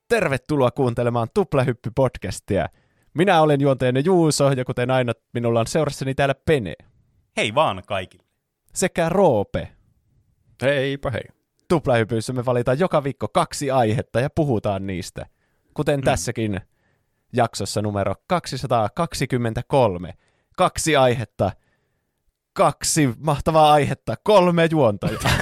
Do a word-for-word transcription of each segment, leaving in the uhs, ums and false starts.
Tervetuloa kuuntelemaan Tuplahyppy-podcastia. Minä olen juonteenne Juuso, ja kuten aina minulla on seurassani täällä Pene. Hei vaan kaikille. Sekä Roope. Heipä hei. Tuplahypyissä me valitaan joka viikko kaksi aihetta ja puhutaan niistä. Kuten mm. tässäkin jaksossa numero kaksisataakaksikymmentäkolme. Kaksi aihetta, kaksi mahtavaa aihetta, kolme juontajaa.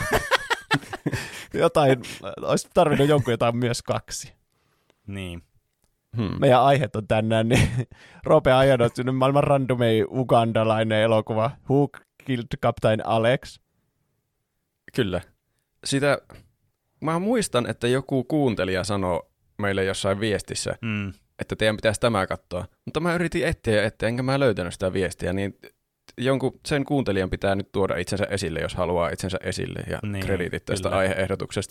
Jotain, olisi tarvinnut jonkun jotain myös kaksi. Niin. Hmm. Meidän aiheet on tänään, niin Roope on ajanut sinne maailman randomei ugandalainen elokuva Who Killed Captain Alex. Kyllä. Sitä, mä muistan, että joku kuuntelija sanoi meille jossain viestissä, mm. että teidän pitäisi tämä katsoa. Mutta mä yritin etsiä ja etsiä, enkä mä löytänyt sitä viestiä, niin jonkun, sen kuuntelijan pitää nyt tuoda itsensä esille, jos haluaa itsensä esille ja niin, krediitit tästä aihe-ehdotuksesta.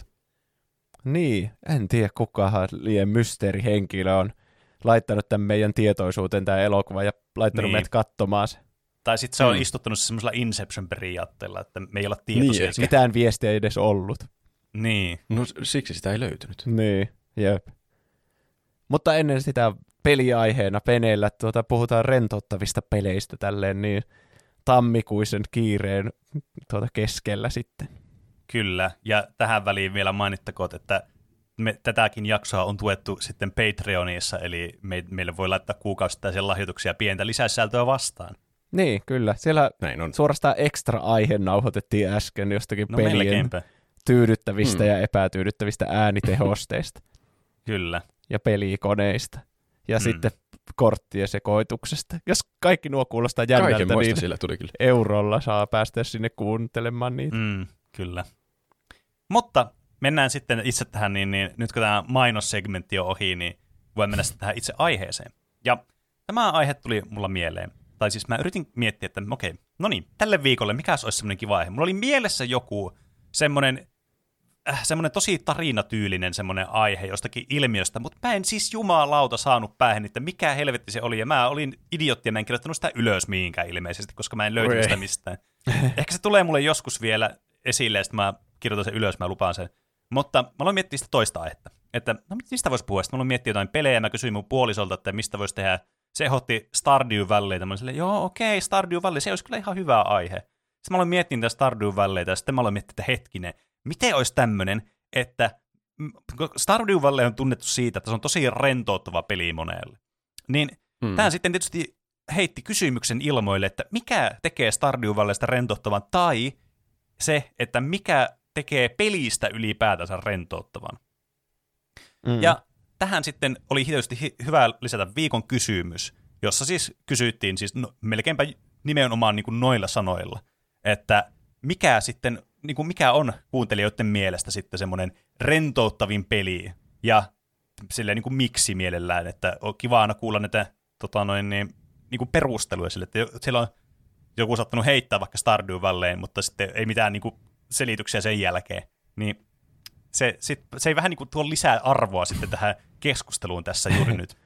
Niin, en tiedä kukahan liian mysteerihenkilö on laittanut tämän meidän tietoisuuteen tämä elokuva ja laittanut niin. meidät katsomaan se. Tai sitten se on mm. istuttanut semmoisella Inception-periaatteella, että me ei olla tietoisia. Niin, mitään viestiä ei edes ollut. Niin. No siksi sitä ei löytynyt. Niin, jep. Mutta ennen sitä peliaiheena Peneellä tuota, puhutaan rentouttavista peleistä tälleen niin tammikuisen kiireen tuota keskellä sitten. Kyllä, ja tähän väliin vielä mainittakoon, että me, tätäkin jaksoa on tuettu sitten Patreonissa, eli me, meille voi laittaa kuukausittaisia lahjoituksia pientä lisäsisältöä vastaan. Niin, kyllä. Siellä Näin on. Suorastaan ekstra aihe nauhoitettiin äsken jostakin no, pelien melkeinpä. tyydyttävistä hmm. ja epätyydyttävistä äänitehosteista. Kyllä. Ja pelikoneista. Ja hmm. sitten korttien sekoituksesta. Jos kaikki nuo kuulostaa jännältä, niin sillä tuli kyllä. eurolla saa päästä sinne kuuntelemaan niitä. Mm, kyllä. Mutta mennään sitten itse tähän, niin, niin nyt kun tämä mainossegmentti on ohi, niin voin mennä sitten tähän itse aiheeseen. Ja tämä aihe tuli mulla mieleen. Tai siis mä yritin miettiä, että okei, no niin, tälle viikolle mikäs olisi semmoinen kiva aihe. Mulla oli mielessä joku semmoinen, äh, semmoinen tosi tarinatyylinen semmoinen aihe jostakin ilmiöstä, mutta mä en siis jumalauta saanut päähän, että mikä helvetti se oli. Ja mä olin idiotti ja mä en kirjoittanut sitä ylös mihinkään ilmeisesti, koska mä en löytänyt sitä mistään. Ehkä se tulee mulle joskus vielä esille, ja sitten mä kirjoitan sen ylös, mä lupaan sen. Mutta mä aloin miettiä sitä toista aihetta. Että no mistä voisi puhua? Sitten mä aloin miettiä jotain pelejä, mä kysyin mun puolisolta, että mistä voisi tehdä. Se ehdotti Stardew Valleyta. Mä olin silleen, joo okei, Stardew Valley, se olisi kyllä ihan hyvä aihe. Sitten mä aloin miettiä tätä Stardew Valleyta, ja sitten mä aloin miettiä, että hetkinen, miten olisi tämmöinen, että Stardew Valley on tunnettu siitä, että se on tosi rentouttava peli monelle. Niin hmm. tämä sitten tietysti heitti kysymyksen ilmoille, että mikä tekee Stardew Valleysta rentouttavan, tai se, että mikä tekee pelistä ylipäätänsä rentouttavan. Mm. Ja tähän sitten oli tietysti hi- hyvä lisätä viikon kysymys, jossa siis kysyttiin siis no, melkeinpä nimenomaan niin kuin noilla sanoilla, että mikä sitten, niin kuin mikä on kuuntelijoiden mielestä sitten semmoinen rentouttavin peli, ja silleen niin kuin miksi mielellään, että on kiva aina kuulla näitä tota noin, niin, niin kuin perusteluja sille, että siellä on joku saattanut heittää vaikka Stardew Valleyn, mutta sitten ei mitään niin kuin selityksiä sen jälkeen, niin se, sit, se ei vähän niin kuin tuo lisää arvoa sitten tähän keskusteluun tässä juuri nyt.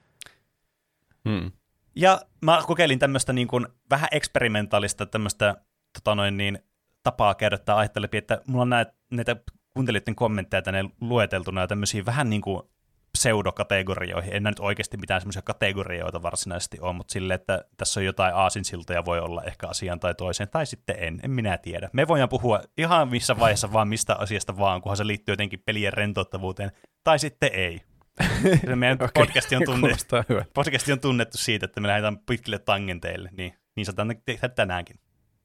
Hmm. Ja mä kokeilin tämmöistä niin kuin vähän eksperimentaalista tämmöistä tota noin niin, tapaa käydä tämä aihe läpi, että mulla on näitä, näitä kuuntelijoiden kommentteja tänne lueteltuna ja tämmöisiä vähän niin kuin pseudokategorioihin. En nyt oikeasti mitään semmoisia kategorioita varsinaisesti ole, mutta silleen, että tässä on jotain aasinsiltoja voi olla ehkä asiaan tai toiseen, tai sitten en, en minä tiedä. Me voidaan puhua ihan missä vaiheessa vaan mistä asiasta vaan, kunhan se liittyy jotenkin pelien rentouttavuuteen, tai sitten ei. Meidän okay. podcasti, on tunnettu, podcasti on tunnettu siitä, että me lähdetään pitkille tangenteille, niin, niin saadaan tehdä tänäänkin.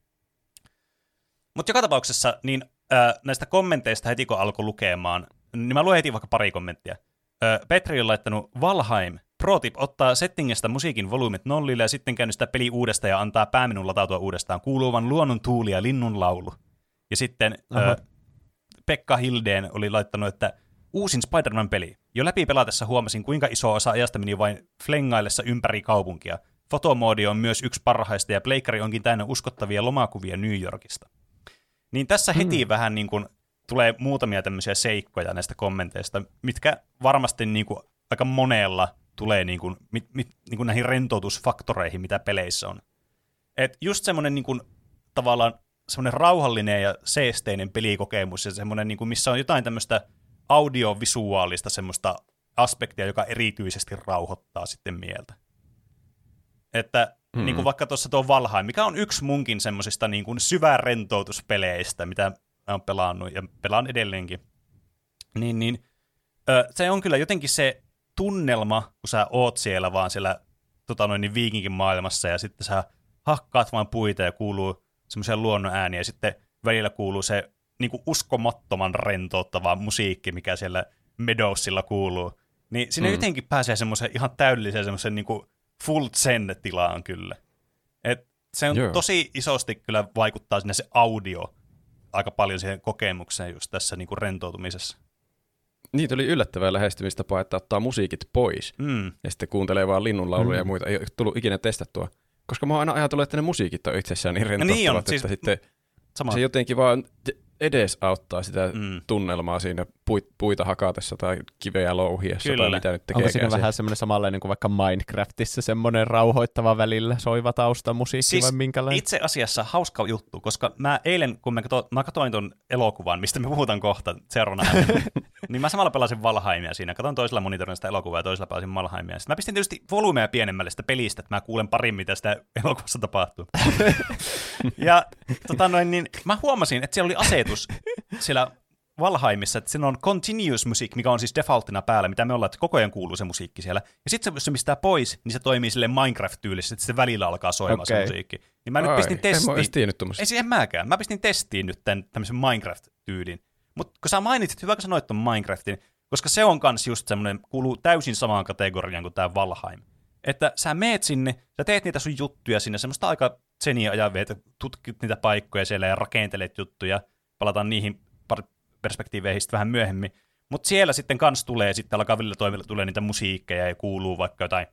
Mutta joka tapauksessa niin, äh, näistä kommenteista heti kun alkoi lukemaan, niin mä luen heti vaikka pari kommenttia. Petri on laittanut Valheim. Pro tip, ottaa settingistä musiikin volyymet nollille ja sitten käynnistää peli uudestaan ja antaa päämenun latautua uudestaan. Kuuluvan luonnon tuuli ja linnun laulu. Ja sitten ö, Pekka Hildeen oli laittanut, että uusin Spider-Man-peli. Jo läpi pelatessa huomasin, kuinka iso osa ajasta meni vain flengaillessa ympäri kaupunkia. Fotomoodi on myös yksi parhaista ja pleikkari onkin täynnä uskottavia lomakuvia New Yorkista. Niin tässä heti hmm. vähän niin kuin tulee muutamia tämmöisiä seikkoja näistä kommenteista, mitkä varmasti niin kuin aika monella tulee niin kuin, mit, mit, niin kuin näihin rentoutusfaktoreihin, mitä peleissä on. Et just semmoinen niin kuin, tavallaan semmoinen rauhallinen ja seesteinen pelikokemus, ja semmoinen, niin kuin, missä on jotain tämmöistä audiovisuaalista semmoista aspektia, joka erityisesti rauhoittaa sitten mieltä. Että mm-hmm. niin kuin vaikka tuossa tuo Valheim, mikä on yksi munkin semmoisista niin kuin syvärentoutuspeleistä, mitä mä oon pelannut ja pelaan edelleenkin, niin, niin ö, se on kyllä jotenkin se tunnelma, kun sä oot siellä vaan siellä tota noin, niin viikinkin maailmassa ja sitten sä hakkaat vaan puita ja kuuluu semmoisia luonnon ääniä ja sitten välillä kuuluu se niin kuin uskomattoman rentouttava musiikki, mikä siellä Meadowsilla kuuluu. Niin sinne mm. jotenkin pääsee semmoisen ihan täydelliseen semmoisen niin kuin full zen-tilaan kyllä. Et se on Joo. tosi isosti kyllä vaikuttaa sinne se audio aika paljon siihen kokemukseen just tässä niin kuin rentoutumisessa. Niitä oli yllättävää lähestymistapa, että ottaa musiikit pois mm. ja sitten kuuntelee vaan linnunlauluja mm. ja muita. Ei ole tullut ikinä testattua. Koska mä oon aina ajatellut, että ne musiikit on itsessään niin rentouttavat, no niin on, että siis sitten sama. Se jotenkin vaan edes auttaa sitä mm. tunnelmaa siinä puita hakatessa tai kiveä louhiessa tai mitä nyt tekee. Onko siinä vähän semmoinen samanlainen kuin vaikka Minecraftissa semmoinen rauhoittava välillä soiva taustamusiikki siis vai minkälainen? Itse asiassa hauska juttu, koska mä eilen, kun mä, kato, mä katsoin ton elokuvan, mistä me puhutaan kohta seuraavana, niin mä samalla pelasin Valheimia siinä. Katsoin toisella monitorilla sitä elokuvaa ja toisella pelasin Valheimia. Sitten mä pistin tietysti volyymea pienemmälle sitä pelistä, että mä kuulen parin, mitä sitä elokuvassa tapahtuu. ja tota noin, niin mä huomasin, että siellä oli asetus siellä Valheimissa, että siinä on continuous music, mikä on siis defaultina päällä, mitä me ollaan, että koko ajan kuuluu se musiikki siellä. Ja sitten jos se mistää pois, niin se toimii silleen Minecraft-tyylisesti, että se välillä alkaa soimaan okay. se musiikki. Niin mä Ai, nyt pistin testiin. En mä tiennyt tuommoista. Ei siis en mäkään. Mä pistin testiin nyt tämän tämmöisen Minecraft-tyylin. Mutta kun sä mainitsit, hyvä kun sanoit ton Minecraftin, koska se on kans just semmoinen, kuuluu täysin samaan kategoriaan kuin tää Valheim. Että sä meet sinne, sä teet niitä sun juttuja sinne, semmoista aika tseniä ajavia, että tutkit niitä paikkoja siellä ja rakentelet juttuja, palataan niihin perspektiiveihin sitten vähän myöhemmin. Mutta siellä sitten kans tulee, sitten alkaa välillä toimilla tulee niitä musiikkeja ja kuuluu vaikka jotain,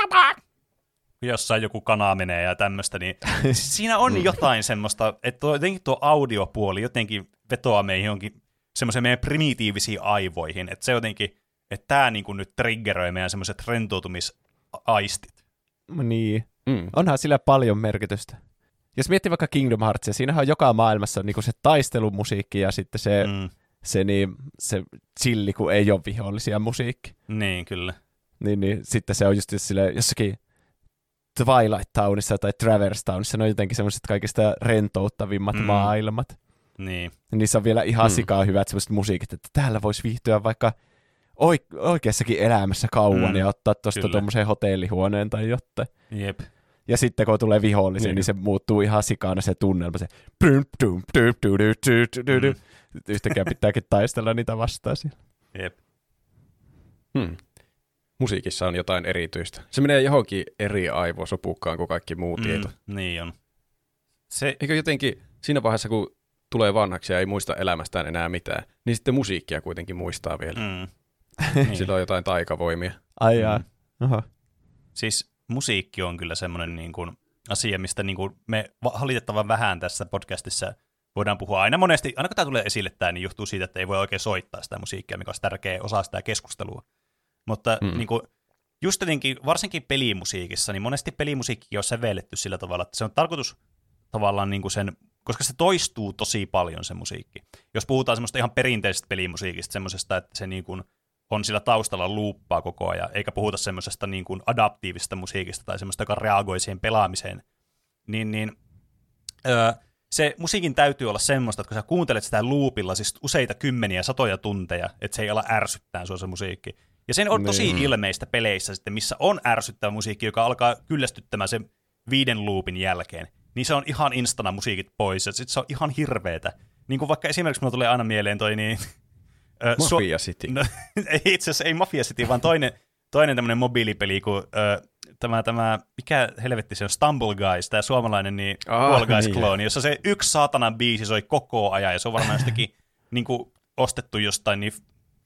jossain joku kana menee ja tämmöistä, niin siinä on jotain semmoista, että jotenkin tuo audiopuoli jotenkin vetoaa meihin johonkin semmoiseen meidän primitiivisiin aivoihin, että se jotenkin, että tämä niinku nyt triggeröi meidän semmoiset rentoutumisaistit. Niin, mm. onhan sillä paljon merkitystä. Jos miettii vaikka Kingdom Heartsia, siinähän on joka maailmassa niin se taistelumusiikki ja sitten se, mm. se, niin, se chilli, kun ei ole vihollisia musiikki. Niin, kyllä. Niin, niin sitten se on just sille jossakin Twilight Townissa tai Traverse Townissa, ne on jotenkin semmoiset kaikista rentouttavimmat mm. maailmat. Niin. Ja niissä on vielä ihan mm. sikaa hyvät semmoiset musiikit, että täällä voisi viihtyä vaikka oik- oikeassakin elämässä kauan mm. ja ottaa tuosta tuommoisen hotellihuoneen tai jotain. Jep. Ja sitten kun tulee vihollisia, niin. niin se muuttuu ihan sikana se tunnelma. Se mm. yhtäkkiä pitääkin taistella niitä vastaan siellä. Jep. Hmm. Musiikissa on jotain erityistä. Se menee johonkin eri aivosopukkaan kuin kaikki muu mm, tieto. Niin on. Se... Eikö jotenkin siinä vaiheessa, kun tulee vanhaksi ja ei muista elämästään enää mitään, niin sitten musiikkia kuitenkin muistaa vielä. Mm. niin. Sillä on jotain taikavoimia. Ai jaa. Mm. Oho. Siis musiikki on kyllä semmoinen niin kuin asia, mistä niin kuin me valitettavan vähän tässä podcastissa voidaan puhua. Aina monesti, aina kun tämä tulee esille, tämä, niin johtuu siitä, että ei voi oikein soittaa sitä musiikkia, mikä on tärkeä osa sitä keskustelua. Mutta mm. niin kuin, just jotenkin, varsinkin pelimusiikissa, niin monesti pelimusiikki on sävelletty sillä tavalla, että se on tarkoitus tavallaan niin kuin sen, koska se toistuu tosi paljon se musiikki. Jos puhutaan semmoista ihan perinteisestä pelimusiikista, semmoisesta, että se niin kuin on sillä taustalla luuppaa koko ajan, eikä puhuta semmoisesta niin kuin adaptiivisesta musiikista tai semmoista, joka reagoi siihen pelaamiseen, niin, niin öö, se musiikin täytyy olla semmoista, että kun sä kuuntelet sitä loopilla siis useita kymmeniä, satoja tunteja, että se ei ala ärsyttää sua se musiikki. Ja se on tosi niin. ilmeistä peleissä sitten, missä on ärsyttävä musiikki, joka alkaa kyllästyttämään sen viiden loopin jälkeen, niin se on ihan instana musiikit pois, ja sitten se on ihan hirveetä. Niin kuin vaikka esimerkiksi mulla tulee aina mieleen toi niin... Mafia City. No, itse asiassa ei Mafia City, vaan toinen, toinen tämmöinen mobiilipeli, kuin ö, tämä, tämä, mikä helvetti se on, Stumble Guys, tämä suomalainen niin ah, Fall Guys-klooni, niin. jossa se yksi saatanan biisi soi koko ajan, ja se on varmaan jostakin niin kuin ostettu jostain niin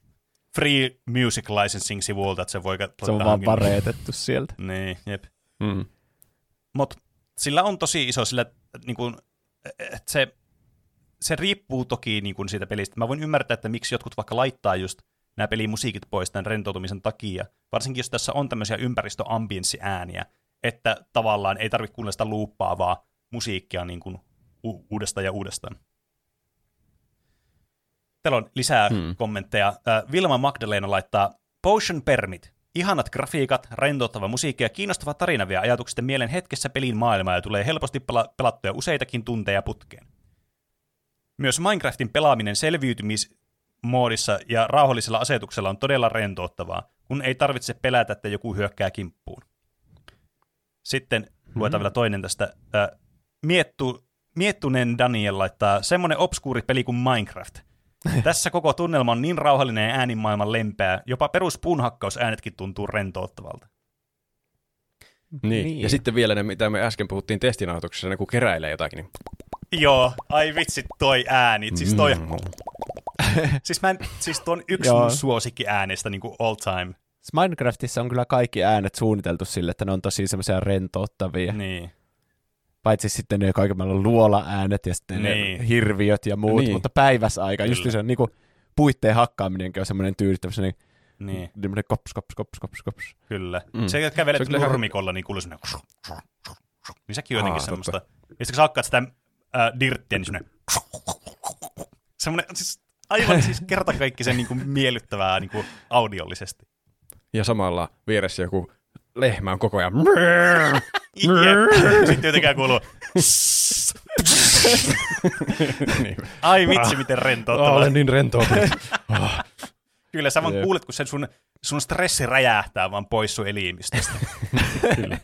free music licensing-sivulta, että se voi... Se on vaan pareetettu sieltä. Niin, jep. Mm. Mutta sillä on tosi iso, sillä niin kuin, että se... Se riippuu toki niin kuin siitä pelistä. Mä voin ymmärtää, että miksi jotkut vaikka laittaa just nämä pelimusiikit pois tämän rentoutumisen takia. Varsinkin jos tässä on tämmöisiä ympäristöambienssiääniä, että tavallaan ei tarvitse kuunnella sitä luuppaavaa musiikkia niin kuin u- uudestaan ja uudestaan. Täällä on lisää hmm. kommentteja. Vilma Magdalena laittaa, Potion Permit. Ihanat grafiikat, rentouttava musiikki ja kiinnostava tarina vie ajatukset mielen hetkessä pelin maailmaa ja tulee helposti pela- pelattuja useitakin tunteja putkeen. Myös Minecraftin pelaaminen selviytymismoodissa ja rauhallisella asetuksella on todella rentouttavaa, kun ei tarvitse pelätä, että joku hyökkää kimppuun. Sitten mm-hmm. luetaan vielä toinen tästä. Äh, miettu, miettuneen Daniel laittaa semmoinen obskuuri peli kuin Minecraft. Tässä koko tunnelma on niin rauhallinen ja äänimaailman lempeä, jopa perus puunhakkausäänetkin tuntuu rentouttavalta. Niin. niin, ja sitten vielä ne, mitä me äsken puhuttiin testinautuksessa, ne kun keräilee jotakin. Niin... Joo, ai vitsi, toi ääni. Siis toi... Mm. siis, mä en, siis toi on yksi mun suosikki äänestä niin kuin all time. Minecraftissa on kyllä kaikki äänet suunniteltu sille, että ne on tosi semmoisia rentouttavia. Niin. Paitsi sitten ne kaiken maailman luola-äänet ja sitten niin. ne hirviöt ja muut, niin. mutta päiväsaika, just se niin kuin puitteen hakkaaminenkin on semmoinen tyydyttävä, semmoinen niin. kops, kops, kops, kops, kops. Kyllä. Mm. Se, että kävelet se nurmikolla, niin kuuluu semmoinen niin sekin on jotenkin semmoista. Ja sitten kun sä hakkaat sitä äh, dirttiä, niin semmoinen semmoinen, siis aivan siis kertakaikkisen niin kuin miellyttävää niin kuin audiollisesti. Ja samalla vieressä joku lehmä on koko ajan. Sitten jotenkin kuuluu. niin. Ai vitsi, miten rentouttavaa. Olen niin rentoutunut. Kyllä, sä vaan kuulet, kun sen sun, sun stressi räjähtää vaan pois sun elimistöstä. Kyllä.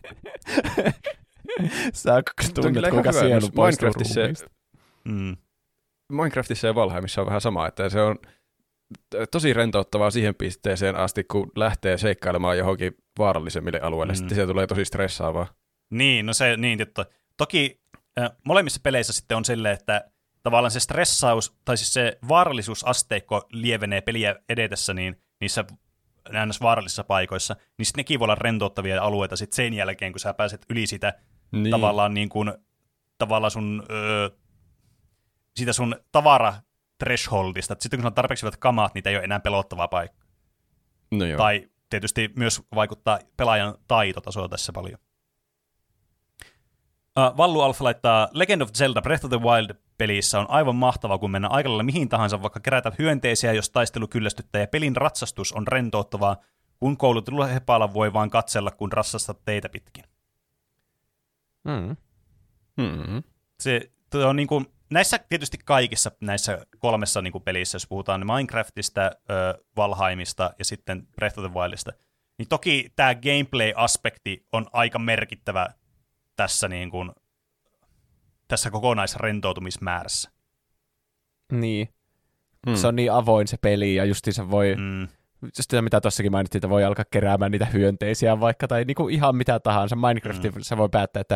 Sä tunnet, kuinka sielu poistuu ruumiista. Mm. Minecraftissa ja Valheimissa on vähän sama, että se on tosi rentouttavaa siihen pisteeseen asti, kun lähtee seikkailemaan johonkin vaarallisemmille alueille. Mm. Sitten se tulee tosi stressaavaa. Niin, no se, niin, että toki äh, molemmissa peleissä sitten on silleen, että tavallaan se stressaus, tai siis se vaarallisuusasteikko lievenee peliä edetessä niin niissä näissä vaarallisissa paikoissa, niin sitten nekin voi olla rentouttavia alueita sitten sen jälkeen, kun sä pääset yli sitä niin. tavallaan niin kuin, tavallaan sun, öö, siitä sun tavara thresholdista, että sitten kun sulla on tarpeeksi hyvät kamat, niitä ei ole enää pelottavaa paikka. No joo. Tai tietysti myös vaikuttaa pelaajan taitotasoa tässä paljon. Uh, Vallu Alfa laittaa, Legend of Zelda Breath of the Wild-pelissä on aivan mahtavaa, kun mennä aikalailla mihin tahansa, vaikka kerätä hyönteisiä, jos taistelu kyllästyttää, ja pelin ratsastus on rentouttavaa, kun koulutetulla hepaalla voi vaan katsella, kun ratsastat teitä pitkin. Mm. Mm-hmm. Se on niin kuin, näissä tietysti kaikissa näissä kolmessa niin kuin pelissä, jos puhutaan Minecraftista, äh, Valheimista ja sitten Breath of the Wildista, niin toki tämä gameplay-aspekti on aika merkittävä tässä, niin kuin, tässä kokonaisrentoutumismäärässä. Niin. Hmm. Se on niin avoin se peli, ja justiinsa voi, hmm. just sitä mitä tuossakin mainittiin, että voi alkaa keräämään niitä hyönteisiä vaikka, tai niinku ihan mitä tahansa. Minecraftissa hmm. voi päättää, että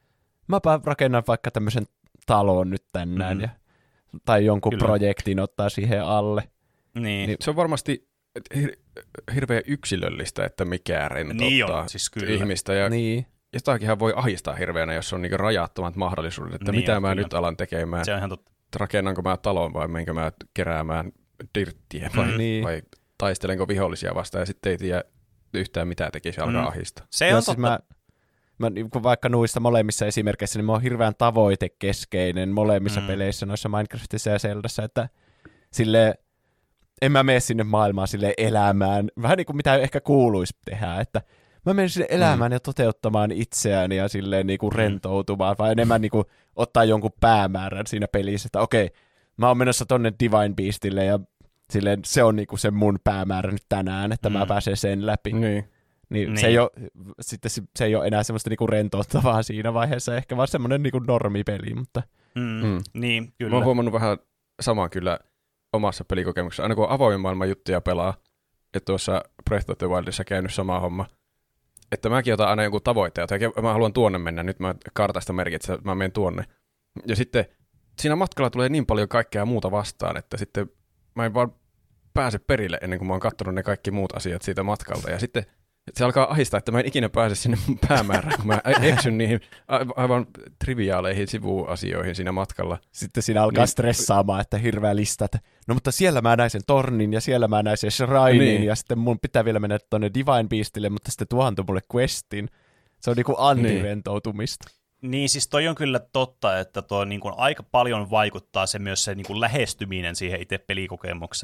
mäpä rakennan vaikka tämmöisen talon nyt tänään, hmm. ja, tai jonkun Kyllä. projektin ottaa siihen alle. Niin. niin se on varmasti hir- hirveän yksilöllistä, että mikä rentouttaa niin on, siis ihmistä, ja niin. jotakinhan voi ahistaa hirveänä, jos on niinku rajattomat mahdollisuudet, että niin mitä on, mä kyllä. nyt alan tekemään. Se on ihan totta. Rakennanko mä talon vai menkö mä keräämään dirttiä vai, niin. vai taistelenko vihollisia vastaan ja sitten ei tiedä yhtään mitä tekisi alkaa mm. ahistaa. Se on no, totta. Siis mä, mä, vaikka noissa molemmissa esimerkkeissä, niin mä oon hirveän tavoitekeskeinen molemmissa mm. peleissä, noissa Minecraftissa ja Zeldassa, että silleen, en mä mene sinne maailmaan silleen elämään, vähän niin kuin mitä ehkä kuuluisi tehdä, että mä menen sinne elämään mm. ja toteuttamaan itseään ja silleen niin kuin rentoutumaan, vai enemmän niin kuin ottaa jonkun päämäärän siinä pelissä, että okei, mä oon menossa tonne Divine Beastille ja silleen se on niin kuin se mun päämäärä nyt tänään, että mm. mä pääsen sen läpi. Niin. Niin, niin. Se, ei ole, sitten se ei ole enää semmoista niinku rentouttavaa siinä vaiheessa, ehkä vaan semmoinen niinku normipeli, mutta... Mm. Mm. Niin, kyllä. Mä oon huomannut vähän samaa kyllä omassa pelikokemuksessa, aina kun on avoimen maailman juttuja pelaa, että tuossa Breath of the Wildissa käynyt sama homma, että mäkin otan aina jonkun tavoitteen, että mä haluan tuonne mennä, nyt mä kartasta merkitsen, että mä menen tuonne. Ja sitten siinä matkalla tulee niin paljon kaikkea muuta vastaan, että sitten mä en vaan pääse perille ennen kuin mä oon katsonut ne kaikki muut asiat siitä matkalta. Ja sitten se alkaa ahistaa, että mä en ikinä pääse sinne mun päämäärään, kun mä eksyn niihin aivan triviaaleihin sivuasioihin siinä matkalla. Sitten siinä alkaa niin stressaamaan, että hirveä lista, että no mutta siellä mä näin sen tornin ja siellä mä näin sen shrinin niin. Ja sitten mun pitää vielä mennä tuonne Divine Beastille, mutta sitten tuo antoi mulle questin. Se on niinku anti-rentoutumista. Niin. niin siis toi on kyllä totta, että tuo niinku aika paljon vaikuttaa se myös se niinku lähestyminen siihen itse pelikokemukseen.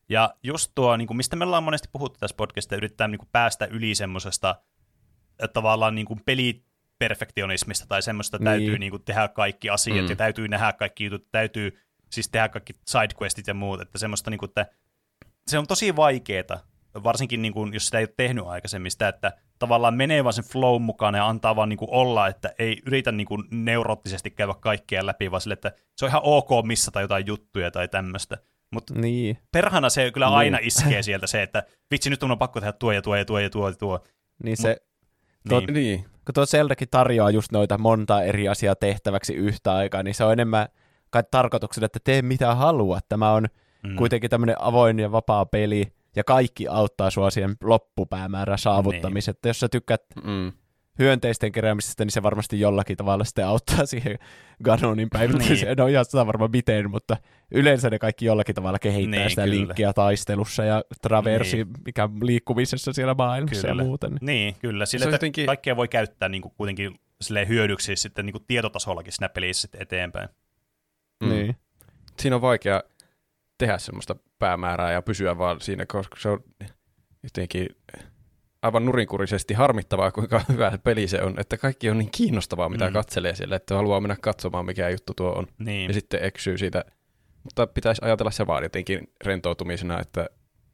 Ja just tuo, niin kuin, mistä me ollaan monesti puhuttu tässä podcastissa, yritetään niin kuin, päästä yli semmoisesta tavallaan niin kuin peliperfektionismista tai semmoista, että niin. täytyy niin kuin, tehdä kaikki asiat mm. ja täytyy nähdä kaikki jutut, täytyy siis tehdä kaikki sidequestit ja muut, että semmoista, niin kuin, että se on tosi vaikeeta, varsinkin niin kuin, jos sitä ei ole tehnyt aikaisemmin, sitä, että tavallaan menee vaan sen flow mukaan ja antaa vaan niin kuin olla, että ei yritä niin kuin neuroottisesti käydä kaikkea läpi, vaan sille, että se on ihan ok missata jotain juttuja tai tämmöistä. Mutta niin. perhana se kyllä niin. aina iskee sieltä se, että vitsi, nyt on pakko tehdä tuo ja tuo ja tuo ja tuo ja tuo. Niin se, Mut, tuo, niin. Niin. kun tuo Zeldakin tarjoaa just noita monta eri asiaa tehtäväksi yhtä aikaa, niin se on enemmän kai tarkoituksena, että tee mitä haluat. Tämä on mm. kuitenkin tämmöinen avoin ja vapaa peli, ja kaikki auttaa sua siihen loppupäämäärän saavuttamiseen. Niin. Jos sä tykkäät mm. hyönteisten keräämisestä, niin se varmasti jollakin tavalla sitten auttaa siihen Ganonin päivittämiseen. Niin. No ihan sitä varmaan miten, mutta yleensä ne kaikki jollakin tavalla kehittää niin, sitä kyllä. linkkiä taistelussa ja traversi, niin. mikä liikkumisessa siellä maailmassa kyllä. ja muuten. Niin, kyllä. Sillä, että jotenkin kaikkea voi käyttää niin kuin kuitenkin hyödyksi sitten niin kuin tietotasollakin siinä pelissä sitten eteenpäin. Mm. Niin. Siinä on vaikea tehdä semmoista päämäärää ja pysyä vaan siinä, koska se on jotenkin aivan nurinkurisesti harmittavaa, kuinka hyvä peli se on, että kaikki on niin kiinnostavaa, mitä mm. katselee siellä, että haluaa mennä katsomaan, mikä juttu tuo on, niin. ja sitten eksyy siitä. Mutta pitäisi ajatella se vaan jotenkin rentoutumisena, että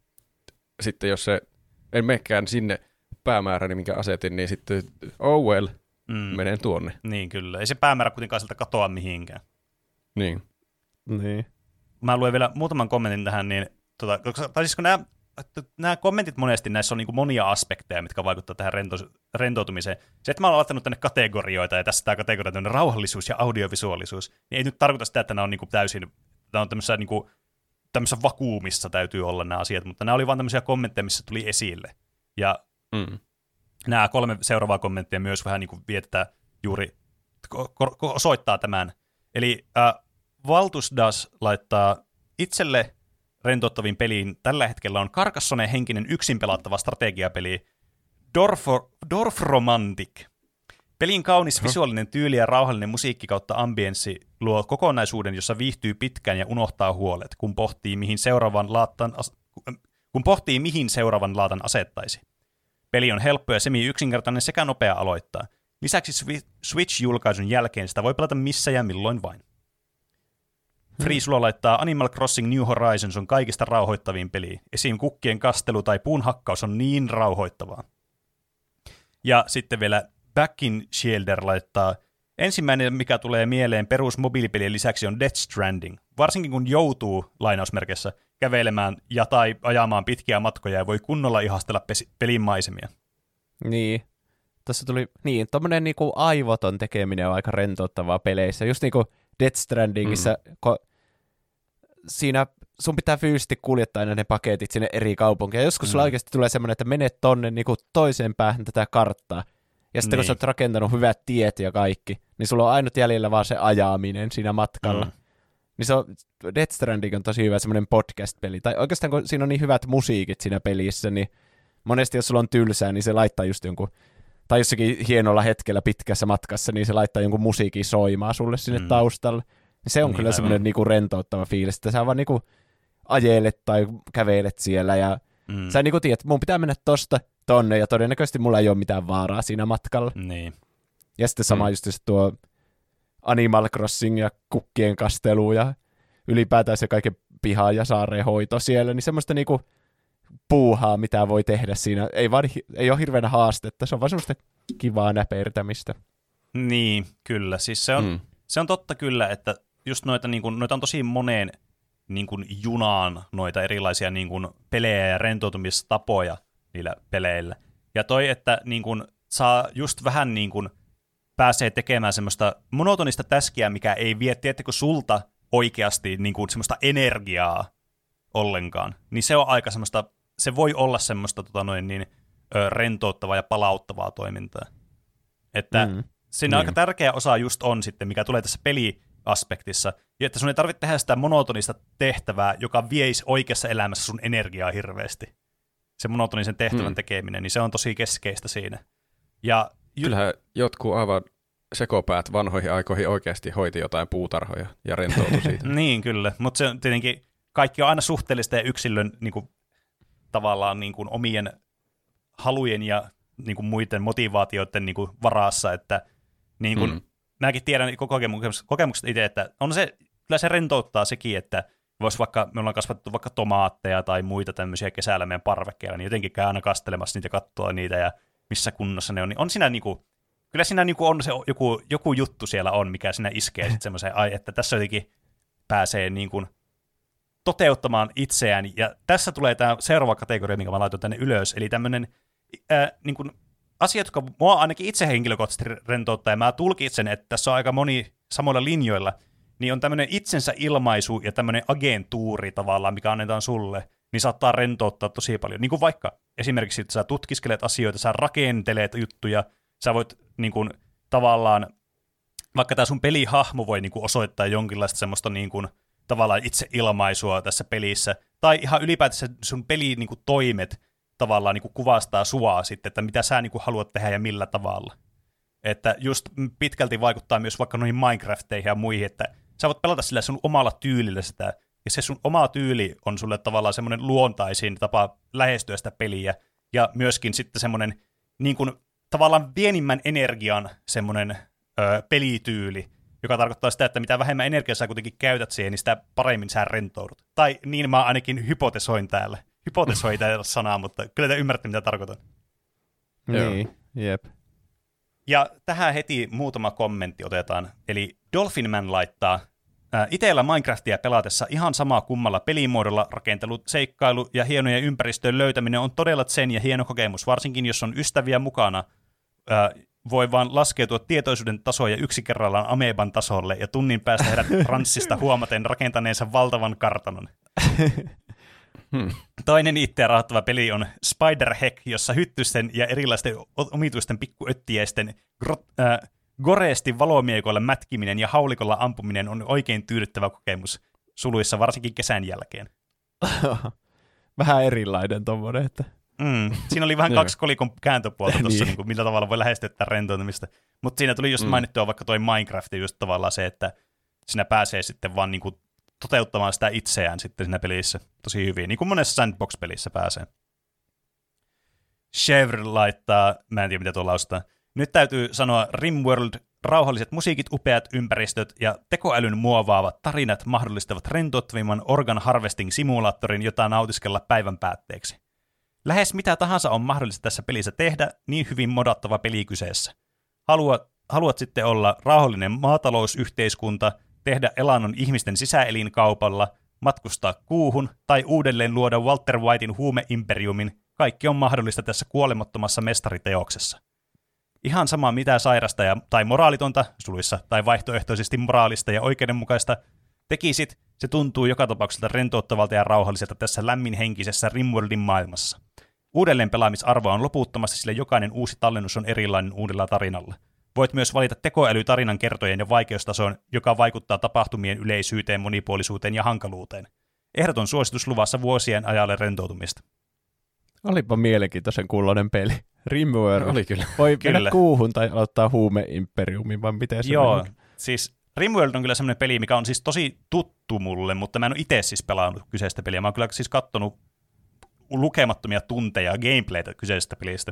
sitten jos se, en menekään sinne päämääräni, minkä asetin, niin sitten, oh well, mm. menen tuonne. Niin kyllä, ei se päämäärä kuitenkaan sieltä katoa mihinkään. Niin. Niin. Mä luen vielä muutaman kommentin tähän, niin, tota, tai siis kun nämä, nämä kommentit monesti, näissä on niin kuin monia aspekteja, mitkä vaikuttavat tähän rento, rentoutumiseen. Se, että mä olen laittanut tänne kategorioita, ja tässä tämä kategoria on rauhallisuus ja audiovisuaalisuus, niin ei nyt tarkoita sitä, että nämä on niin kuin täysin, nämä on tämmöisessä, niin kuin, tämmöisessä vakuumissa täytyy olla nämä asiat, mutta nämä oli vain tämmöisiä kommentteja, missä tuli esille. Ja mm. nämä kolme seuraavaa kommenttia myös vähän niin kuin vietetään juuri, ko- ko- osoittaa tämän. Eli äh, Valtusdas laittaa itselle rentouttaviin peliin tällä hetkellä on Carcassonne henkinen yksin pelattava strategiapeli Dorfo, Dorfromantic. Pelin kaunis visuaalinen tyyli ja rauhallinen musiikki kautta ambienssi luo kokonaisuuden, jossa viihtyy pitkään ja unohtaa huolet, kun pohtii, mihin seuraavan laatan, kun pohtii, mihin seuraavan laatan asettaisi. Peli on helppo ja semi-yksinkertainen sekä nopea aloittaa. Lisäksi Switch-julkaisun jälkeen sitä voi pelata missä ja milloin vain. Freeslo laittaa Animal Crossing New Horizons on kaikista rauhoittavin peli. Esim. Kukkien kastelu tai puun hakkaus on niin rauhoittavaa. Ja sitten vielä Backin Shielder laittaa ensimmäinen, mikä tulee mieleen perus mobiilipelien lisäksi on Death Stranding. Varsinkin kun joutuu, lainausmerkissä, kävelemään ja tai ajamaan pitkiä matkoja ja voi kunnolla ihastella pesi- pelin maisemia. Niin. Tässä tuli, niin, tommonen niinku aivoton tekeminen on aika rentouttavaa peleissä. Just niinku Death Strandingissa, mm. kun siinä sun pitää fyysisesti kuljettaa aina ne paketit sinne eri kaupunkiin. Ja joskus mm. sulla oikeasti tulee semmoinen, että menet tonne niinku toiseen päähän tätä karttaa. Ja sitten niin. kun sä oot rakentanut hyvät tiet ja kaikki, niin sulla on ainut jäljellä vaan se ajaminen siinä matkalla. Mm. Niin se on, Death Stranding on tosi hyvä semmoinen podcast-peli. Tai oikeastaan kun siinä on niin hyvät musiikit siinä pelissä, niin monesti jos sulla on tylsää, niin se laittaa just jonkun, tai jossakin hienolla hetkellä pitkässä matkassa, niin se laittaa jonkun musiikin soimaan sulle sinne mm. taustalle. Se on niin, kyllä semmoinen niinku rentouttava fiilis, että sä vaan niinku ajelet tai kävelet siellä ja mm. sä niinku tiedät, mun pitää mennä tosta tonne ja todennäköisesti mulla ei ole mitään vaaraa siinä matkalla. Niin. Ja sitten sama mm. just tuo Animal Crossing ja kukkien kastelu ja ylipäätään se kaiken piha- ja saareen hoito siellä, niin semmoista niinku puuhaa, mitä voi tehdä siinä. Ei, vaan, ei ole hirveänä haastetta, se on vaan semmoista kivaa näpertämistä. Niin, kyllä. Siis se on, mm. se on totta kyllä, että just noita, niin kuin, noita on tosi moneen niin kuin junaan noita erilaisia niin kuin pelejä ja rentoutumistapoja niillä peleillä. Ja toi, että niin kuin, saa just vähän niin kuin pääsee tekemään semmoista monotonista täskiä, mikä ei vie, tiedättekö, sulta oikeasti niin kuin semmoista energiaa ollenkaan. Niin se on aika semmoista, se voi olla semmoista tota noin, niin, ö, rentouttavaa ja palauttavaa toimintaa. Että mm. siinä niin. aika tärkeä osa just on sitten, mikä tulee tässä peliaspektissa, ja että sun ei tarvitse tehdä sitä monotonista tehtävää, joka vieisi oikeassa elämässä sun energiaa hirveästi. Se monotonisen tehtävän mm. tekeminen, niin se on tosi keskeistä siinä. Ja kyllähän jotkut aivan sekopäät vanhoihin aikoihin oikeasti hoiti jotain puutarhoja ja rentoutui siitä. Niin, kyllä. Mutta se on tietenkin kaikki on aina suhteellista ja yksilön niin kuin, tavallaan niin kuin, omien halujen ja niin kuin, muiden motivaatioiden niin kuin, varassa, että niin kuin, mm. mäkin tiedän kokemukset, kokemukset itse, että on se, kyllä se rentouttaa sekin, että vois vaikka, me ollaan kasvatettu vaikka tomaatteja tai muita tämmöisiä kesällä meidän parvekkeella, niin jotenkin käy aina kastelemassa niitä ja katsoa niitä ja missä kunnossa ne on, niin on siinä niinku, kyllä siinä niinku on se joku, joku juttu siellä on, mikä siinä iskee sitten semmoiseen, ai, että tässä jotenkin pääsee niinku toteuttamaan itseään, ja tässä tulee tämä seuraava kategoria, minkä mä laitoin tänne ylös, eli tämmöinen äh, niinku, asiat, jotka mua ainakin itse henkilökohtaisesti rentouttaa, ja mä tulkitsen, että tässä on aika moni samoilla linjoilla, niin on tämmöinen itsensä ilmaisu ja tämmöinen agentuuri tavallaan, mikä annetaan sulle, niin saattaa rentouttaa tosi paljon. Niin kuin vaikka esimerkiksi, että sä tutkiskelet asioita, sä rakentelet juttuja, sä voit niin kuin, tavallaan, vaikka tämä sun pelihahmo voi niin kuin, osoittaa jonkinlaista semmoista niin kuin, tavallaan itse ilmaisua tässä pelissä, tai ihan ylipäätänsä sun pelin niin kuin, toimet tavallaan niin kuin, kuvastaa sua sitten, että mitä sä niin kuin, haluat tehdä ja millä tavalla. Että just pitkälti vaikuttaa myös vaikka noihin Minecrafteihin ja muihin, että sä voit pelata sillä sun omalla tyylillä sitä, ja se sun oma tyyli on sulle tavallaan semmoinen luontaisin tapa lähestyä sitä peliä, ja myöskin sitten semmoinen niin kuin, tavallaan pienimmän energian semmoinen ö, pelityyli, joka tarkoittaa sitä, että mitä vähemmän energiaa sä kuitenkin käytät siihen, niin sitä paremmin sä rentoudut. Tai niin mä ainakin hypotesoin täällä. Hypotesoin täällä sanaa, mutta kyllä te ymmärrätte, mitä tarkoitan. Niin, jep. Ja tähän heti muutama kommentti otetaan. Eli Dolphinman laittaa, itsellä Minecraftia pelatessa ihan samaa kummalla pelimuodolla rakentelu, seikkailu ja hienojen ympäristöjen löytäminen on todella zen ja hieno kokemus, varsinkin jos on ystäviä mukana. Ää, voi vaan laskeutua tietoisuuden tasoja yksi kerrallaan ameban tasolle ja tunnin päästä heidät ranssista huomaten rakentaneensa valtavan kartanon. Hmm. Toinen itseä rahoittava peli on Spider-Hack, jossa hyttysten ja erilaisten omituisten pikkuöttiäisten grot, äh, goreesti valomiekoilla mätkiminen ja haulikolla ampuminen on oikein tyydyttävä kokemus, suluissa varsinkin kesän jälkeen. Vähän erilainen tommoinen, että... Mm. Siinä oli vähän kaksi kolikon kääntöpuolta tuossa, niin. niin millä tavalla voi lähestyä tätä rentoutumista. Mutta siinä tuli just mm. mainittua vaikka toi Minecraft, just tavallaan se, että siinä pääsee sitten vaan niin kuin toteuttamaan sitä itseään sitten siinä pelissä tosi hyvin, niin kuin monessa sandbox-pelissä pääsee. Chevre laittaa, mä en tiedä mitä tuo lausutaan, nyt täytyy sanoa Rimworld, rauhalliset musiikit, upeat ympäristöt ja tekoälyn muovaavat tarinat mahdollistavat rentouttavimman organ harvesting-simulaattorin, jota nautiskella päivän päätteeksi. Lähes mitä tahansa on mahdollista tässä pelissä tehdä, niin hyvin modattava peli kyseessä. Haluat, haluat sitten olla rauhallinen maatalousyhteiskunta, tehdä elannon ihmisten sisäelinkaupalla, matkustaa kuuhun tai uudelleen luoda Walter Whitein huumeimperiumin, kaikki on mahdollista tässä kuolemattomassa mestariteoksessa. Ihan sama mitä sairasta ja, tai moraalitonta, suluissa, tai vaihtoehtoisesti moraalista ja oikeudenmukaista tekisit, se tuntuu joka tapauksessa rentouttavalta ja rauhalliselta tässä lämminhenkisessä Rimworldin maailmassa. Uudelleen pelaamisarvoa on loputtomasti, sillä jokainen uusi tallennus on erilainen uudella tarinalla. Voit myös valita tekoälytarinan kertojen ja vaikeustason, joka vaikuttaa tapahtumien yleisyyteen, monipuolisuuteen ja hankaluuteen. Ehdoton suositus luvassa vuosien ajalle rentoutumista. Olipa mielenkiintoisen kuuloinen peli. Rimworld. Oli kyllä. Voi kyllä. mennä kuuhun tai aloittaa huumeimperiumin, vai miten se Joo, meni? siis Rimworld on kyllä semmoinen peli, mikä on siis tosi tuttu mulle, mutta mä en ole itse siis pelannut kyseistä peliä. Mä oon kyllä siis kattonut lukemattomia tunteja gameplaytä kyseisestä pelistä.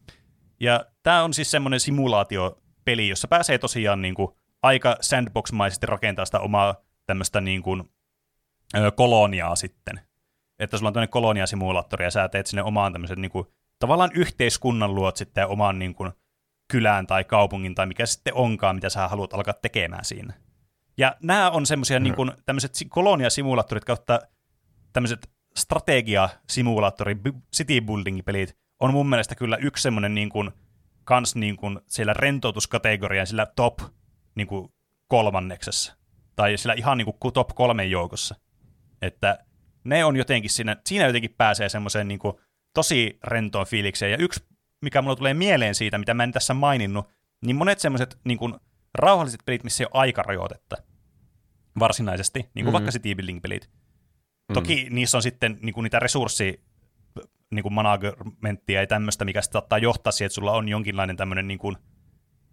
Ja tää on siis semmoinen simulaatiopeli, jossa pääsee tosiaan niin kuin aika sandbox-maisesti rakentaa sitä omaa tämmöistä niin kuin, ö, koloniaa sitten. Että sulla on tämmöinen koloniasimulaattori ja sä teet sinne omaan tämmöisen niin kuin, tavallaan yhteiskunnan luot sitten omaan niin kuin, kylään tai kaupungin tai mikä sitten onkaan, mitä sä haluat alkaa tekemään siinä. Ja nämä on semmoisia mm. niin kuin, tämmöiset koloniasimulaattorit kautta tämmöiset strategiasimulaattori, city building-pelit on mun mielestä kyllä yksi semmoinen niin kuin, kans niin kuin siellä rentoutuskategorian sillä top niin kuin kolmanneksessa. Tai sillä ihan niin kuin top kolmen joukossa. Että ne on jotenkin siinä, siinä jotenkin pääsee semmoiseen niin kuin tosi rentoon fiilikseen. Ja yksi, mikä mulla tulee mieleen siitä, mitä mä en tässä maininnut, niin monet semmoiset niin kuin rauhalliset pelit, missä ei ole aikarajoitetta varsinaisesti, niin kuin mm-hmm. vaikka city building-pelit. Mm. Toki niissä on sitten niin kuin niitä resurssi niin kuin managementtia ja tämmöistä, mikä sitten saattaa johtaa siihen, että sulla on jonkinlainen tämmöinen niin kuin,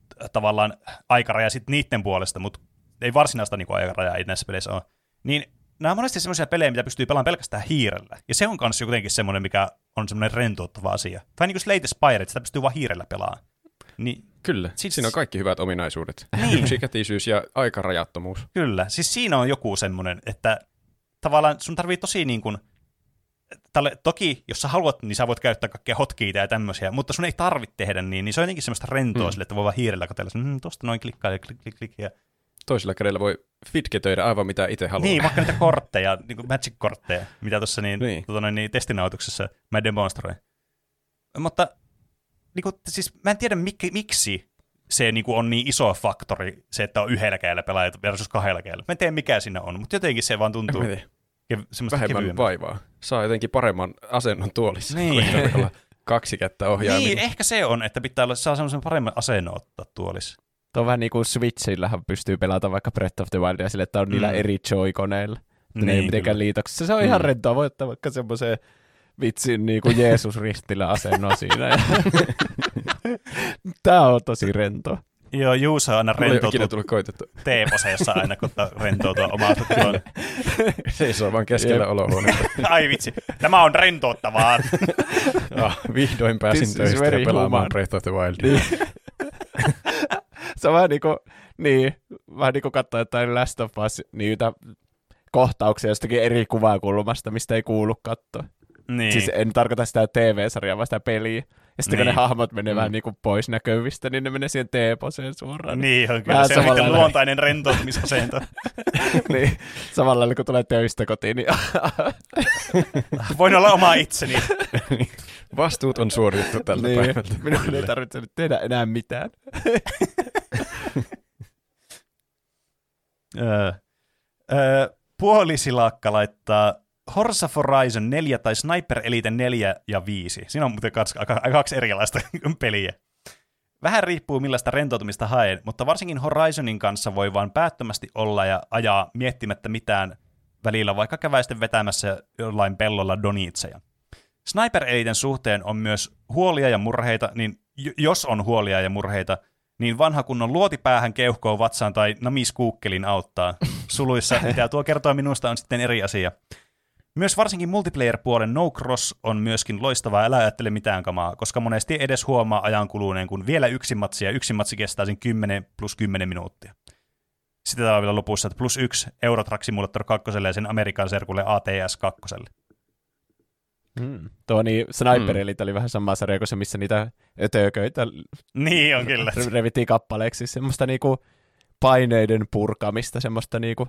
tavallaan aikaraja sitten niiden puolesta, mutta ei varsinaista niin kuin aikarajaa ei näissä peleissä ole. Niin nämä on monesti semmoisia pelejä, mitä pystyy pelaamaan pelkästään hiirellä. Ja se on myös jotenkin semmoinen, mikä on semmoinen rentouttava asia. Tai niin kuin Slay the Spire, sitä pystyy vaan hiirellä pelaamaan. Niin, Kyllä, siis, siinä on kaikki hyvät ominaisuudet. Niin. Yksikätisyys ja aikarajattomuus. Kyllä, siis siinä on joku semmoinen, että tavallaan sun tarvii tosi niin kuin, tälle, toki jos sä haluat, niin sä voit käyttää kaikkia hotkeita ja tämmöisiä, mutta sun ei tarvitse tehdä niin, niin se on jotenkin semmoista rentoa mm. sille, että voi vaan hiirellä katsella, mmm, tosta noin klikkaa ja klik, klik, klik. Ja... Toisella kädellä voi fidgetöidä aivan mitä itse haluaa. Niin, vaikka niitä kortteja, niin kuin Magic-kortteja, mitä tuossa niin, niin. Tota noin, niin testinautuksessa mä demonstroin. Mutta niin kuin, siis mä en tiedä mik, miksi se niin kuin on niin iso faktori, se, että on yhdellä kädellä pelaajat versus kahdella kädellä. Mä en tiedä mikä siinä on, mutta jotenkin se vaan tuntuu kev- semmoista vähemmän kevyemmän. vaivaa. Saa jotenkin paremman asennon tuolissa, niin. kun olla kaksi kättä ohjaimin. Niin, ehkä se on, että pitää olla, saa semmoisen paremman asennon ottaa tuolissa. Tuo on vähän niin kuin Switchillähän pystyy pelata vaikka Breath of the Wildia sille, että on mm. niillä eri joy-koneilla. Niin, ne ei mitenkään liitoksissa. Se on mm. ihan rentoa, voi ottaa vaikka semmoiseen vitsin niin kuin Jeesus-ristillä asennon siinä. Tää on tosi rentoa. Joo, Juuso on aina rentoutuu teeposeessa aina, kun rentoutua omaa tuttuaan. Seisoo vaan keskellä olohuonetta. Ai vitsi, tämä on rentouttavaa. Oh, vihdoin pääsin töistä ja pelaamaan Breath of the Wildia. Niin. Se on vähän niin kuin, niin, vähän niin kuin katsoa jotain Last of Us, niitä kohtauksia jostakin eri kuvakulmasta, mistä ei kuulu katsoa. Niin. Siis en tarkoita sitä T V-sarjaa, vaan sitä peliä. Ja sitten niin. kun ne hahmot menee mm. vähän niin kuin pois näkövistä, niin ne menee siihen teeposeen suoraan. Niin, on kyllä. Se on sitten luontainen rentoutumisasento. Niin, samalla lailla kun tulee töistä kotiin, niin voin olla oma itseni. Vastuut on suoritettu tältä niin. päivältä. Minun ei tarvitse nyt tehdä enää mitään. öö, öö, Puolisilakka laittaa Forza Horizon neljä tai Sniper Elite neljä ja viisi. Siinä on muuten kaksi, kaksi erilaista peliä. Vähän riippuu millaista rentoutumista haen, mutta varsinkin Horizonin kanssa voi vaan päättömästi olla ja ajaa miettimättä mitään välillä, vaikka käväisten vetämässä jollain pellolla donitseja. Sniper Eliten suhteen on myös huolia ja murheita, niin jos on huolia ja murheita, niin vanha kunnon luotipäähän keuhkoon vatsaan tai namiskuukkelin auttaa. Suluissa, mitä tuo kertoo minusta, on sitten eri asia. Myös varsinkin multiplayer-puolen No Cross on myöskin loistavaa, älä ajattele mitään kamaa, koska monesti ei edes huomaa ajan kuluneen, kun vielä yksi matsi, ja yksi matsi kestää sen kymmenen plus kymmenen minuuttia. Sitten täällä on vielä lopussa, että plus yksi Euro Truck Simulator kaksi ja sen Amerikan serkulle A T S kaksi. Mm. Tuo niin, Sniper mm. oli vähän sama sarja kuin se, missä niitä ötököitä niin on kyllä. revittiin kappaleeksi. Semmoista niinku paineiden purkamista, semmoista niinku,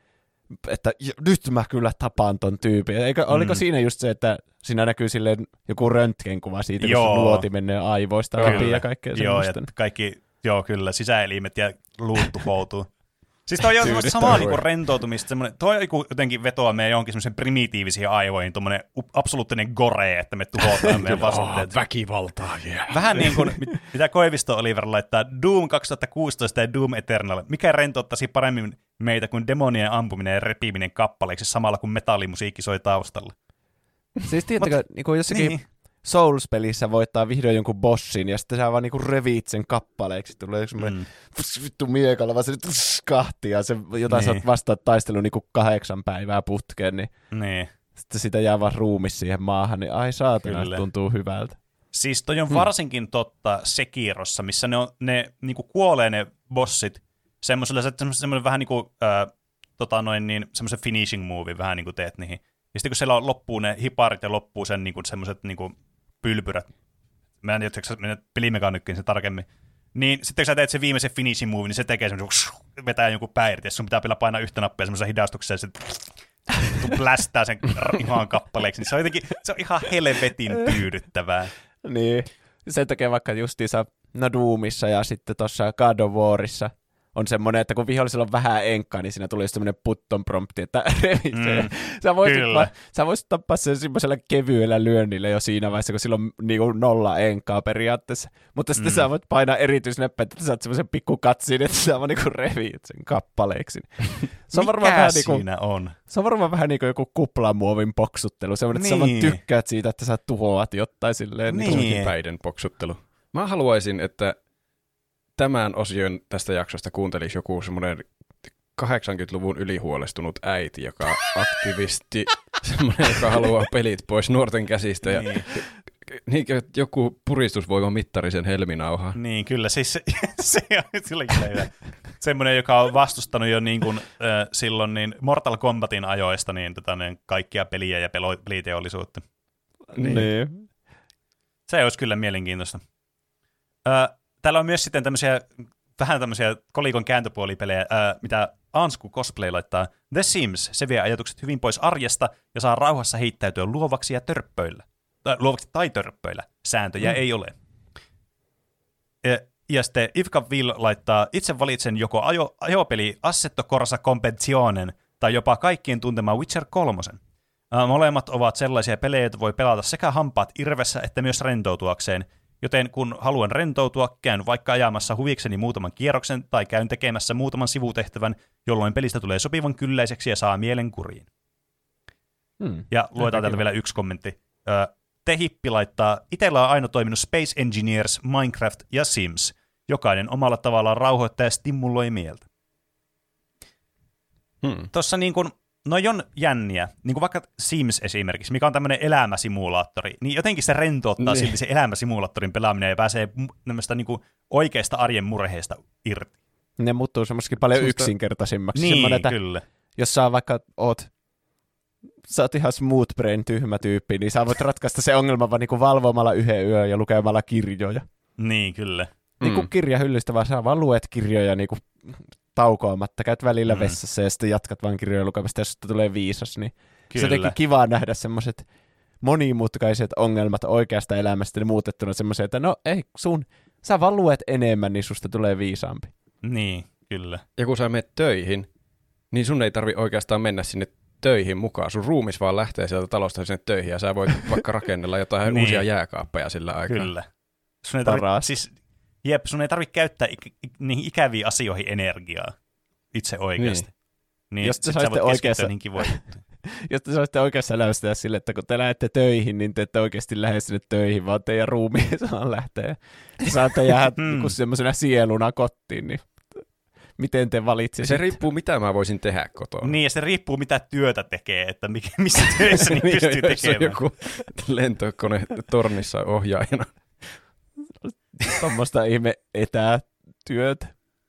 että nyt mä kyllä tapaan ton tyypin. Eikö, mm. Oliko siinä just se, että siinä näkyy silleen joku röntgenkuva siitä, joo. kun se luoti menee aivoista läpi ja kaikkea semmoista. Joo, ja kaikki, joo kyllä, sisäelimet ja luut tuhoutuu. Siis toi on samaa niinku rentoutumista, semmoinen, toi jotenkin vetoaa meidän johonkin semmoisen primitiivisiin aivoihin, tommonen absoluuttinen gore, että me tuhotaan meidän vastustajat. Oh, väkivaltaa, yeah. Vähän niin kuin, mitä Koivisto Oliver laittaa, Doom kaksituhattakuusitoista ja Doom Eternal. Mikä rentouttaisi paremmin meitä kuin demonien ampuminen ja repiminen kappaleiksi samalla kun metallimusiikki soi taustalla? Siis tiedättekö, niin jossakin niin. Souls-pelissä voittaa vihdoin jonkun bossin, ja sitten sä vaan niinku revit sen kappaleeksi. Tulee semmoinen mm. vittu miekalla, vaan se kahti, ja se jotain niin. Saat vastaan taistelun niinku kahdeksan päivää putkeen, niin, niin sitten sitä jää vaan ruumis siihen maahan, niin ai saatana, tuntuu hyvältä. Siis toi on hmm. varsinkin totta Sekirossa, missä ne, on, ne niinku kuolee ne bossit semmoisella, semmoinen vähän niinku, äh, tota noin niin, semmoisen finishing movie vähän niinku teet niihin. Ja sitten kun siellä on, loppuu ne hiparit ja loppuu sen niinku semmoiset niinku pylpyrät, mä en tiedä, että mennä pelimekaniikkiin se tarkemmin, niin sitten kun sä teet sen viimeisen finishing movie, niin se tekee semmoisen, vetää jonkun päirit, ja sun pitää vielä painaa yhtä nappia semmoisen hidastukseen, ja se plästää sen ihan kappaleeksi, niin se on jotenkin, se on ihan helvetin tyydyttävää. Niin, sen takia vaikka justiinsa no Doomissa ja sitten tuossa God of Warissa on semmoinen, että kun vihollisella on vähän enkkaa, niin siinä tulee semmoinen button prompti, että revisee. Mm, sä, voisit va- sä voisit tappaa sen semmoisella kevyellä lyönnillä jo siinä vaiheessa, kun sillä on niinku nolla enkkaa periaatteessa. Mutta sitten mm. sä voit painaa erityisnäppä, että sä oot semmoisen pikku katsiin, että sä vaan niinku reviit sen kappaleeksi. Se on varmaan vähän siinä niinku, on? Se on varmaan vähän niin kuin joku kuplamuovin poksuttelu. Semmoinen, että niin. sä vaan tykkäät siitä, että sä tuhoat jotain silleen. Niin. Niin päiden poksuttelu. Mä haluaisin, että tämän osion tästä jaksosta kuuntelisi joku semmoinen kahdeksankymmentäluvun ylihuolestunut äiti, joka on aktivisti, semmoinen, joka haluaa pelit pois nuorten käsistä ja niin. Niin, joku puristusvoimamittari sen helminauhaa. Niin, kyllä. Siis se, se on kyllä hyvä. Semmoinen, joka on vastustanut jo niin kuin, äh, silloin niin Mortal Kombatin ajoista niin, tota, niin, kaikkia peliä ja pelo, peliteollisuutta. Niin. niin. Se olisi kyllä mielenkiintoista. Äh, täällä on myös sitten tämmöisiä, vähän tämmöisiä kolikon kääntöpuolipelejä, äh, mitä Ansku Cosplay laittaa. The Sims, se vie ajatukset hyvin pois arjesta ja saa rauhassa heittäytyä luovaksi ja törppöillä. Luovaksi tai törppöillä. Sääntöjä mm. ei ole. Ja, ja sitten Ivka Will laittaa, itse valitsen joko ajo, ajopeli Assetto Corsa Competitionen tai jopa kaikkien tuntema Witcher kolme. Molemmat ovat sellaisia pelejä, joita voi pelata sekä hampaat irvessä että myös rentoutuakseen, joten kun haluan rentoutua, käyn vaikka ajamassa huvikseni muutaman kierroksen tai käyn tekemässä muutaman sivutehtävän, jolloin pelistä tulee sopivan kylläiseksi ja saa mielen kuriin. Hmm. Ja luetaan täältä vielä yksi kommentti. Ö, Tehippi laittaa, itsellä on aina toiminut Space Engineers, Minecraft ja Sims. Jokainen omalla tavallaan rauhoittaa ja stimuloi mieltä. Hmm. Tuossa niin kuin, no on jänniä, niin kuin vaikka Sims esimerkiksi, mikä on tämmöinen elämäsimulaattori, niin jotenkin se rentouttaa silti se elämäsimulaattorin pelaaminen ja pääsee nämmöistä niin kuin oikeista arjen murheista irti. Ne muuttuu semmoisikin paljon Susta... yksinkertaisimmaksi. Niin, kyllä. Jos sä vaikka oot sä oot ihan smooth brain tyhmä tyyppi, niin sä voit ratkaista se ongelma vaan niinku valvomalla yhden yön ja lukemalla kirjoja. Niin, kyllä. Niin kuin mm. kirjahyllystä vaan sä vaan luet kirjoja niinku taukoamatta, käyt välillä mm. vessassa ja sitten jatkat vaan kirjoja lukemasta, jos tulee viisas, niin kyllä. Se on jotenkin kivaa nähdä semmoiset monimutkaiset ongelmat oikeasta elämästä niin muutettuna semmoisia, että no ei sun, sä vaan luet enemmän, niin susta tulee viisaampi. Niin, kyllä. Ja kun sä menet töihin, niin sun ei tarvi oikeastaan mennä sinne töihin mukaan. Sun ruumis vaan lähtee sieltä talosta sinne töihin ja sä voit vaikka rakennella jotain niin. uusia jääkaappeja sillä aikaa. Kyllä. Sun ei tarvi, siis, jep, sun ei tarvitse käyttää ik- ik- niihin ikäviin asioihin energiaa itse oikeasti. Niin. Niin jos te sä voit oikeassa, niin kivoja jos te saisitte oikeassa elämässä sille, että kun te lähdette töihin, niin te ette oikeasti lähde sinne töihin, vaan teidän ruumiin saa lähteä. Te saatte jäädä hmm. semmoisena sieluna kotiin, niin miten te valitsisitte? Se riippuu, mitä mä voisin tehdä kotona. Niin, ja se riippuu, mitä työtä tekee, että mikä, missä työssä niin pystyy niin, tekemään. Joku lentokone tornissa ohjaajana. Tuommoista ihme etätyötä.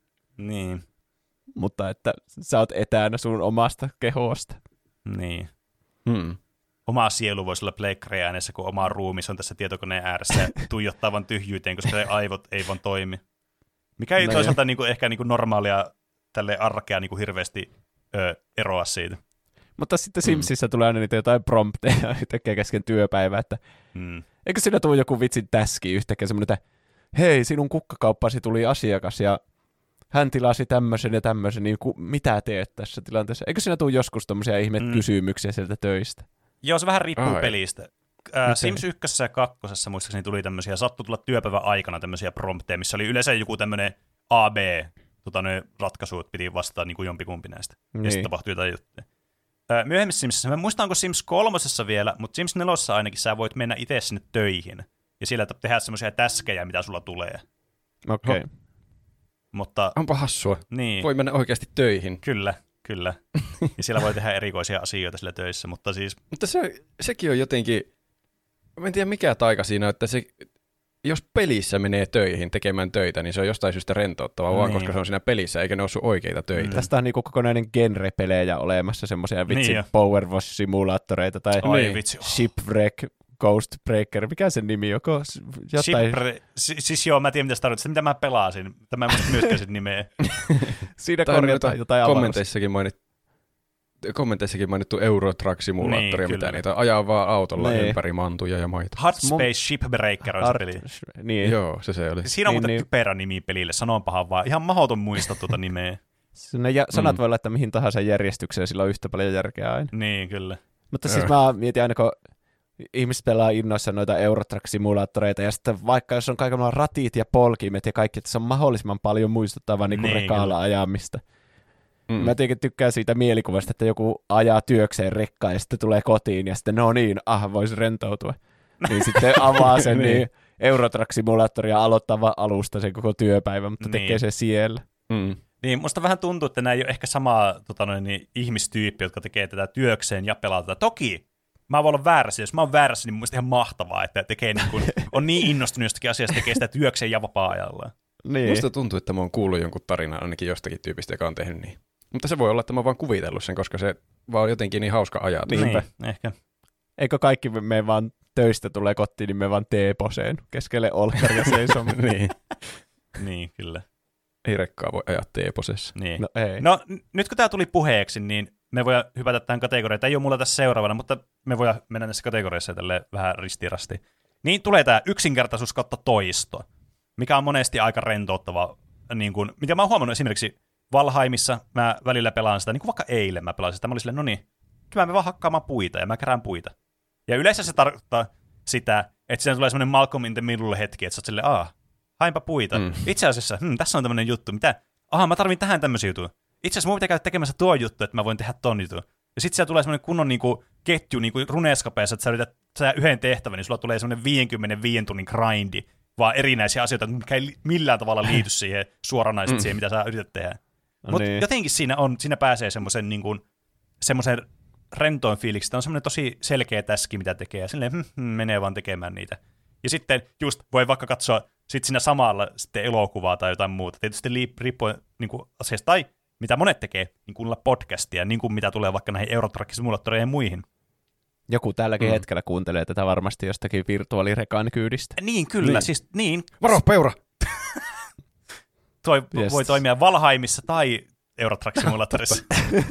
Niin. Mutta että sä oot etänä sun omasta kehosta. Niin. Hmm. Oma sielu voisi olla pleikkaria äänessä, kun oma ruumis on tässä tietokoneen ääressä ja tuijottaa vaan tyhjyyteen, koska ne aivot ei vaan toimi. Mikä ei no toisaalta niinku, ehkä niinku normaalia tälle arkea niinku hirveästi ö, eroa siitä. Mutta sitten Simsissä mm. tulee aina niitä jotain prompteja tekee kesken työpäivää, että mm. eikö siinä tule joku vitsin täski yhtäkkiä semmoinen, että hei, sinun kukkakauppasi tuli asiakas ja hän tilasi tämmöisen ja tämmöisen, niin ku, mitä teet tässä tilanteessa? Eikö siinä tule joskus tommosia ihme mm. kysymyksiä sieltä töistä? Joo, se vähän riippuu Ai. pelistä. Äh, Sims ykkösessä ja kakkosessa muistaakseni tuli tämmöisiä, sattui tulla työpäivän aikana tämmöisiä prompteja, missä oli yleensä joku tämmöinen A B, tota, ne ratkaisut piti vastata niin kuin jompikumpi näistä. Niin. Ja sitten tapahtui jotain juttuja. Äh, myöhemmissä Simsissä, mä muistan, onko Sims kolmosessa vielä, mutta Sims nelossa ainakin sä voit mennä itse sinne töihin. Ja siellä tehdä semmoisia täskejä, mitä sulla tulee. Okei. Okay. Mutta onpa hassua. Niin. Voi mennä oikeasti töihin. Kyllä, kyllä. Ja siellä voi tehdä erikoisia asioita sillä töissä, mutta siis... Mutta se, sekin on jotenkin... Mä en tiedä mikä taika siinä on, että se, jos pelissä menee töihin tekemään töitä, niin se on jostain syystä rentouttavaa, niin. vaan koska se on siinä pelissä, eikä ne ole sun oikeita töitä. Mm. Tästä on niinku kokonainen genre-pelejä olemassa, semmoisia vitsin niin Power Wash-simulaattoreita tai niin. Shipwreck, Ghost Breaker, mikä sen nimi on? Jotain... Shipre... Si- siis joo, mä tiedän mitä sä tarvitset, mitä mä pelasin. Tämä ei muista myöskään sen nimeä. Siinä korjataan jotain avaruus. Kommenteissakin mainit... kommenteissakin mainittu Euro Truck-simulaattori, niin, mitä niitä ajaa vaan autolla niin. ympäri mantuja ja maita. Hot Space Shipbreaker on se peli. Niin. Joo, se se oli. Siinä on niin, muuten niin. typerä nimi pelille, sanonpahan vaan. Ihan mahdoton muistaa tuota nimeä. Ne jä- sanat mm. voi laittaa mihin tahansa järjestykseen, sillä on yhtä paljon järkeä aina. Niin, kyllä. Mutta siis mä mietin aina, kun ihmiset pelaa innoissa noita Euro Truck-simulaattoreita, ja sitten vaikka jos on kaikilla ratit ja polkimet ja kaikki, että se on mahdollisimman paljon muistuttavaa niin niin, rekaalla ajamista. Mm. Mä tietenkin tykkään siitä mielikuvasta, että joku ajaa työkseen rekkaa ja sitten tulee kotiin ja sitten no niin, ah, voisi rentoutua. Niin sitten avaa sen niin. niin Euro Truck-simulaattori ja aloittaa vaan alusta sen koko työpäivän, mutta niin. tekee se siellä. Mm. Niin, musta vähän tuntuu, että nämä ei ole ehkä sama tota noin, niin, ihmistyyppi, jotka tekee tätä työkseen ja pelaa tätä. Toki, mä voin olla väärässä. Jos mä oon väärässä, niin mun mielestä ihan mahtavaa, että tekee niin kuin, on niin innostunut jostakin asiasta, tekee sitä työkseen ja vapaa-ajallaan. Niin. Musta tuntuu, että mä oon kuullut jonkun tarinan ainakin jostakin tyypistä, joka on tehnyt niin. Mutta se voi olla, että mä oon vaan kuvitellut sen, koska se vaan jotenkin niin hauska ajatus. Niin, ehkä. Eikö kaikki me vaan töistä tulee kotiin, niin me vaan teeposeen keskelle olkkaria seisomme. Niin. Niin, kyllä. Ei rekkaa voi ajaa teeposessa. Niin. No ei. No, n- nyt kun tämä tuli puheeksi, niin me voidaan hypätä tähän kategoriaan. Tämä ei ole mulla tässä seuraavana, mutta me voidaan mennä näissä kategoriassa tälle vähän ristirasti. Niin tulee tämä yksinkertaisuus kautta toisto, mikä on monesti aika rentouttava. Niin kuin, mitä mä oon huomannut esimerkiksi Valheimissa, mä välillä pelaan sitä, niin kuin vaikka eilen mä pelasin sitä, mä olin silleen, no niin, kyllä mä vaan hakkaamaan puita ja mä kerään puita. Ja yleensä se tarkoittaa sitä, että siinä tulee semmoinen Malcolm in the Middle hetki, että sä oot silleen, aah, hainpa puita. Mm. Itse asiassa, hmm, tässä on tämmöinen juttu, mitä, aha, mä tarvin tähän tämmöisen jutun. Itse asiassa mun pitää käydä tekemässä tuo juttu, että mä voin tehdä ton jutun. Ja sit siellä tulee semmoinen kunnon niinku ketju niinku runeskapeessa, että sä yrität sä yhden tehtävän, niin sulla tulee semmoinen viisikymmentäviisi tunnin grindi, vaan erinäisiä asioita, mitkä ei millään tavalla liity siihen suoranaisesti mm. siihen, mitä sä yrität tehdä. No Mutta niin. jotenkin siinä, on, siinä pääsee semmoisen niinku, semmoisen rentoin fiiliksi. Tämä on semmoinen tosi selkeä täski, mitä tekee, ja silleen hm, hm, menee vaan tekemään niitä. Ja sitten just voi vaikka katsoa sit siinä samalla sitten elokuvaa tai jotain muuta. Tietysti riippuen niin kuin asiasta, tai mitä monet tekee, niin kuunnella podcastia, niin kuin mitä tulee vaikka näihin Eurotrack-simulaattoreihin ja muihin. Joku tälläkin Mm. hetkellä kuuntelee tätä varmasti jostakin virtuaalirekan kyydistä. Niin, kyllä, Niin. siis niin. Varo, peura! Toi Just. voi toimia Valheimissa tai Eurotrack-simulaattorissa.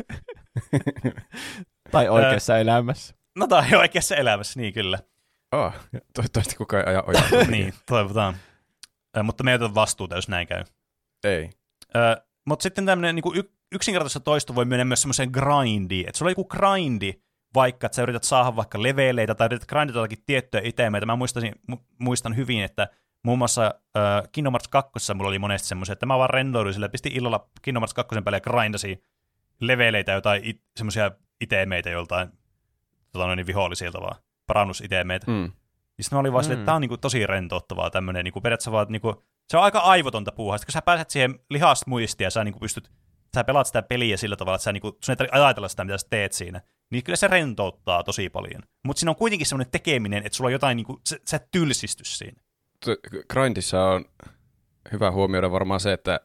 Tai oikeassa elämässä. No tai oikeassa elämässä, niin kyllä. Oh, toivottavasti kukaan ei aja ojaa. Niin, toivotaan. Ö, mutta me ei oteta vastuuta, jos näin käy. Ei. Ö, mutta sitten tämmöinen niin y- yksinkertaisessa toisto voi mennä myös semmoiseen grindiin. Että sulla on joku grindi, vaikka että sä yrität saada vaikka leveleitä tai yrität grindata jotakin tiettyjä itemeitä. Mä muistan, muistan hyvin, että muun muassa äh, Kingdom Hearts kaksi mulla oli monesti semmoisia, että mä vaan rendoiduin sille, pistin illalla Kingdom Hearts kaksi päälle ja grindasin leveleitä, jotain it- semmoisia itemeitä joltain tota noin, vihollisilta vaan, parannusitemeitä. Mm. Ja sitten mä olin vaan silleen, että tää on niinku tosi rentouttavaa tämmönen, niinku periaatteessa vaan, niinku, se on aika aivotonta puuhaa. Sitten kun sä pääset siihen lihasta muistia ja sä niinku pystyt, sä pelaat sitä peliä sillä tavalla, että sä niinku, sun ei tarvitse ajatella sitä, mitä sä teet siinä, niin kyllä se rentouttaa tosi paljon. Mutta siinä on kuitenkin semmoinen tekeminen, että sulla on jotain, niinku, sä, sä et tylsisty siinä. Grindissa on hyvä huomioida varmaan se, että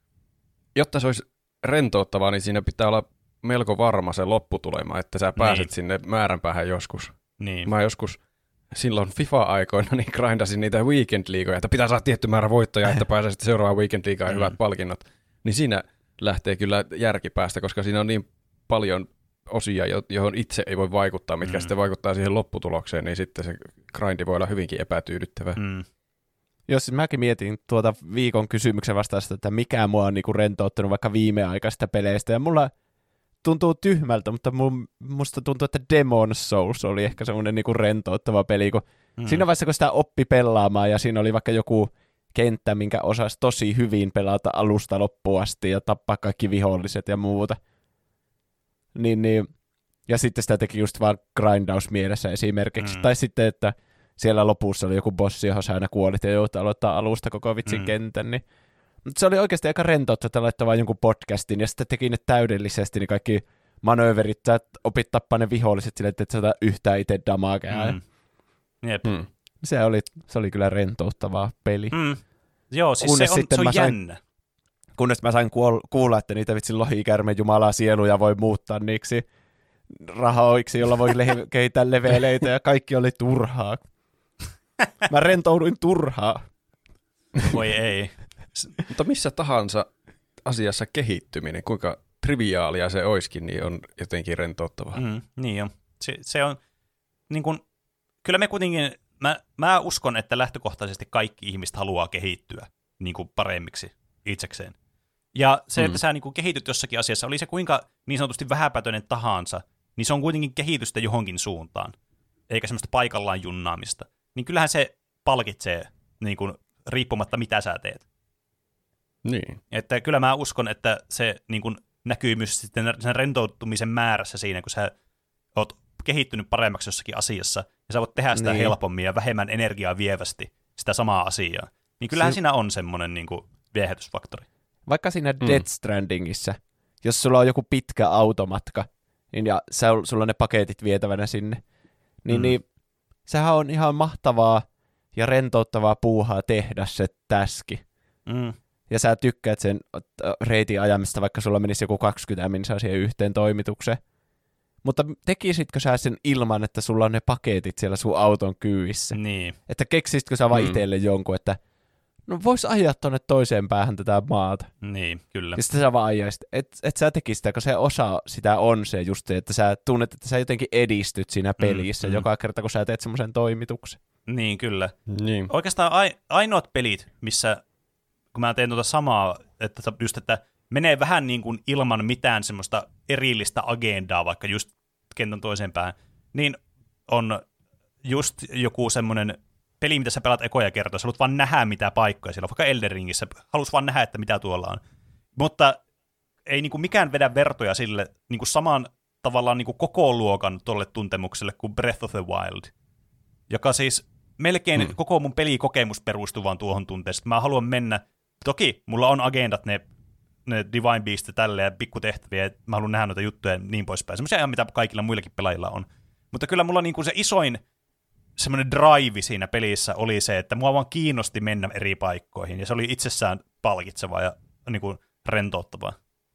jotta se olisi rentouttavaa, niin siinä pitää olla melko varma se lopputulema, että sä pääset Niin. sinne määränpäähän joskus. Niin. Mä joskus silloin FIFA-aikoina niin grindasin niitä weekend-liigoja, että pitää saada tietty määrä voittoja, että pääsee sitten seuraavaan weekend-liigaan Mm. hyvät palkinnot. Niin siinä lähtee kyllä järki päästä, koska siinä on niin paljon osia, jo- johon itse ei voi vaikuttaa, mitkä Mm. sitten vaikuttaa siihen lopputulokseen, niin sitten se grindi voi olla hyvinkin epätyydyttävä. Mm. Jos mäkin mietin tuota viikon kysymyksen vastausta, että mikä mua on niinku rentouttanut vaikka viimeaikaisista peleistä, ja mulla tuntuu tyhmältä, mutta mun, musta tuntuu, että Demon's Souls oli ehkä semmoinen niinku rentouttava peli, kun Mm. siinä vaiheessa, kun sitä oppi pelaamaan, ja siinä oli vaikka joku kenttä, minkä osasi tosi hyvin pelata alusta loppuun asti, ja tappaa kaikki viholliset ja muuta. Niin, niin. Ja sitten sitä teki just vaan grindaus mielessä esimerkiksi. Mm. Tai sitten, että siellä lopussa oli joku bossi, johon sä aina kuolit ja joutui aloittaa alusta koko vitsin Mm. kentän. Niin. Mutta se oli oikeasti aika rentoutta, että laittaa vaan jonkun podcastin ja sitten teki ne täydellisesti, niin kaikki manööverit, sä opit tappaa ne viholliset sille, että et sä ota yhtään itse damagea. Mm. Jep. Hmm. Se oli, se oli kyllä rentouttavaa peli. Mm. Joo, siis Kunnes se on, sitten se on mä sain- jännä. Kunnes mä sain kuol- kuulla, että niitä vitsin lohikärmen jumalaa sieluja voi muuttaa niiksi rahoiksi, jolla voi le- kehittää leveleitä ja kaikki oli turhaa. Mä rentouduin turhaa. Voi ei. Mutta missä tahansa asiassa kehittyminen, kuinka triviaalia se olisikin, niin on jotenkin rentouttavaa. Mm, niin on. Se, se on, niin kun, kyllä me kuitenkin, mä, mä uskon, että lähtökohtaisesti kaikki ihmiset haluaa kehittyä niin kuin paremmiksi itsekseen. Ja se, Mm. että sä niin kuin kehityt jossakin asiassa, oli se kuinka niin sanotusti vähäpätöinen tahansa, niin se on kuitenkin kehitystä johonkin suuntaan, eikä semmoista paikallaan junnaamista. Niin kyllähän se palkitsee niin kuin, riippumatta mitä sä teet. Niin. Että kyllä mä uskon, että se niin kuin, näkyy myös sitten sen rentoutumisen määrässä siinä, kun sä oot kehittynyt paremmaksi jossakin asiassa, ja sä voit tehdä sitä Niin. helpommin ja vähemmän energiaa vievästi sitä samaa asiaa. Niin kyllähän Si- siinä on semmoinen niin kuin viehätysfaktori. vaikka siinä Mm. Death Strandingissä, jos sulla on joku pitkä automatka, niin ja sä, sulla on ne paketit vietävänä sinne, niin, Mm. niin sehän on ihan mahtavaa ja rentouttavaa puuhaa tehdä se täski. Mm. Ja sä tykkäät sen reitin ajamista, vaikka sulla menisi joku kaksikymmentä minsaa siihen yhteen toimitukseen. Mutta tekisitkö sä sen ilman, että sulla on ne paketit siellä sun auton kyyvissä? Niin. Että keksisitkö sä vaan Mm. itselle jonkun, että no vois ajaa tonne toiseen päähän tätä maata. Niin, kyllä. Ja sitten sä vaan ajaisit. Et, et sä tekisi sitä, kun se osa sitä on se just se, että sä tunnet, että sä jotenkin edistyt siinä pelissä mm. joka kerta, kun sä teet semmoisen toimituksen. Niin, kyllä. Niin. Oikeastaan ai- ainoat pelit, missä, kun mä teen tuota samaa, että just, että menee vähän niin kuin ilman mitään semmoista erillistä agendaa, vaikka just kentän toiseen päähän, niin on just joku semmoinen peli, mitä sä pelaat ekoja kertoa. Sä haluat vaan nähdä, mitä paikkoja siellä on. Vaikka Elden Ringissä halus vaan nähdä, että mitä tuolla on. Mutta ei niin kuin mikään vedä vertoja sille niin kuin saman tavallaan niin kuin koko luokan tolle tuntemukselle kuin Breath of the Wild, joka siis melkein hmm. koko mun pelikokemus perustuu vaan tuohon tunteeseen. Mä haluan mennä, toki mulla on agendat, ne, ne Divine Beast ja tälleen ja pikkutehtäviä, ja mä haluan nähdä noita juttuja ja niin poispäin. Semmoisia, mitä kaikilla muillakin pelaajilla on. Mutta kyllä mulla niinku se isoin semmoinen drive siinä pelissä oli se, että mua vaan kiinnosti mennä eri paikkoihin, ja se oli itsessään palkitsevaa ja niinku rentouttavaa.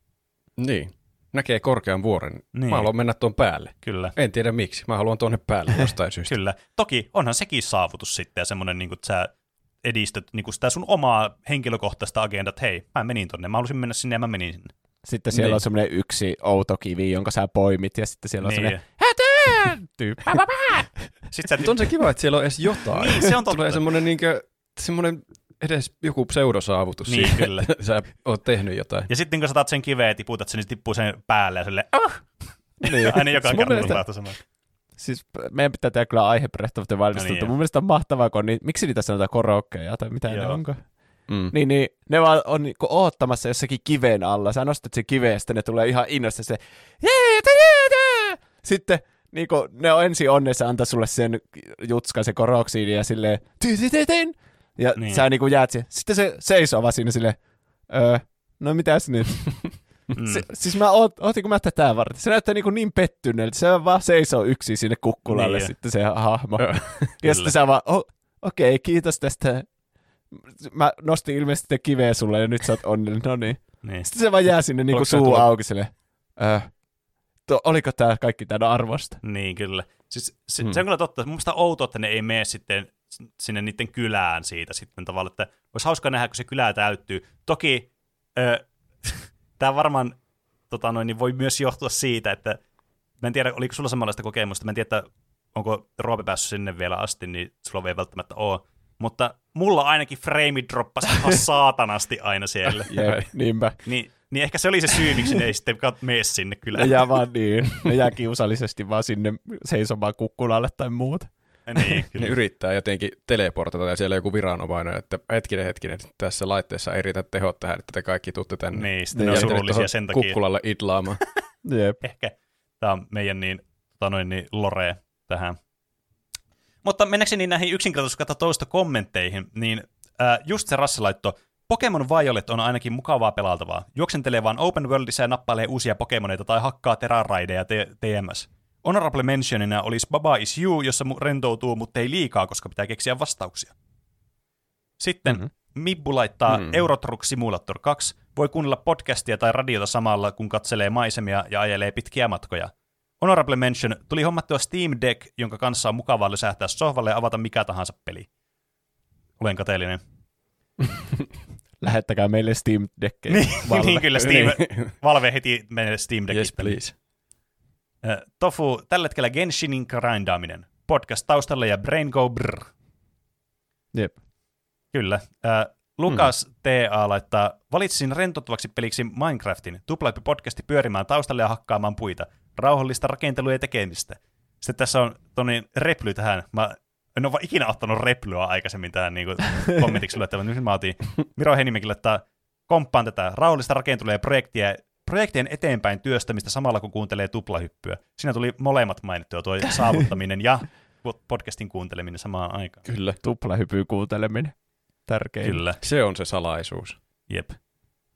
Niin. Näkee korkean vuoren. Niin. Mä haluan mennä tuon päälle. Kyllä. En tiedä miksi. Mä haluan tuonne päälle jostain syystä. Kyllä. Toki onhan sekin saavutus sitten ja semmoinen, niin kuin, että sä edistyt niin kuin sitä sun omaa henkilökohtaista agendaa, että hei, mä menin tonne, mä halusin mennä sinne ja mä menin sinne. Sitten siellä Niin. on semmoinen yksi outo kivi, jonka sä poimit, ja sitten siellä on Niin. semmoinen hätää! Tyyppi. Sitten sä, Mutta on se kiva, että siellä on edes jotain. Niin, se on totta. Tulee semmoinen, niinkö, semmoinen edes joku pseudosaavutus Niin, siitä, kyllä. että sä oot tehnyt jotain. ja sitten kun sä taat sen kiveen ja tiputat sen, niin se tippuu sen päälle ja silleen, ah! Niin. Aina joka Mun kerta mielestä- tapahtuu samaa. Siis meidän pitää tehdä kyllä aihe Breath of the Wildista, No niin, mutta joo. mun mielestä on mahtavaa, kun ni- miksi niitä sanotaan korokkeja tai mitä ne Joo. onko. Mm. Niin, niin ne vaan on niinku oottamassa jossakin kiven alla. Sä nostat sen kiveen ja sitten ne tulee ihan innosta se jeetä, jeetä! Sitten niinku, ne on ensin onnessa antaa sulle sen jutskan, se koroksiini ja silleen tytytytyn! Ja Niin. sä niinku jäät siihen. Sitten se seisoo vaan siinä silleen, öö, no mitäs nyt? Mm. Se, siis mä oot, ootinko mä tätä varten? Se näyttää niin, niin pettyneeltä. Se vaan seisoo yksin sinne kukkulalle Niin. sitten se hahmo. Joo. Ja Kyllä. sitten sä vaan, oh, okei, okay, kiitos tästä. Mä nostin ilmeisesti te kiveä sulle ja nyt sä oot onnellinen. No niin. Niin. Sitten se vaan jää sinne niin Oliko kuin sä suu tullut- auki silleen, öö, to, oliko tää kaikki tämän arvosta? Niin, kyllä. Siis, se, Hmm. se on kyllä totta. Mun mielestä on outoa, että ne ei mene sitten sinne niiden kylään siitä sitten tavallaan, että olisi hauska nähdä, kun se kylä täyttyy. Toki ö, tämä varmaan tota noin, niin voi myös johtua siitä, että mä en tiedä, oliko sulla samanlaista kokemusta, mä en tiedä, että onko Roope päässyt sinne vielä asti, niin sulla ei välttämättä ole. Mutta mulla ainakin frame droppasi ihan saatanasti aina siellä. Jep, niinpä. Niin, niin ehkä se oli se syy, miksi ne ei sitten mene sinne Ne kylään. jää vaan niin. Ne jää kiusallisesti vaan sinne seisomaan kukkulalle tai muuta. Niin, Ne kyllä. yrittää jotenkin teleportata ja siellä joku viranomainen, että hetkinen, hetkinen, tässä laitteessa ei riitä tehot tähän, että te kaikki tuutte tänne. Niin, sitten Niin. ne on Ja surullisia tuohon sen takia. Kukkulalle idlaamaan. Jep. Ehkä tämä on meidän niin, tota noin, niin lore tähän. Mutta mennäkseni näihin yksinkertaisesti toista kommentteihin, niin ää, just se Rasse laittoi, Pokemon Violet on ainakin mukavaa pelailtavaa. Juoksentelee vaan open worldissa ja nappailee uusia Pokemoneita tai hakkaa teraraideja ja T M S. Honorable mentionina olisi Baba is You, jossa mu- rentoutuu, mutta ei liikaa, koska pitää keksiä vastauksia. Sitten Mhm. Mibbu laittaa Mm. Euro Truck Simulator kaksi. Voi kuunnella podcastia tai radiota samalla, kun katselee maisemia ja ajelee pitkiä matkoja. Honorable mention, tuli hommattua Steam Deck, jonka kanssa on mukavaa lysähtää sohvalle ja avata mikä tahansa peli. Olen kateellinen. Lähettäkää meille Steam Deckejä. Niin, Valve. niin kyllä, Steam, Niin. Valve heti menee Steam Deckistä. Yes, please. Äh, Tofu, tällä hetkellä Genshinin grindaaminen. Podcast taustalla ja Brain Go Brr. Jep. Kyllä. Äh, Lukas hmm. T A laittaa, valitsin rentouttavaksi peliksi Minecraftin. Tuplahyppy podcasti pyörimään taustalle ja hakkaamaan puita. Rauhallista rakentelua ja tekemistä. Sitten tässä on toni reply tähän. Mä en ole vaan ikinä ottanut replyä aikaisemmin tähän niin kommentiksi luettavan. Nyt mä otin Miro Henimäki laittaa, komppaan tätä rauhallista rakentelua ja projektia, projektien eteenpäin työstämistä samalla kun kuuntelee tuplahyppyä. Siinä tuli molemmat mainittua, tuo saavuttaminen ja podcastin kuunteleminen samaan aikaan. Kyllä. Tuplahypyy kuunteleminen. Tärkein. Kyllä. Se on se salaisuus. Jep.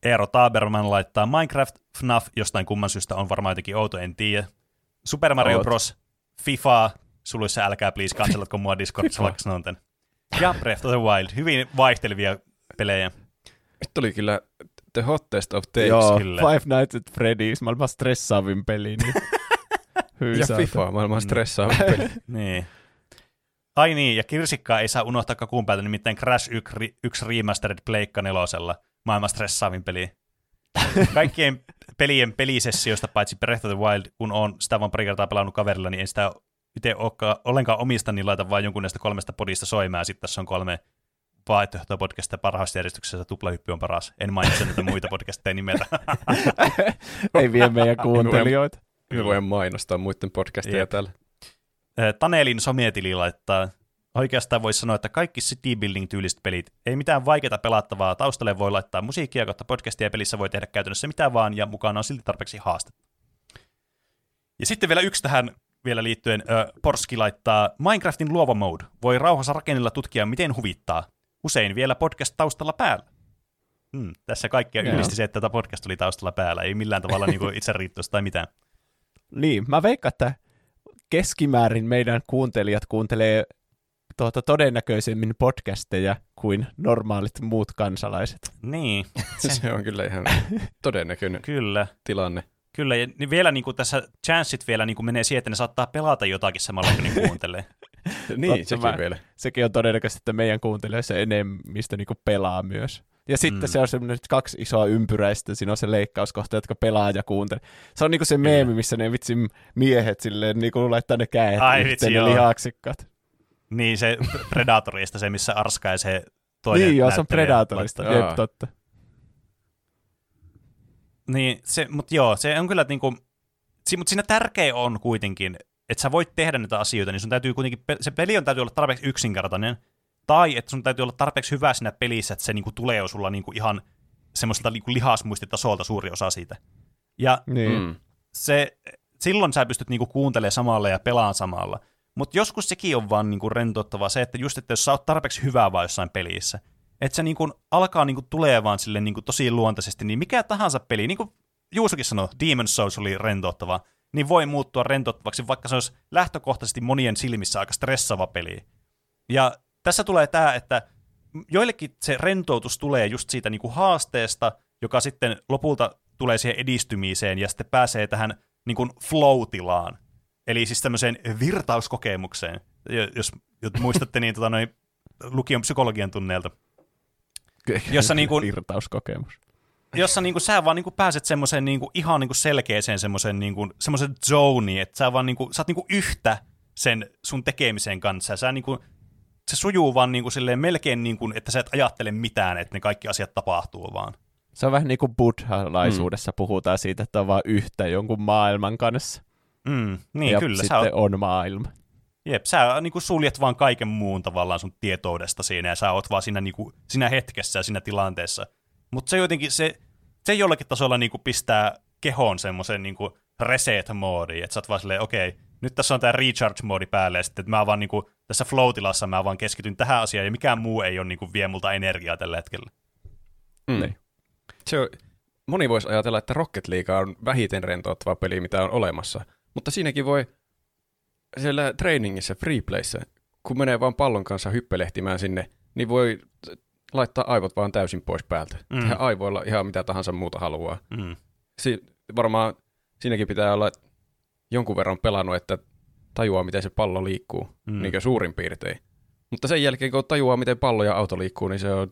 Eero Taberman laittaa Minecraft, F N A F, jostain kumman syystä on varmaan jotenkin outo, en tiedä. Super Mario Oot. Bros, FIFA, suluissa älkää please cancelatko mua Discordissa, vaikka sanon tän. Ja Breath of the Wild, hyvin vaihtelevia pelejä. Nyt tuli kyllä the hottest of takes. Joo, kyllä. Five Nights at Freddy's, maailman stressaavin peli. Niin. Ja FIFA, maailman stressaavin peli. Niin. Ai niin, ja kirsikkaa ei saa unohtaa kakun päältä, nimittäin Crash yksi Remastered Pleikka nelosella, maailman stressaavin peli. Kaikkien pelien pelisessioista, paitsi Breath of the Wild, kun on sitä vaan pari kertaa pelannut kaverilla, niin en sitä itse ollenkaan omista, niin laitan vaan jonkun näistä kolmesta podista soimaan, ja sitten tässä on kolme vaihtoehtoa podcastia parhaassa järjestyksessä, tuplahyppy on paras. En mainitse näitä muita podcasteja nimeltä. Ei vie meidän kuuntelijoita. Me voidaan mainostaa muiden podcasteja Jep. täällä. Tanelin sometili laittaa, oikeastaan voisi sanoa, että kaikki city building tyyliset pelit, ei mitään vaikeaa pelattavaa, taustalle voi laittaa musiikkia, kautta podcastia ja pelissä voi tehdä käytännössä mitä vaan, ja mukana on silti tarpeeksi haastetta. Ja sitten vielä yksi tähän vielä liittyen, äh, Porski laittaa, Minecraftin luova mode, voi rauhassa rakennella tutkia, miten huvittaa, usein vielä podcast taustalla päällä. Hmm, tässä kaikkia yhdisti se, että tätä podcast oli taustalla päällä, ei millään tavalla niin itse riittoista tai mitään. Niin, mä veikkaan, että keskimäärin meidän kuuntelijat kuuntelee tuota, todennäköisemmin podcasteja kuin normaalit muut kansalaiset. Niin. Se on kyllä ihan todennäköinen Kyllä. tilanne. Kyllä, ja niin vielä niin kuin tässä chanssit vielä niin kuin menee siihen, että ne saattaa pelata jotakin samalla, kun ne kuuntelee. Niin, Totta, sekin mä, vielä. Sekin on todennäköisesti, että meidän kuuntelijoissa enemmistö niin kuin pelaa myös. Ja sitten mm. se on semmoinen kaksi isoa ympyräistä, siinä on se leikkauskohta, jotka pelaa ja kuuntelee. Se on niinku se meemi, missä ne vitsi miehet silleen niinku laittaa ne käet yhteen ne lihaksikkaat. Niin, se Predatorista, se missä Arska ja se toinen niin, joo, se on Predatorista, jep, totta. Niin, se, mutta joo, se on kyllä niinku, si, mutta siinä tärkeä on kuitenkin, että sä voit tehdä näitä asioita, niin sun täytyy kuitenkin, se peli on täytyy olla tarpeeksi yksinkertainen, tai että sun täytyy olla tarpeeksi hyvä siinä pelissä, että se niinku tulee jo sulla niinku ihan semmoiselta niinku lihasmuistitasolta suuri osa siitä. Ja niin. mm. se, silloin sä pystyt niinku kuuntelemaan samalla ja pelaan samalla. Mutta joskus sekin on vaan niinku rentouttavaa se, että just, että jos sä oot tarpeeksi hyvää vaan jossain pelissä, että se niinku alkaa niinku tulee vaan sille niinku tosi luontaisesti, niin mikä tahansa peli, niin kuin Juusokin sanoi, Demon's Souls oli rentouttava, niin voi muuttua rentouttavaksi, vaikka se olisi lähtökohtaisesti monien silmissä aika stressaava peli. Ja tässä tulee tämä, että joillekin se rentoutus tulee just siitä niinku haasteesta, joka sitten lopulta tulee siihen edistymiseen ja sitten pääsee tähän niinku flow-tilaan. Eli siis tämmöiseen virtauskokemukseen, jos, jos muistatte niin tota, noin lukion psykologian tunneilta. Jossa niinku, virtauskokemus. Jossa niinku sä vaan niinku pääset semmoiseen niinku ihan niinku selkeäseen semmoisen niinku, semmoisen zoneen, että sä vaan niinku, sä oot niinku yhtä sen sun tekemisen kanssa. Ja sä niinku, se sujuu vaan niinku silleen melkein niin kuin, että sä et ajattele mitään, että ne kaikki asiat tapahtuu vaan. Se on vähän niin kuin buddhalaisuudessa mm. puhutaan siitä, että on vaan yhtä jonkun maailman kanssa. Mm, niin, ja kyllä. sitten sä oot, on maailma. Jep, sä niin kuin suljet vaan kaiken muun tavallaan sun tietoudesta siinä, ja sä oot vaan siinä, niin kuin, siinä hetkessä ja siinä tilanteessa. Mutta se jotenkin, se, se jollakin tasolla niin kuin pistää kehoon semmoisen niin kuin reset-moodiin, että sä oot vaan silleen, okei, okay, nyt tässä on tää recharge-moodi päälle, ja sitten että mä vaan niin kuin, tässä flow-tilassa mä vaan keskityn tähän asiaan, ja mikään muu ei ole niin kuin, vie multa energiaa tällä hetkellä. Mm. Niin. Se on, moni voisi ajatella, että Rocket League on vähiten rentouttava peli, mitä on olemassa, mutta siinäkin voi siellä trainingissä, freeplayssä, kun menee vaan pallon kanssa hyppelehtimään sinne, niin voi laittaa aivot vaan täysin pois päältä. Mm. Tehdä aivoilla ihan mitä tahansa muuta haluaa. Mm. Si- varmaan siinäkin pitää olla jonkun verran pelannut, että tajuaa, miten se pallo liikkuu, mm. niin kuin suurin piirtein. Mutta sen jälkeen, kun tajuaa, miten pallo ja auto liikkuu, niin se on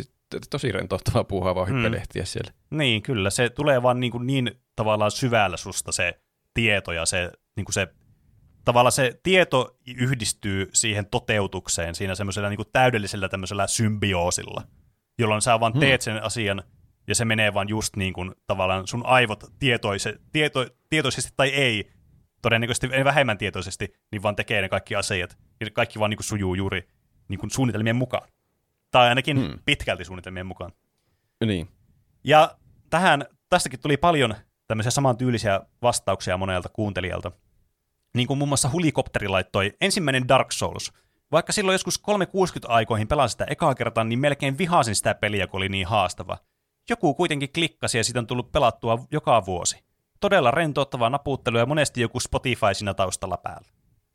tosi rentouttavaa puuhaa vaan hyppelehtiä mm. siellä. Niin, kyllä. Se tulee vaan niin, kuin niin tavallaan syvällä susta se tieto ja se, niin kuin se tavallaan se tieto yhdistyy siihen toteutukseen siinä semmoisella niin kuin täydellisellä tämmöisellä symbioosilla, jolloin sä vaan teet sen asian ja se menee vaan just niin kuin tavallaan sun aivot tietoise, tieto, tietoisesti tai ei, todennäköisesti vähemmän tietoisesti, niin vaan tekee ne kaikki asiat ja kaikki vaan niin kuin sujuu juuri niin kuin suunnitelmien mukaan. Tai ainakin hmm. pitkälti suunnitelmien mukaan. Niin. Ja tähän, tästäkin tuli paljon tämmöisiä samantyylisiä vastauksia monelta kuuntelijalta. Niin kuin muun muassa Hulikopteri laittoi ensimmäinen Dark Souls. Vaikka silloin joskus kolmesataakuusikymmentä aikoihin pelasin sitä ekaa kertaa, niin melkein vihasin sitä peliä, kun oli niin haastava. joku kuitenkin klikkasi ja siitä on tullut pelattua joka vuosi. Todella rentouttavaa naputtelua ja monesti joku Spotify siinä taustalla päällä.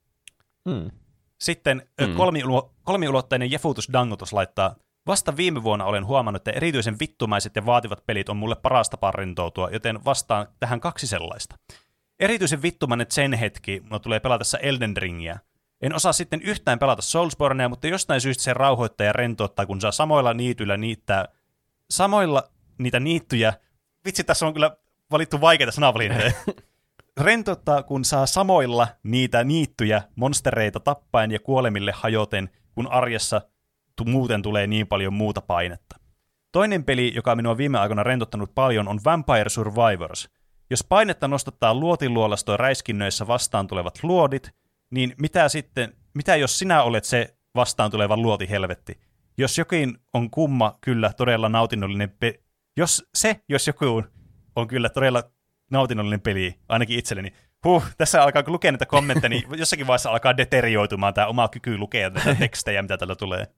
Hmm. Sitten mm. kolmiulo- kolmiulotteinen Jefutus Dangotus laittaa, vasta viime vuonna olen huomannut, että erityisen vittumaiset ja vaativat pelit on mulle paras tapa rentoutua, joten vastaan tähän kaksi sellaista. Erityisen vittumainen Zen-hetki, mulla tulee pelatessa Elden Ringiä. En osaa sitten yhtään pelata Soulsbornea, mutta jostain syystä se rauhoittaa ja rentouttaa, kun saa samoilla niityillä niittää, samoilla niitä niittyjä, vitsi tässä on kyllä valittu vaikeita sanavalintoja. Rentouttaa, kun saa samoilla niitä niittyjä monstereita tappaen ja kuolemille hajoten, kun arjessa tu- muuten tulee niin paljon muuta painetta. Toinen peli, joka minua viime aikoina rentouttanut paljon, on Vampire Survivors. Jos painetta nostattaa luotiluolastoa räiskinnöissä vastaan tulevat luodit, niin mitä sitten, mitä jos sinä olet se vastaan tuleva luotihelvetti? Jos jokin on kumma, kyllä todella nautinnollinen pe- jos se, jos joku on kyllä todella nautinnollinen peli, ainakin itselleni. Huh, tässä alkaa, kun lukee näitä kommentteja, niin jossakin vaiheessa alkaa deterioitumaan tämä oma kyky lukea näitä tekstejä, mitä tällä tulee.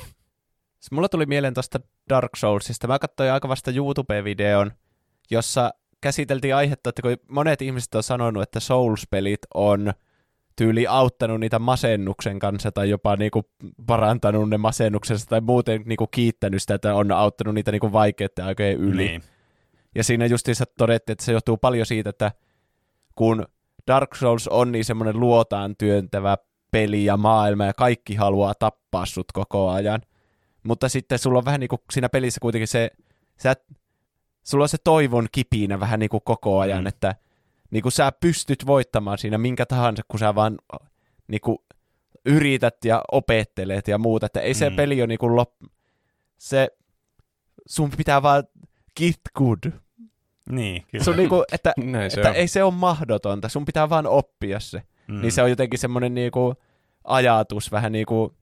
Mulla tuli mieleen tuosta Dark Soulsista. Mä katsoin aika vasta YouTube-videon, jossa käsiteltiin aihetta, että kun monet ihmiset on sanonut, että Souls-pelit on tyyli auttanut niitä masennuksen kanssa tai jopa niinku parantanut ne masennuksensa tai muuten niinku kiittänyt sitä, että on auttanut niitä niinku vaikeiden aikojen yli. Niin. Ja siinä justiinsa todettiin, että se johtuu paljon siitä, että kun Dark Souls on niin semmoinen luotaan työntävä peli ja maailma ja kaikki haluaa tappaa sut koko ajan, mutta sitten sulla on vähän niin kuin siinä pelissä kuitenkin se, sä, sulla on se toivon kipinä vähän niin kuin koko ajan, mm. että niin kuin sä pystyt voittamaan siinä minkä tahansa, kun sä vaan niin kuin yrität ja opettelet ja muuta, että ei mm. se peli ole niin kuin lop... se sun pitää vaan get good. Niin, kyllä. Se on niinku, että, se että on. ei se ole mahdotonta, sun pitää vaan oppia se. Mm. Niin se on jotenkin semmoinen niinku ajatus vähän niinku,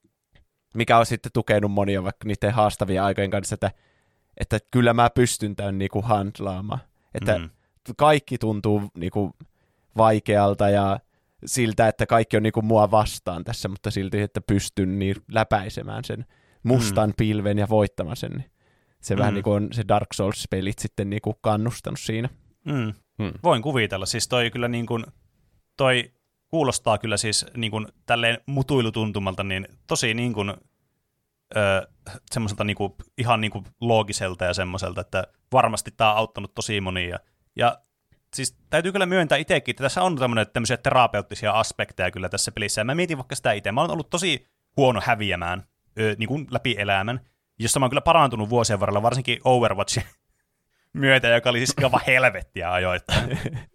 mikä on sitten tukenut monia vaikka niiden haastavien aikojen kanssa, että, että kyllä mä pystyn tämän niinku handlaamaan. Että mm. kaikki tuntuu niinku vaikealta ja siltä, että kaikki on niinku mua vastaan tässä, mutta silti, että pystyn niin läpäisemään sen mustan mm. pilven ja voittamaan sen. Niin se mm. vähän niin kuin on se Dark Souls-pelit sitten niin kuin kannustanut siinä. Mm. Mm. Voin kuvitella. Siis toi kyllä niin kuin, toi kuulostaa kyllä siis niin kuin tälleen mutuilutuntumalta niin tosi niin kuin, öö, semmoiselta niin kuin, ihan niin kuin loogiselta ja semmoiselta, että varmasti tämä on auttanut tosi monia. Ja siis täytyy kyllä myöntää itsekin, että tässä on tämmöisiä terapeuttisia aspekteja kyllä tässä pelissä. Ja mä mietin vaikka sitä itse. Mä oon ollut tosi huono häviämään öö, niin kuin läpi elämän. Josta mä oon kyllä parantunut vuosien varrella, varsinkin Overwatchin myötä, joka oli siis aivan helvettiä ajoittain.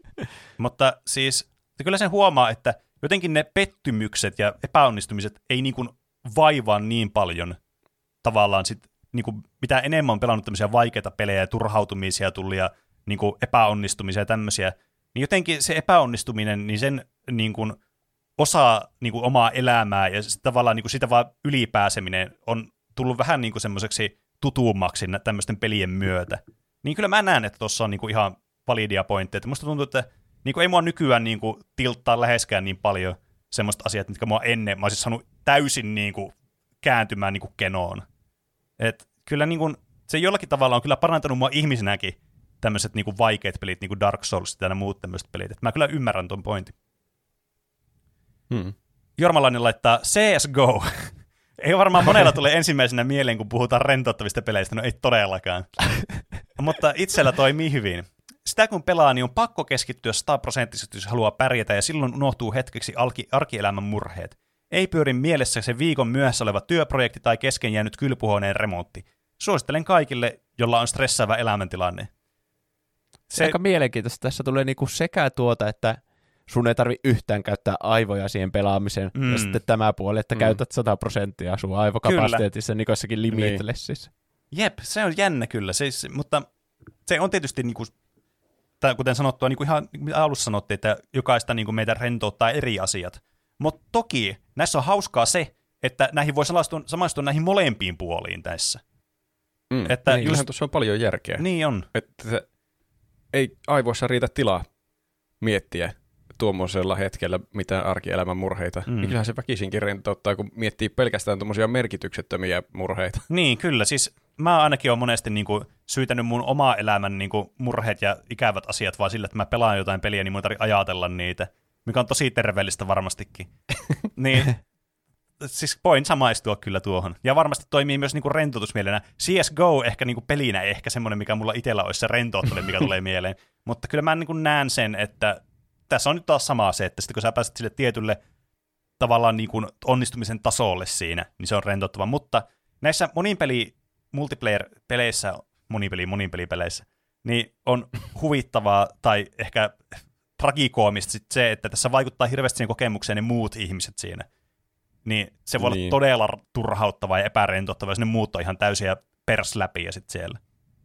Mutta siis kyllä sen huomaa, että jotenkin ne pettymykset ja epäonnistumiset ei niin kuin vaivaa niin paljon tavallaan sit, niin kuin mitä enemmän on pelannut tämmöisiä vaikeita pelejä ja turhautumisia tuli ja niin kuin epäonnistumisia ja tämmöisiä, niin jotenkin se epäonnistuminen, niin sen niin kuin osa niin kuin omaa elämää ja sit tavallaan niin kuin sitä vaan ylipääseminen on tullut vähän niin kuin semmoiseksi tutummaksi tämmöisten pelien myötä. Niin kyllä mä näen, että tuossa on niin kuin ihan validia pointteja. Musta tuntuu, että niin kuin ei mua nykyään niin kuin tilttaa läheskään niin paljon semmoista asiat, mitkä mua ennen, mä olisin saanut täysin niin kuin kääntymään niin kuin kenoon. Et kyllä niin kuin, se jollakin tavalla on kyllä parantanut mua ihmisenäkin tämmöiset niin kuin vaikeat pelit, niin kuin Dark Souls ja muut tämmöiset pelit. Et mä kyllä ymmärrän ton pointin. Hmm. Jormalainen laittaa C S G O. Ei varmaan monella tule ensimmäisenä mieleen, kun puhutaan rentouttavista peleistä. No ei todellakaan. Mutta itsellä toimii hyvin. Sitä kun pelaa, niin on pakko keskittyä sataprosenttisesti, jos haluaa pärjätä, ja silloin unohtuu hetkeksi arki- arkielämän murheet. Ei pyöri mielessä se viikon myöhässä oleva työprojekti tai kesken jäänyt kylpyhuoneen remontti. Suosittelen kaikille, jolla on stressaava elämäntilanne. Se aika mielenkiintoista. Tässä tulee niinku sekä tuota, että sun ei tarvitse yhtään käyttää aivoja siihen pelaamiseen, mm. ja sitten tämä puoli, että mm. käytät sata prosenttia sun aivokapasiteetissa niin jossakin limitlessissä. Jep, se on jännä kyllä, siis, mutta se on tietysti, niin kuin, kuten sanottua, niin kuin ihan mitä alussa sanottiin, että jokaista niin kuin meitä rentouttaa eri asiat. Mutta toki näissä on hauskaa se, että näihin voi samaistua, samaistua näihin molempiin puoliin tässä. Mm. Että niin, just tuossa on paljon järkeä. Niin on. Että ei aivoissa riitä tilaa miettiä tuommoisella hetkellä mitään arkielämän murheita, mm. niin kyllähän se väkisinkin rentouttaa, kun miettii pelkästään tuommoisia merkityksettömiä murheita. Niin, kyllä. Siis mä ainakin olen monesti niinku syytänyt mun omaa elämän niinku murheet ja ikävät asiat vaan sillä, että mä pelaan jotain peliä, niin mun ei tarvitse ajatella niitä, mikä on tosi terveellistä varmastikin. Niin, siis voin samaistua kyllä tuohon. Ja varmasti toimii myös niinku rentoutusmielenä. C S G O ehkä niinku pelinä ehkä semmoinen, mikä mulla itsellä olisi se rentouttelu, mikä tulee mieleen. Mutta kyllä mä niinku näen sen, että tässä on nyt taas samaa se, että sitten kun sä pääset sille tietylle tavallaan niin kuin onnistumisen tasolle siinä, niin se on rentouttava. Mutta näissä monipeli multiplayer-peleissä, monipeli monipelipeleissä, niin on huvittavaa tai ehkä tragikoomista sit se, että tässä vaikuttaa hirveästi siihen kokemukseen ne muut ihmiset siinä. Niin se voi niin olla todella turhauttavaa ja epärentouttavaa, jos ne muut on ihan täysiä pers läpi ja sitten siellä.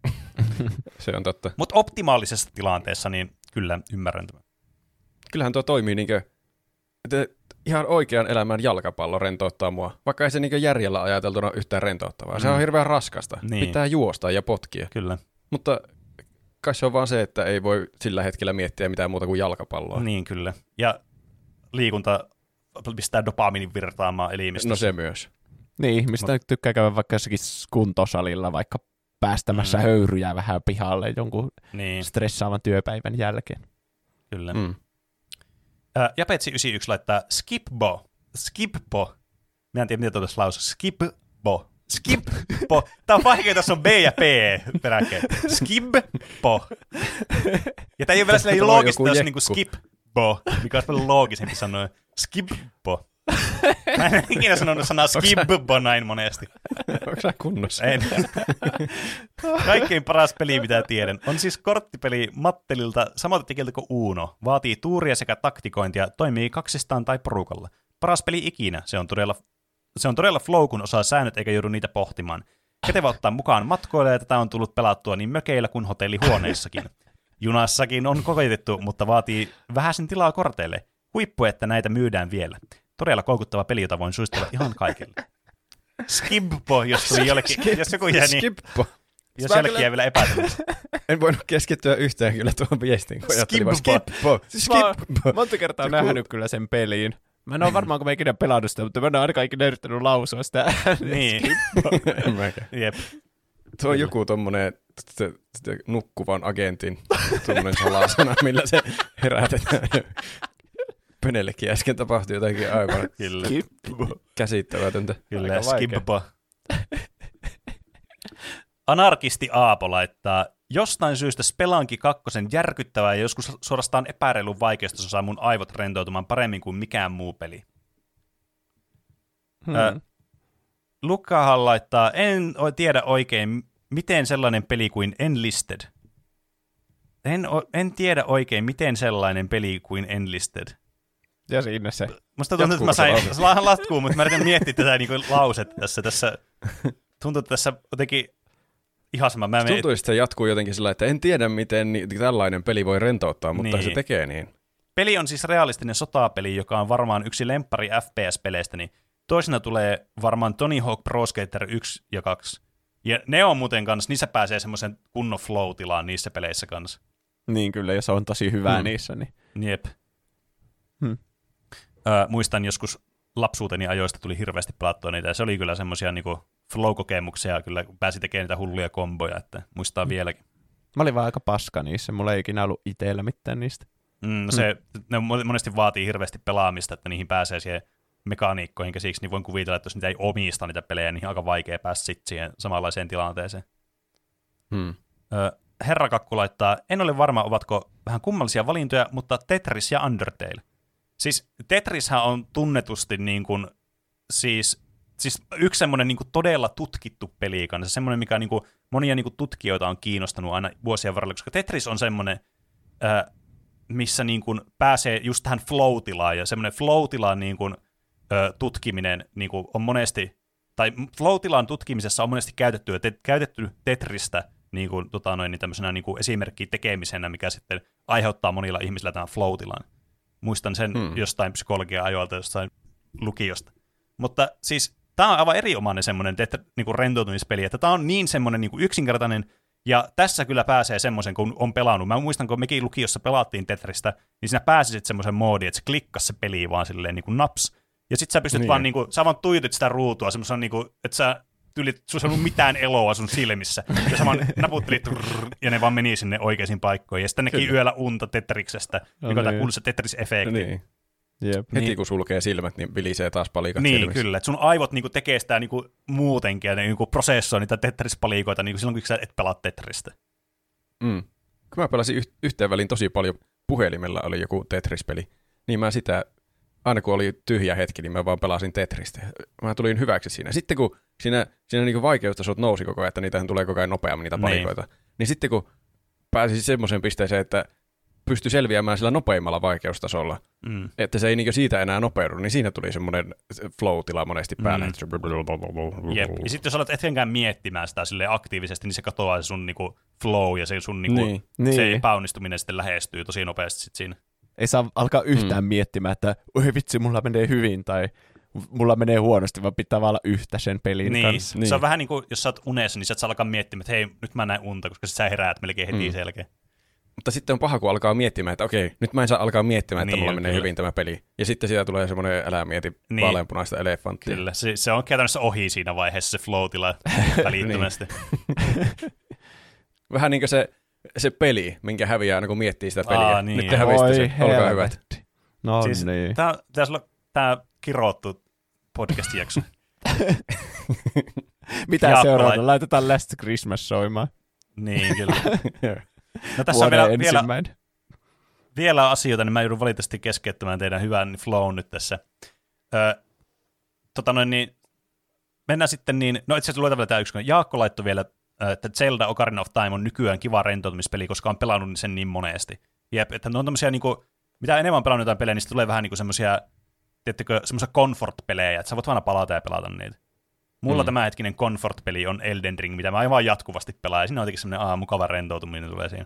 Se on totta. Mutta optimaalisessa tilanteessa niin kyllä ymmärrän tämän. Kyllähän tuo toimii niinkö, että ihan oikean elämän jalkapallo rentouttaa mua, vaikka ei se niinkö järjellä ajateltuna yhtään rentouttavaa. Mm. Se on hirveän raskasta. Niin. Pitää juosta ja potkia. Kyllä. Mutta kai se on vaan se, että ei voi sillä hetkellä miettiä mitään muuta kuin jalkapalloa. Niin, kyllä. Ja liikunta pistää dopaminin virtaamaan elimistössä. No se myös. Niin, ihmistä Mut... tykkää käydä vaikka jossakin kuntosalilla, vaikka päästämässä mm. höyryjä vähän pihalle jonkun niin. stressaavan työpäivän jälkeen. Kyllä. Mm. Ja Petsi yhdeksänkymmentäyksi laittaa Skipbo. Skipbo. Mä en tiedä, mitä tuossa lausu. Skipbo. Skipbo. Tää on vaikea, tuossa on B ja P peräkkäin. Skipbo. Ja tää ei ole vielä silleen loogista, jos niinku skipbo, mikä olisi paljon loogisempi sanoa. Skipbo. Mä en ikinä sanonut sanaa skipbo näin monesti. Onko sä kunnossa? En. Kaikkein paras peli, mitä tiedän, on siis korttipeli Mattelilta samalta tekijältä kuin Uno. Vaatii tuuria sekä taktikointia, toimii kaksistaan tai porukalla. Paras peli ikinä. Se on todella, se on todella flow, kun osaa säännöt eikä joudu niitä pohtimaan. Kätevä ottaa mukaan matkoille, ja tätä on tullut pelattua niin mökeillä kuin hotellihuoneissakin. Junassakin on koketettu, mutta vaatii vähäisen tilaa korteille. Huippu, että näitä myydään vielä. Todella koukuttava peli, jota voin suositella ihan kaikille. Skippo, jos tuli jollekin, Skip, jos joku jää niin, Skippo. Jos jollekin jää vielä epäselväksi. En voinut keskittyä yhtään kyllä tuohon viestiin, kun ajattelin Skippo. Skippo. Monta kertaa on nähnyt kyllä sen peliin. Mä en ole varmaan, kun mä ikinä pelannut sitä, mutta mä en ole ainakaan ikinä yrittänyt lausua sitä. Niin. En mäkään. Jep. Tuo on joku tommonen nukkuvan agentin tommonen salasana, millä se herätetään. Pönellekin äsken tapahtui jotakin aivan käsittämätöntä. Kyllä, skippo. Anarkisti Aapo laittaa, jostain syystä Spelunky kakkosen järkyttävää ja joskus suorastaan epäreilun vaikeasta saa mun aivot rentoutumaan paremmin kuin mikään muu peli. Hmm. Ö, Lukkahan laittaa, en tiedä oikein, miten sellainen peli kuin Enlisted. En, en tiedä oikein, miten sellainen peli kuin Enlisted. Ja siinä se. Musta tuntuu, että mä sain latkuun, mutta mä yritän miettiä tätä niinku lausetta tässä. tässä. Tuntuu, että tässä jotenkin ihan sama. Mä tuntuu, että se jatkuu jotenkin sillä, että en tiedä, miten ni- tällainen peli voi rentouttaa, mutta niin. Se tekee niin. Peli on siis realistinen sotapeli, joka on varmaan yksi lemppari F P S-peleistä, niin toisena tulee varmaan Tony Hawk Pro Skater yksi ja kaksi. Ja ne on muuten kanssa, niissä pääsee semmoisen kunnon flow-tilaan niissä peleissä kanssa. Niin kyllä, jos on tosi hyvää hmm. niissä. Niin. Jep. Hmm. Öö, muistan joskus lapsuuteni ajoista tuli hirveästi pelattua niitä, ja se oli kyllä semmoisia niinku flow-kokemuksia, kyllä kun pääsi tekemään niitä hulluja komboja, että muistaa hmm. vieläkin. Mä olin vaan aika paska niissä, mulla ei ikinä ollut itsellä mitään niistä. Mm, no se, hmm. Ne monesti vaatii hirveästi pelaamista, että niihin pääsee siihen mekaniikkoihin käsiksi, niin voin kuvitella, että jos niitä ei omista niitä pelejä, niin on aika vaikea päästä sitten siihen samanlaiseen tilanteeseen. Hmm. Öö, Herrakakku laittaa, en ole varma, ovatko vähän kummallisia valintoja, mutta Tetris ja Undertale. Siis Tetrishän on tunnetusti niin kuin, siis, siis yksi semmoinen niin kuin todella tutkittu peli kanssa, semmoinen, mikä niin kuin monia niin kuin tutkijoita on kiinnostanut aina vuosien varrella, koska Tetris on semmoinen, äh, missä niin kuin pääsee just tähän flow-tilaan, ja semmoinen flow-tilan niin kuin, äh, tutkiminen niin kuin on monesti, tai flow-tilan tutkimisessa on monesti käytetty, te, käytetty Tetristä niin kuin, tota noin, niin tämmöisenä niin kuin esimerkkiä tekemisenä, mikä sitten aiheuttaa monilla ihmisillä tämän flow-tilan. Muistan sen hmm. jostain psykologia-ajoilta, jostain lukiosta. Mutta siis tämä on aivan erinomainen semmoinen tet- niinku rentoutumispeli, että tämä on niin semmoinen niinku yksinkertainen Ja tässä kyllä pääsee semmoisen, kun on pelannut. Mä muistan, kun mekin lukiossa pelattiin Tetristä, niin siinä pääsisit semmoisen moodiin, että se klikkasi se peli vaan silleen niin kuin naps. Ja sit sä pystyt niin. vaan, niin kuin, sä vaan tuijotit sitä ruutua semmoisen, niin kuin, että sä tyylit, sulla ei ollut mitään eloa sun silmissä. Ja sä vaan naputtelit ja ne vaan meni sinne oikeisiin paikkoihin. Ja sitten nekin kyllä. yöllä unta Tetriksestä, no, mikä on tämä kuuluisa Tetris-efekti. Niin. Yep. Heti niin. kun sulkee silmät, niin vilisee taas palikat niin, silmissä. Niin, kyllä. Et sun aivot niinku tekee sitä niinku muutenkin ja ne niinku prosessoi niitä Tetris-palikoita niinku silloin, kun sä et pelaa Tetristä. Mm. Kun mä pelasin yh- yhteen väliin tosi paljon, puhelimella oli joku Tetris-peli, niin mä sitä, aina kun oli tyhjä hetki, niin mä vaan pelasin Tetristä. Mä tulin hyväksi siinä. Sitten kun siinä, siinä niinku vaikeustasot nousi koko ajan, että niitähän tulee koko ajan nopeammin niitä palikoita, niin, niin sitten kun pääsin semmoiseen pisteeseen, että pystyi selviämään sillä nopeimmalla vaikeustasolla, mm. että se ei niinku siitä enää nopeudu, niin siinä tuli semmoinen flow-tila monesti päälle. Mm. Jep. Ja sitten jos alat etkenkään miettimään sitä aktiivisesti, niin se katoaa se sun niinku flow ja se sun niinku, niin. se epäonnistuminen sitten lähestyy tosi nopeasti sit siinä. Ei saa alkaa yhtään mm. miettimään, että oi vitsi, mulla menee hyvin tai mulla menee huonosti, vaan pitää vaan olla yhtä sen pelin niin. kanssa. Niin. Se on vähän niin kuin, jos sä oot unessa, niin sä et saa alkaa miettimään, että hei, nyt mä näen unta, koska sä heräät melkein heti mm. selkeä. Mutta sitten on paha, kun alkaa miettimään, että okei, nyt mä en saa alkaa miettimään, että niin, mulla menee kyllä. hyvin tämä peli. Ja sitten siitä tulee semmoinen älä mieti niin. vaaleanpunaista elefanttia. Kyllä, se, se on käytännössä ohi siinä vaiheessa se flow-tila välittömästi. Vähän niin kuin se, se peli, minkä häviää aina kun miettii sitä peliä. Aa, niin. Nyt te hävisitte sen, olkaa hyvät. No siis, niin. Tää pitäisi olla tää kirottu podcast-jakso. Mitä seuraavana? Laitetaan Last Christmas soimaan. Niin, kyllä. No tässä on vielä, vielä, vielä asioita, niin mä joudun valitettavasti keskeyttämään teidän hyvän flow nyt tässä. Ö, tota noin, niin, mennään sitten niin, no itse asiassa luetaan vielä tämä yksi, Jaakko laittoi vielä, että Zelda Ocarina of Time on nykyään kiva rentoutumispeli, koska on pelannut sen niin monesti. Jep, että ne on tämmöisiä, niin kuin, mitä enemmän on pelannut jotain pelejä, niin tulee vähän niin kuin semmoisia, tiedättekö, semmoisia comfort-pelejä, että sä voit aina palata ja pelata niitä. Mulla mm. tämä hetkinen comfort-peli on Elden Ring, mitä mä aivan jatkuvasti pelaan, ja siinä on jotenkin semmoinen aa, mukava rentoutuminen tulee siinä.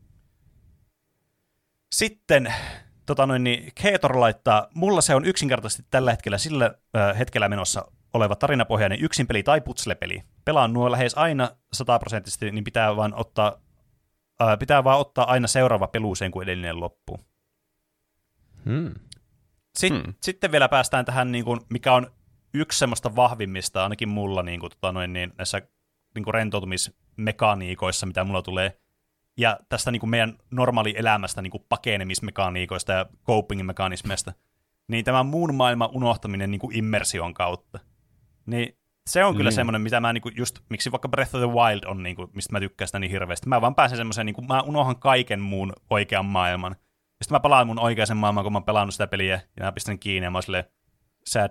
Sitten tota noin, niin Keetor laittaa, mulla se on yksinkertaisesti tällä hetkellä sillä äh, hetkellä menossa oleva tarinapohjainen yksin peli tai putslepeli. Pelaan nuo lähes aina sataprosenttisesti, niin pitää vaan ottaa, äh, pitää vaan ottaa aina seuraava peluuseen, kun edellinen loppuu. Hmm. Sitten, hmm. sitten vielä päästään tähän, niin kuin, mikä on yksi semmoista vahvimmista, ainakin mulla niin kuin, tota noin, niin, näissä niin kuin rentoutumismekaniikoissa, mitä mulla tulee, ja tästä niin kuin meidän normaali elämästä niin kuin pakenemismekaniikoista ja coping-mekanismeista, niin tämä muun maailman unohtaminen niin kuin immersion kautta. Niin se on kyllä mm. semmoinen, mitä mä niin kuin just, miksi vaikka Breath of the Wild on, niin kuin, mistä mä tykkään sitä niin hirveästi. Mä vaan pääsen semmoiseen, niin kuin, mä unohan kaiken muun oikean maailman. Ja sitten mä palaan mun oikean maailman, kun mä oon pelannut sitä peliä, ja mä pistän kiinni, ja mä oon silleen, sad.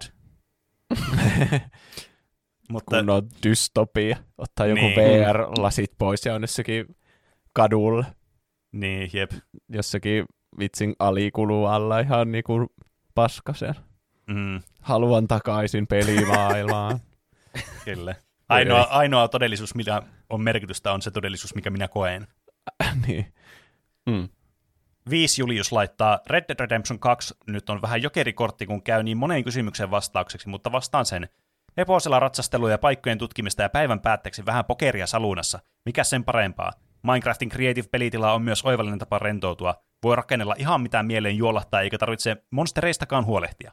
Mutta, kun on dystopia, ottaa joku niin. V R-lasit pois ja on jossakin kadulla. Niin, jep. Jossakin vitsin alikuluu alla ihan niinku paskasen. Mm. Haluan takaisin pelimaailmaan. Kyllä. Ainoa, ainoa todellisuus, mitä on merkitystä, on se todellisuus, mikä minä koen. niin. Mm. Viisi Julius laittaa, Red Dead Redemption kaksi nyt on vähän jokerikortti, kun käy niin moneen kysymykseen vastaukseksi, mutta vastaan sen. Heposella ratsastelua ja paikkojen tutkimista ja päivän päätteeksi vähän pokeria salunassa. Mikä sen parempaa? Minecraftin Creative-pelitila on myös oivallinen tapa rentoutua. Voi rakennella ihan mitä mieleen juolahtaa, eikä tarvitse monstereistakaan huolehtia.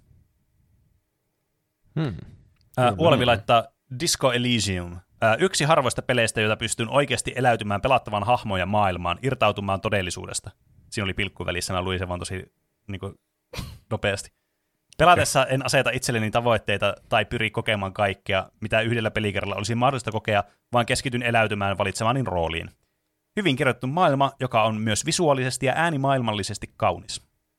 Hmm. Äh, Uolevi laittaa Disco Elysium. Äh, yksi harvoista peleistä, joita pystyn oikeasti eläytymään pelattavan hahmon ja maailmaan, irtautumaan todellisuudesta. Siinä oli pilkku välissä, mä luin sen vaan tosi niin kuin, nopeasti. Pelatessa en aseta itselleni tavoitteita tai pyri kokemaan kaikkea, mitä yhdellä pelikerralla olisi mahdollista kokea, vaan keskityn eläytymään valitsemanin rooliin. Hyvin kirjoitettu maailma, joka on myös visuaalisesti ja äänimaailmallisesti kaunis.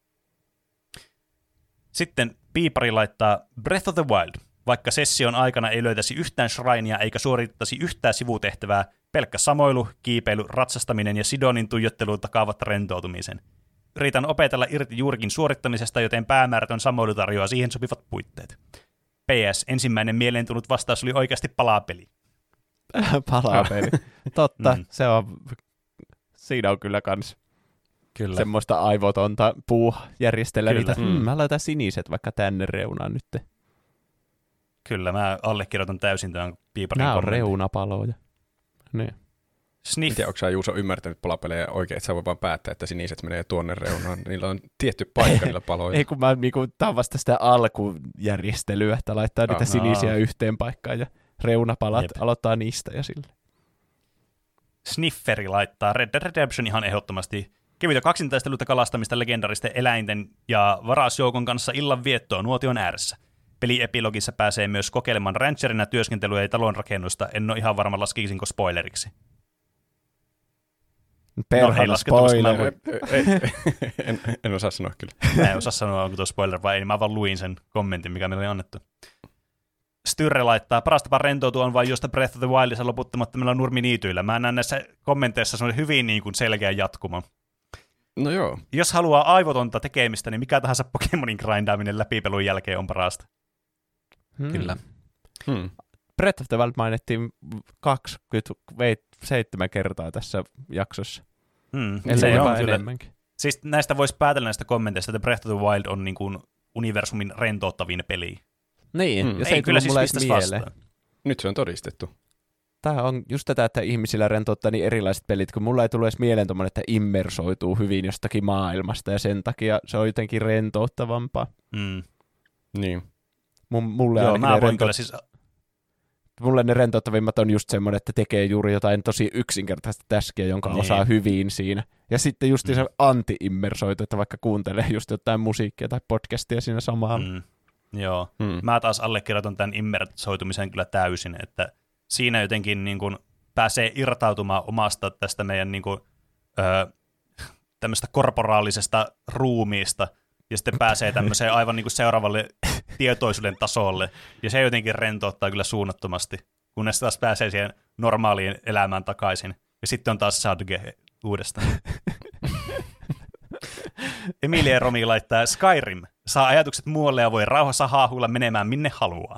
Sitten Piipari laittaa Breath of the Wild. Vaikka session aikana ei löytäisi yhtään shrinea eikä suorittaisi yhtään sivutehtävää, pelkkä samoilu, kiipeily, ratsastaminen ja Sidonin tuijottelu takaavat rentoutumisen. Yritän opetella irti juurikin suorittamisesta, joten päämäärätön samoilu tarjoaa siihen sopivat puitteet. P S. Ensimmäinen mieleen tullut vastaus oli oikeasti palapeli. Palapeli. Totta, mm. se on, siinä on kyllä kans kyllä. semmoista aivotonta puujärjestellä niitä. Mm. Mä laitan siniset vaikka tänne reunaan nyt. Kyllä, mä allekirjoitan täysin tämän Piiparin Nämä on kommentin. reunapaloja. Niin. Sniff. En tiedä, onko sä Juuso ymmärtänyt palapelejä oikein, että sä voi vaan päättää, että siniset menee tuonne reunaan. Niillä on tietty paikka niillä paloilla. Ei kun mä niinku, tää on vasta sitä alkujärjestelyä, että laittaa niitä Ah. sinisiä yhteen paikkaan ja reunapalat Jep. aloittaa niistä ja sille. Snifferi laittaa Red Dead Redemption ihan ehdottomasti. Kevyitä kaksintaisteluita kalastamista legendaristen eläinten ja varasjoukon kanssa illan viettoa nuotion ääressä. Peliepilogissa pääsee myös kokeilemaan rancherina työskentelyä ja talonrakennusta. En ole ihan varma, laskisinko spoileriksi. Perhana laskettu, koska mä en spoiler. voi- en, en osaa sanoa kyllä. Mä en osaa sanoa, onko tuo spoiler vai ei, mä vaan luin sen kommentin, mikä meille oli annettu. Styrre laittaa, paras tapa rentoutua on vain juosta Breath of the Wildissa loputtamattomilla nurminiityillä. Mä näen näissä kommenteissa semmoinen hyvin niin kuin selkeä jatkuma. No joo. Jos haluaa aivotonta tekemistä, niin mikä tahansa Pokemonin grindaaminen läpipelun jälkeen on parasta. Hmm. Kyllä. Hmm. Breath of the Wild mainittiin kaksikymmentäseitsemän kertaa tässä jaksossa. Hmm. Ellei Se jopa on kyllä. enemmänkin. Siis näistä voisi päätellä näistä kommenteista, että Breath of the Wild on niin kuin universumin rentouttavin peli. Niin, Hmm. ja se ei ei kyllä tullut mulle siis edes pistäisi mieleen. vastaan. Nyt se on todistettu. Tämä on just tätä, että ihmisillä rentouttaa niin erilaiset pelit, kun mulla ei tule edes mieleen tommoinen, että immersoituu hyvin jostakin maailmasta, ja sen takia se on jotenkin rentouttavampaa. Hmm. Niin. Mun, mulle, Joo, ainakin mä ne voin rentout- kyllä siis... mulle ne rentouttavimmat on just semmoinen, että tekee juuri jotain tosi yksinkertaista täskiä, jonka Niin. osaa hyvin siinä. Ja sitten just Mm. se anti-immersoitu, että vaikka kuuntelee just jotain musiikkia tai podcastia siinä samalla. Hmm. Joo. Hmm. Mä taas allekirjoitan tämän immersoitumisen kyllä täysin, että siinä jotenkin niin kuin pääsee irtautumaan omasta tästä meidän niin kuin, öö, tämmöistä korporaalisesta ruumiista, ja sitten pääsee tämmöiseen aivan niin kuin seuraavalle tietoisuuden tasolle, ja se jotenkin rentouttaa kyllä suunnattomasti, kunnes taas pääsee siihen normaaliin elämään takaisin, ja sitten on taas Sadge uudestaan. Emilia Romi laittaa Skyrim. Saa ajatukset muualle ja voi rauhassa haahuilla menemään minne haluaa.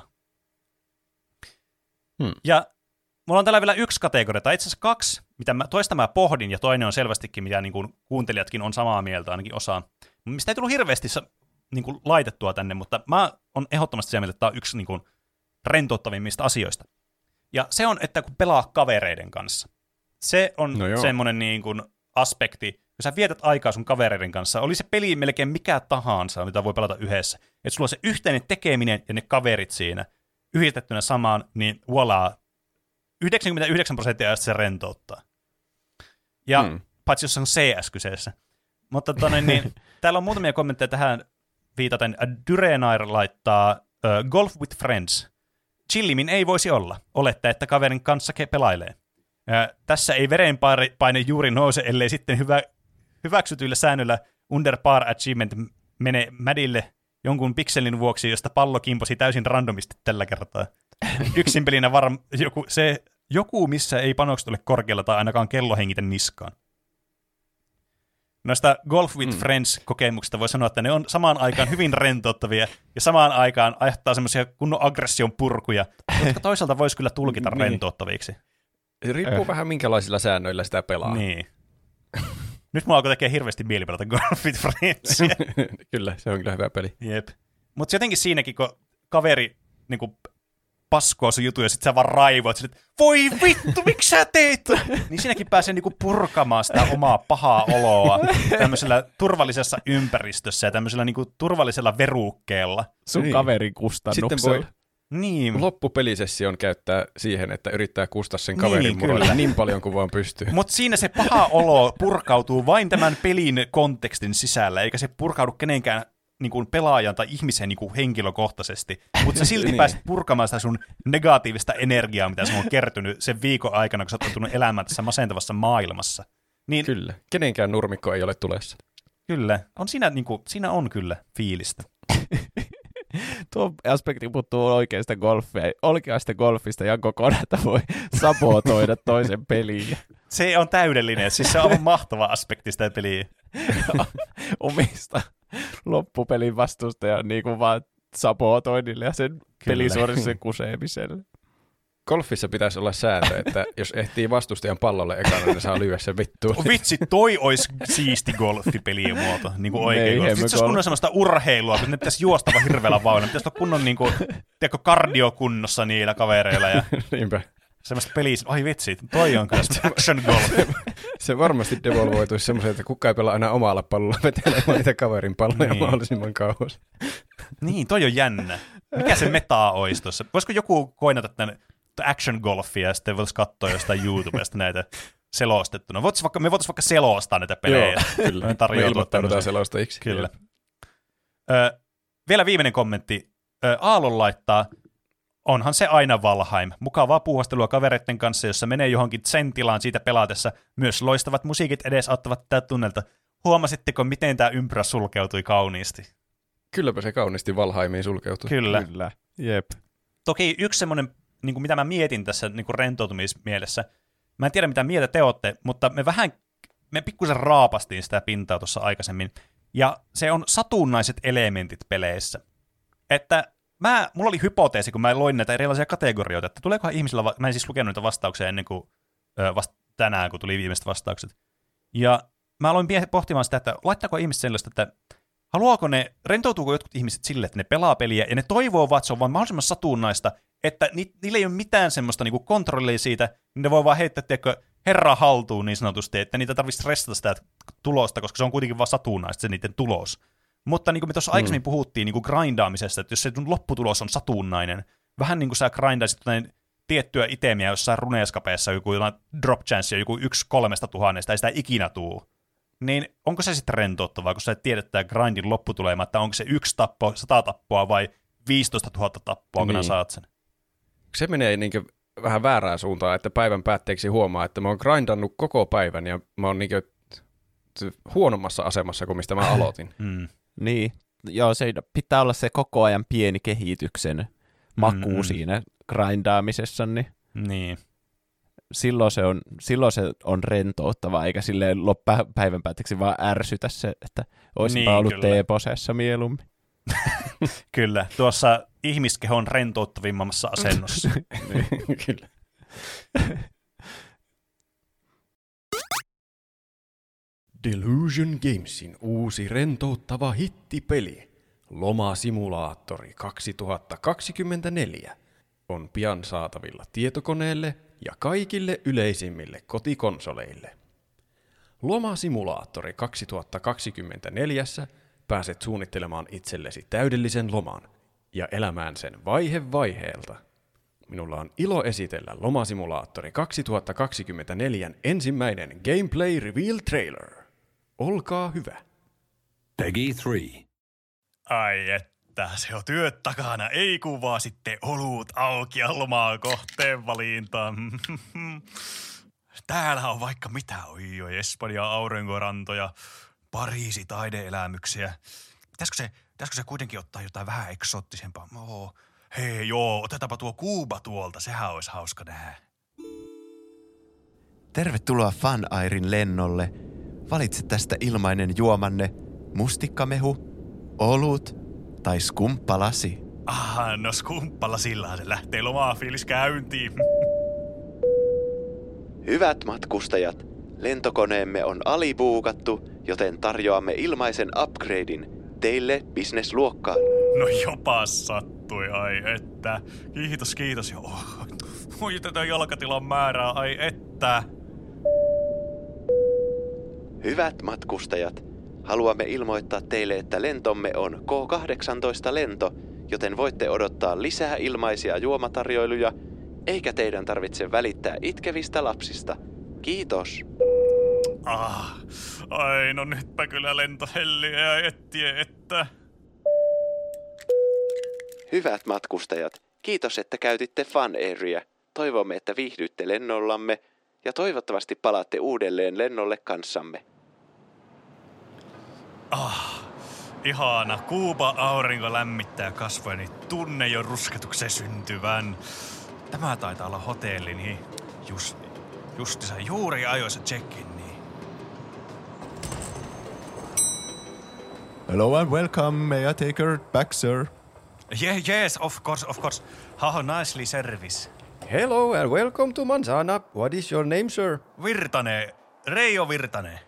Hmm. Ja mulla on täällä vielä yksi kategoria, tai itse asiassa kaksi, mitä mä, toista mä pohdin, ja toinen on selvästikin, mitä niin kuin kuuntelijatkin on samaa mieltä, ainakin osa. Mistä ei tullut hirveästi niin kuin laitettua tänne, mutta mä on ehdottomasti sitä mieltä, että tämä on yksi niin kuin rentouttavimmista asioista. Ja se on, että kun pelaa kavereiden kanssa. Se on No joo. semmoinen niin kuin aspekti, kun sä vietät aikaa sun kavereiden kanssa, oli se peli melkein mikä tahansa, mitä voi pelata yhdessä. Että sulla on se yhteinen tekeminen ja ne kaverit siinä yhdistettynä samaan, niin voilà, yhdeksänkymmentäyhdeksän prosenttia ajasta se rentouttaa. Ja Hmm. paitsi jos on C S kyseessä. Mutta tonne, niin, täällä on muutamia kommentteja tähän viitaten. Dyrenair laittaa uh, Golf with Friends. Chillimin ei voisi olla. Olette, että kaverin kanssa ke- pelailee. Uh, tässä ei verenpaine juuri nouse, ellei sitten hyvä, hyväksytyillä säännöillä under par achievement mene mädille jonkun pikselin vuoksi, josta pallo kimposi täysin randomisti tällä kertaa. Yksin pelinä varm- joku, se, joku, missä ei panokset ole korkealla tai ainakaan kello hengitä niskaan. Noista Golf with Mm. Friends-kokemuksista voi sanoa, että ne on samaan aikaan hyvin rentouttavia ja samaan aikaan aiheuttaa semmoisia kunnon aggression purkuja, jotka toisaalta voisi kyllä tulkita Niin. rentouttaviksi. Se riippuu Eh. vähän minkälaisilla säännöillä sitä pelaa. Niin. Nyt mulla alkoi tekee hirveästi mieli pelata Golf with Friends. Kyllä, se on kyllä hyvä peli. Jep. Mutta jotenkin siinäkin, kun kaveri niinku paskoo sun jutun ja sit sä vaan raivoat, että voi vittu, miksi sä teit? Niin siinäkin pääsee niinku purkamaan sitä omaa pahaa oloa tämmöisellä turvallisessa ympäristössä ja tämmöisellä niinku turvallisella verukkeella. Sun Niin. kaverin Sitten kustannuksella. voi Niin, loppupelisession käyttää siihen, että yrittää kustaa sen Niin, kaverin kyllä. murolle niin paljon kuin vaan pystyy. mutta siinä se paha olo purkautuu vain tämän pelin kontekstin sisällä, eikä se purkaudu kenenkään niin kuin pelaajan tai ihmisen niin kuin henkilökohtaisesti, mutta sä silti Niin. pääset purkamaan sitä sun negatiivista energiaa, mitä sun on kertynyt sen viikon aikana, kun sä oot tottunut elämään tässä masentavassa maailmassa. Niin Kyllä. Kenenkään nurmikko ei ole tulessa. kyllä, on siinä, niin kuin, siinä on kyllä fiilistä. Tuo aspekti puuttuu oikeasta golfia, oikeasta golfista ja kokonaan, että voi sabotoida toisen peliin. Se on täydellinen, siis se on aivan mahtava aspekti sitä peliä. Omista loppupelin vastustajan niin kuin vaan sabotoinnille ja sen pelisuorituksen kuseemiselle. Golfissa pitäisi olla sääntö, että jos ehtii vastustajan pallolle ekana, niin saa lyödä sen vittuun. Vitsi, toi olisi siisti golfipelien muoto, niin kuin oikein Ei, golf. emme Vitsi, jos kunnon semmoista urheilua, kun ne pitäisi juosta vaan hirveällä vauhdilla. Pitäisi olla kunnon niin kuin, tiedätkö, kardiokunnossa niillä kavereilla. Ja Niinpä. semmoista peliä, ai vitsi, toi on kyllä action golf. Se varmasti devolvoituisi semmoisen, että kukaan ei pelaa aina omalla pallolla vetelemään niitä kaverin palloja niin. mahdollisimman kauas. Niin, toi on jännä. Mikä se metaa olisi tuossa? Voisiko joku koinata tämän action golfia ja sitten voitaisiin katsoa jostain YouTubesta näitä selostettuna. Voitais vaikka, me voitaisiin vaikka selostaa näitä pelejä. Joo, kyllä. Me ilmoittaudutaan selostajiksi. Kyllä. Ö, vielä viimeinen kommentti. Ö, Aallon laittaa, onhan se aina Valheim. Mukavaa puuhastelua kavereiden kanssa, jossa menee johonkin sen-tilaan siitä pelatessa. Myös loistavat musiikit edesauttavat tätä tunnelta. Huomasitteko, miten tämä ympyrä sulkeutui kauniisti? Kylläpä se kauniisti Valheimiin sulkeutui. Kyllä. Kyllä. Jep. Toki yksi semmoinen, niin kuin mitä mä mietin tässä niin kuin rentoutumismielessä, mä en tiedä mitä mieltä te ootte, mutta me vähän, me pikkusen raapastiin sitä pintaa tuossa aikaisemmin, ja se on satunnaiset elementit peleissä. Että mä, mulla oli hypoteesi, kun mä loin näitä erilaisia kategorioita, että tuleekohan ihmisillä, va- mä en siis lukenut niitä vastauksia ennen kuin ö, vasta tänään, kun tuli viimeiset vastaukset. Ja mä aloin pohtimaan sitä, että laittaako ihmiset sellaista, että haluaako ne, rentoutuuko jotkut ihmiset sille, että ne pelaa peliä, ja ne toivoo vaan, että se on vaan mahdollisimman satunnaista, että ni, niillä ei ole mitään semmoista niinku kontrollia siitä, niin ne voi vaan heittää, tiedätkö, herra haltuun niin sanotusti, että niitä tarvitsisi stressata sitä tulosta, koska se on kuitenkin vaan satunnaista se niiden tulos. Mutta niin kuin me tuossa mm. aikaisemmin puhuttiin niin kuin grindaamisesta, että jos se lopputulos on satunnainen, vähän niin kuin sä grindaisit tiettyä itemiä jossain runeeskapeessa, joku drop chance ja joku yksi kolmesta tuhannesta, ei sitä ikinä tuu. Niin onko se sitten rentouttavaa, kun sä et tiedä tämä grindin lopputulema, että onko se yksi tappo, sata tappoa vai viisitoista tuhatta tappoa, kun niin. saat sen? Se menee niin vähän väärään suuntaan, että päivän päätteeksi huomaa, että mä oon grindannut koko päivän ja mä oon niin huonommassa asemassa kuin mistä mä aloitin. mm. Niin, joo, se pitää olla se koko ajan pieni kehityksen maku Mm-mm. siinä grindaamisessa, niin, niin. Silloin, se on, silloin se on rentouttavaa, eikä silleen loppa päivän päätteeksi vaan ärsytä se, että olisinpa niin, ollut kyllä. T-posessa mieluummin. Kyllä, tuossa ihmiskehon rentouttavimmassa asennossa. niin, kyllä. Delusion Gamesin uusi rentouttava hittipeli, Lomasimulaattori kaksituhattakaksikymmentäneljä, on pian saatavilla tietokoneelle ja kaikille yleisimmille kotikonsoleille. Lomasimulaattori kaksituhattakaksikymmentäneljä pääset suunnittelemaan itsellesi täydellisen loman ja elämään sen vaihe vaiheelta. Minulla on ilo esitellä Lomasimulaattori kaksituhattakaksikymmentäneljä ensimmäinen Gameplay Reveal Trailer. Olkaa hyvä. Peggy three. Ai että, se on työt takana, ei kuvaa sitten olut auki ja lomaa kohteen valinta. Täällä on vaikka mitä, oi oi, Espanja aurinkorantoja, Pariisi taideelämyksiä. Pitäisikö se, pitäisikö se kuitenkin ottaa jotain vähän eksoottisempaa? Oh, hei joo, otetaanpa tuo Kuuba tuolta, sehän olisi hauska nähdä. Tervetuloa Funairin lennolle. Valitse tästä ilmainen juomanne, mustikkamehu, olut tai skumppalasi. Ah, no skumppalasilla se lähtee lomaa fiilis käyntiin. Hyvät matkustajat, lentokoneemme on alibuukattu, joten tarjoamme ilmaisen upgradein teille business-luokkaan. No jopa sattui, ai että. Kiitos, kiitos. Joo. Oi tätä jalkatilan määrää, ai että. Hyvät matkustajat, haluamme ilmoittaa teille, että lentomme on K kahdeksantoista lento, joten voitte odottaa lisää ilmaisia juomatarjoiluja, eikä teidän tarvitse välittää itkevistä lapsista. Kiitos. Ah, ai no nytpä kyllä lento helliä ja ettiä, että. Hyvät matkustajat, kiitos, että käytitte Funairia. Toivomme, että viihdytte lennollamme ja toivottavasti palaatte uudelleen lennolle kanssamme. Ah, ihana. Kuuba aurinko lämmittää kasvojani. Tunne jo rusketuksen syntyvän. Tämä taitaa olla hotelli, niin just, justissa juuri ajoissa check-in. Niin. Hello and welcome. May I take her back, sir? Yeah, yes, of course, of course. How nicely service. Hello and welcome to Manzana. What is your name, sir? Virtane, Reijo Virtane.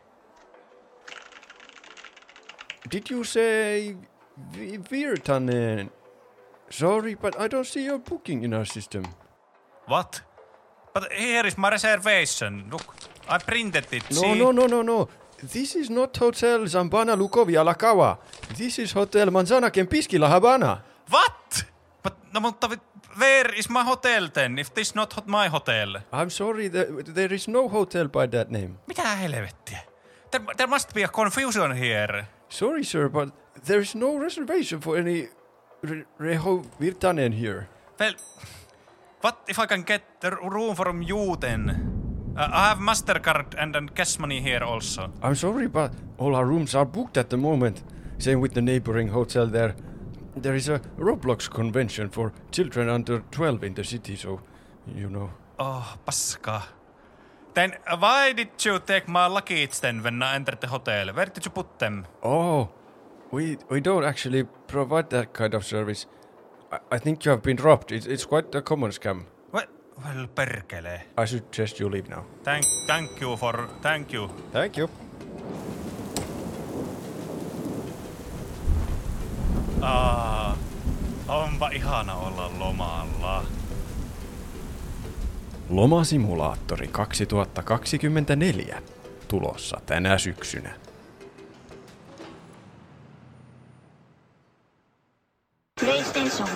Did you say Vi- Virtanen? Sorry, but I don't see your booking in our system. What? But here is my reservation. Look, I printed it. No, see? no, no, no, no. This is not Hotel Zambana Lukovia Lakawa. This is Hotel Manzana Kempiski La Habana. What? But, no, mutta where is my hotel then, if this is not my hotel? I'm sorry, there, there is no hotel by that name. Mitä helvettiä? There, there must be a confusion here. Sorry, sir, but there is no reservation for any Re- Reho Virtanen here. Well, what if I can get the room from you then? Uh, I have MasterCard and, and cash money here also. I'm sorry, but all our rooms are booked at the moment. Same with the neighboring hotel there. There is a Roblox convention for children under twelve in the city, so, you know. Oh, paska. Then uh, why did you take my luggage then when I entered the hotel? Where did you put them? Oh, we we don't actually provide that kind of service. I, I think you have been robbed. It's, it's quite a common scam. Well, well, perkele. I suggest you leave now. Thank, thank you for, thank you. Thank you. Ah, onpa ihana olla lomalla. Lomasimulaattori kaksituhattakaksikymmentäneljä tulossa tänä syksynä. PlayStation.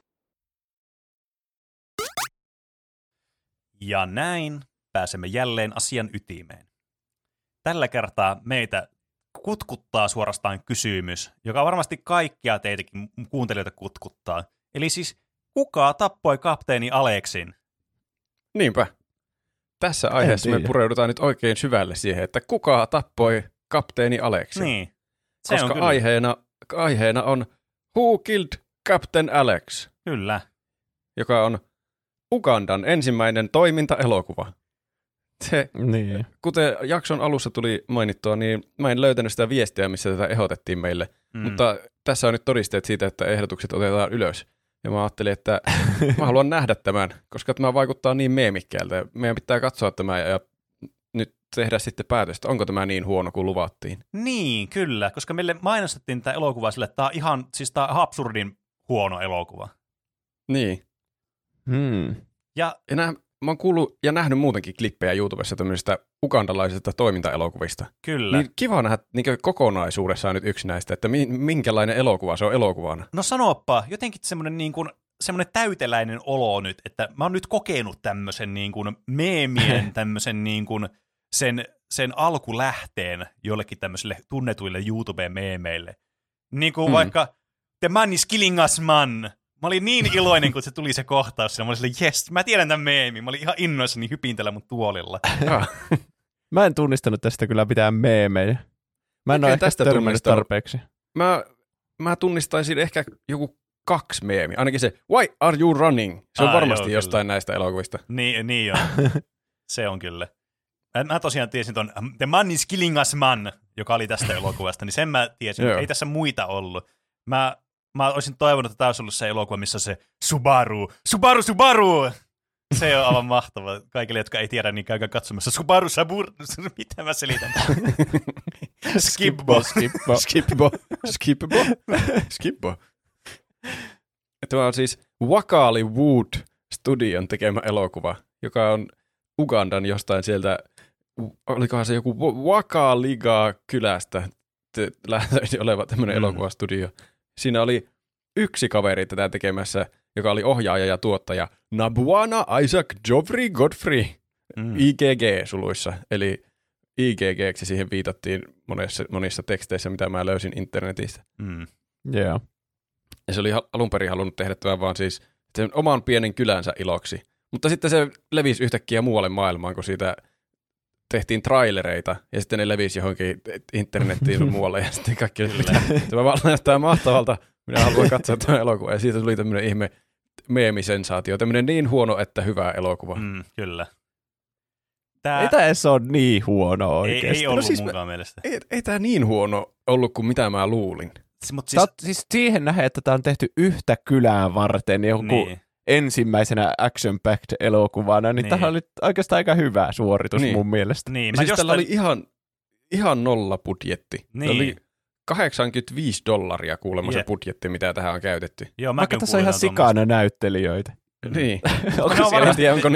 Ja näin pääsemme jälleen asian ytimeen. Tällä kertaa meitä kutkuttaa suorastaan kysymys, joka varmasti kaikkia teitäkin kuuntelijoita kutkuttaa. Eli siis, kuka tappoi kapteeni Aleksin? Niinpä. Tässä aiheessa me pureudutaan nyt oikein syvälle siihen, että kuka tappoi kapteeni Aleksin. Niin. Se Koska on aiheena, aiheena on Who Killed Captain Alex? Kyllä. Joka on Ugandan ensimmäinen toimintaelokuva. Se, Niin. kuten jakson alussa tuli mainittua, niin mä en löytänyt sitä viestiä, missä tätä ehdotettiin meille. Mm. Mutta tässä on nyt todisteet siitä, että ehdotukset otetaan ylös. Ja mä ajattelin, että mä haluan nähdä tämän, koska tämä vaikuttaa niin meemikkäältä. Meidän pitää katsoa tämä ja nyt tehdä sitten päätöstä, onko tämä niin huono kuin luvattiin. Niin, kyllä, koska meille mainostettiin tämä elokuva sille, että tämä on ihan, siis tämä on absurdin huono elokuva. Niin. Hmm. Ja, ja nää, mä oon kuullut ja nähnyt muutenkin klippejä YouTubessa tämmöisistä ugandalaisista toimintaelokuvista. Kyllä. Niin kiva nähdä niin kokonaisuudessaan nyt yksi näistä, että minkälainen elokuva se on elokuvana. No sanoppa, jotenkin semmoinen niin kuin semmoinen täyteläinen olo nyt, että mä oon nyt kokenut tämmöisen niin kuin meemien, tämmöisen niin kuin sen, sen alkulähteen jollekin tämmöisille tunnetuille YouTube-meemeille. Niin kuin mm. vaikka The man is killing us man. Mä olin niin iloinen, kun se tuli se kohtaus siinä. Mä olin silleen, jes, mä tiedän tämän meemin. Mä olin ihan innoissani hypintellä mun tuolilla. Mä en tunnistanut tästä kyllä mitään meemejä. Mä en ole ehkä törmännyt tarpeeksi. Mä, mä tunnistaisin ehkä joku kaksi meemiä. Ainakin se, why are you running? Se on ah, varmasti joo, jostain kyllä. näistä elokuvista. Niin, niin on. Se on kyllä. Mä, mä tosiaan tiesin ton The man is killing us man, joka oli tästä elokuvasta, niin sen mä tiesin. Ei tässä muita ollut. Mä, mä olisin toivonut, että tämä olisi ollut se elokuva, missä se Subaru, Subaru, Subaru! Se on aivan mahtava. Kaikille, jotka ei tiedä, niin käykää katsomassa Subaru, Sabur... Mitä mä selitän? Skipbo. Skipbo. Skipbo. Skipbo. Skipbo. Tämä on siis Wakali Wood Studion tekemä elokuva, joka on Ugandan jostain sieltä, olikohan se joku Wakaliga-kylästä lähtöisin oleva tämmöinen mm. elokuvastudio. Siinä oli yksi kaveri tätä tekemässä, joka oli ohjaaja ja tuottaja, Nabwana Isaac Geoffrey Godfrey, mm. I G G-suluissa. Eli I G G-ksi siihen viitattiin monissa, monissa teksteissä, mitä mä löysin internetistä. Mm. Yeah. Ja se oli alun perin halunnut tehdä tämän vaan siis sen oman pienen kylänsä iloksi. Mutta sitten se levisi yhtäkkiä muualle maailmaan, kun siitä tehtiin trailereita, ja sitten ne levisi johonkin internettiin muualle, ja sitten kaikki oli mitä. Tämä vaan näyttää mahtavalta. Minä haluan katsoa tämän elokuvan, ja siitä tuli tämmöinen ihme meemisensaatio. Tämmöinen niin huono, että hyvä elokuva. Mm, kyllä. Tää... Ei tämä edes ole niin huono oikeasti. Ei, ei ollut no siis munkaan mä... mielestä. Ei, ei tämä niin huono ollut kuin mitä mä luulin. Mut siis... Oot, siis siihen nähdään, että tämä on tehty yhtä kylää varten joku niin. ensimmäisenä action-packed elokuvana, niin, niin. Tämä oli oikeastaan aika hyvä suoritus niin. mun mielestä. Niin. Siis jostain... tällä oli ihan, ihan nolla budjetti. Niin. Oli kahdeksankymmentäviisi dollaria kuulemma yeah. se budjetti, mitä tähän on käytetty. Joo, vaikka tässä on ihan sikana näyttelijöitä. Niin. onko no, siellä, tiedä, onko, ni,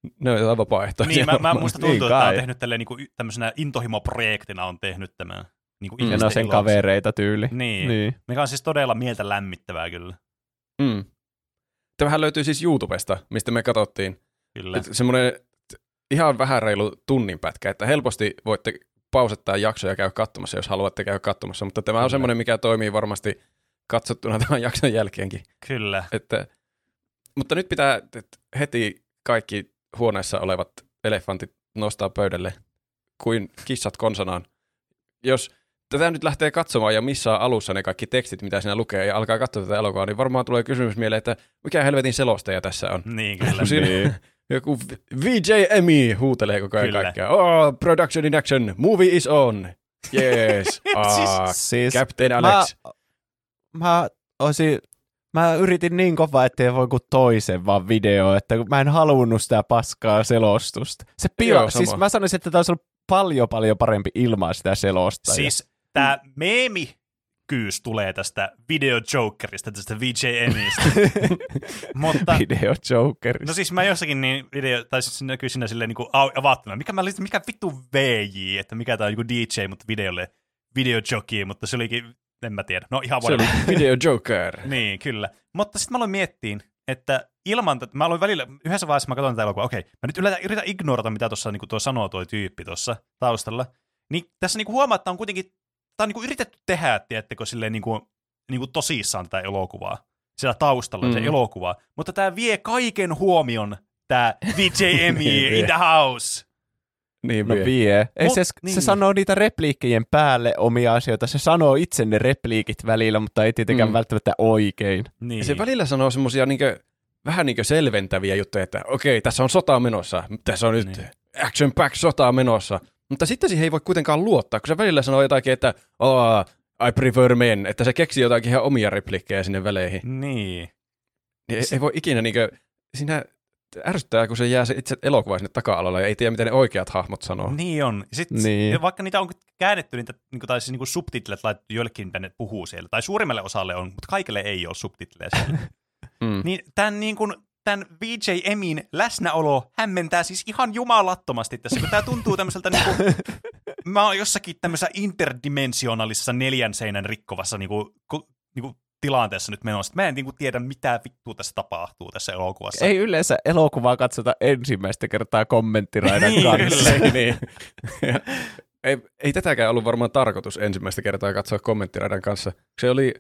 Ne on jotain vapaaehtoisia. Niin, mä, mä muista tuntuu, Niin että tää on kai. tehnyt tälleen niinku y- tämmöisenä intohimoprojektina on tehnyt tämän. Niinku Ja ihmisten no sen iloksi. kavereita tyyli. Niin. niin. Mikä on siis todella mieltä lämmittävää kyllä. Mm. Tämähän löytyy siis YouTubesta, mistä me katsottiin. Kyllä. Semmoinen ihan vähän reilu tunnin pätkä, että helposti voitte pausettaa jaksoja ja käydä katsomassa, jos haluatte käydä katsomassa, mutta tämä Kyllä. on semmoinen, mikä toimii varmasti katsottuna tämän jakson jälkeenkin. Kyllä. Että, mutta nyt pitää että heti kaikki huoneessa olevat elefantit nostaa pöydälle kuin kissat konsanaan. Jos tätä nyt lähtee katsomaan ja missaa alussa ne kaikki tekstit, mitä siinä lukee, ja alkaa katsoa tätä elokuvaa, niin varmaan tulee kysymys mieleen, että mikä helvetin selostaja tässä on. Niin, kyllä. Kun siinä Niin. joku V J Emmy huutelee koko ajan Kyllä. kaikkea. Oh, production in action, movie is on. Yes. Ah, Siis Captain Alex. Mä, mä, osin, mä yritin niin kovaa, ettei voi kuin toisen vaan video, että mä en halunnut sitä paskaa selostusta. Se pila, Joo, sama. siis mä sanoisin, että tämä olisi ollut paljon paljon parempi ilman sitä selosta. Siis tää meemikyys tulee tästä Video Jokerista, tästä V J Emmystä. Mutta Video Jokerista. no siis mä jossakin niin video, tai siis se näkyy siinä silleen niinku au- avattuna. Mikä mä olisin, mikä vittu V J, että mikä tää on joku D J, mutta videolle Video Jockey, mutta se olikin, en mä tiedä. No ihan Se oli varmaan. Video Joker. Niin, kyllä. Mutta sitten mä aloin miettiin, että ilman tätä, mä aloin välillä, yhdessä vaiheessa mä katsoin tätä elokuvaa, okei, mä nyt yritän, yritän ignorata, mitä tuossa niin tuo sanoo tuo tyyppi tuossa taustalla. Niin tässä niin huomaa, että on kuitenkin, tää on niin yritetty tehdä, tiedättekö, silleen niin kuin, niin kuin tosissaan tätä elokuvaa. Siellä taustalla mm. se elokuva. Mutta tämä vie kaiken huomion, tämä V J Emmy Niin in the house. Niin No vie. vie. Ei Mut- se, niin. se sanoo niitä repliikkien päälle omia asioita. Se sanoo itse ne repliikit välillä, mutta ei tietenkään Mm. välttämättä oikein. Niin. Ja se välillä sanoo semmosia niinkö, vähän niinkö selventäviä juttuja, että okei, tässä on sota menossa. Tässä on nyt Niin. action pack sota menossa. Mutta sitten siihen ei voi kuitenkaan luottaa, kun se välillä sanoo jotakin, että oh, I prefer men, että se keksii jotakin ihan omia repliikkejä sinne väleihin. Niin. Niin ei, ei voi ikinä niinkö, siinä ärsyttää, kun se jää se itse elokuva sinne taka-alalle ja ei tiedä, miten ne oikeat hahmot sanoo. Niin on. Sitten Niin. vaikka niitä on käännetty, niitä, niin kuin, tai siis niin subtitlet laitettu joillekin, mitä ne puhuu siellä, tai suurimmalle osalle on, mutta kaikille ei ole subtitleja siellä. Mm. Niin tämän, niin kuin, tämän V J Emmyn läsnäolo hämmentää siis ihan jumalattomasti tässä, kun tämä tuntuu tämmöiseltä, niin kuin, mä oon jossakin tämmöisessä interdimensionaalisessa neljän seinän rikkovassa niin kuin, ku, niin kuin, tilanteessa nyt menossa. Mä en niin kuin, tiedä, mitä vittua tässä tapahtuu tässä elokuvassa. Ei yleensä elokuvaa katsota ensimmäistä kertaa kommenttiraidan Niin, kanssa. kyllä. niin. Ja ei, ei tätäkään ollut varmaan tarkoitus ensimmäistä kertaa katsoa kommenttiradan kanssa. Se oli,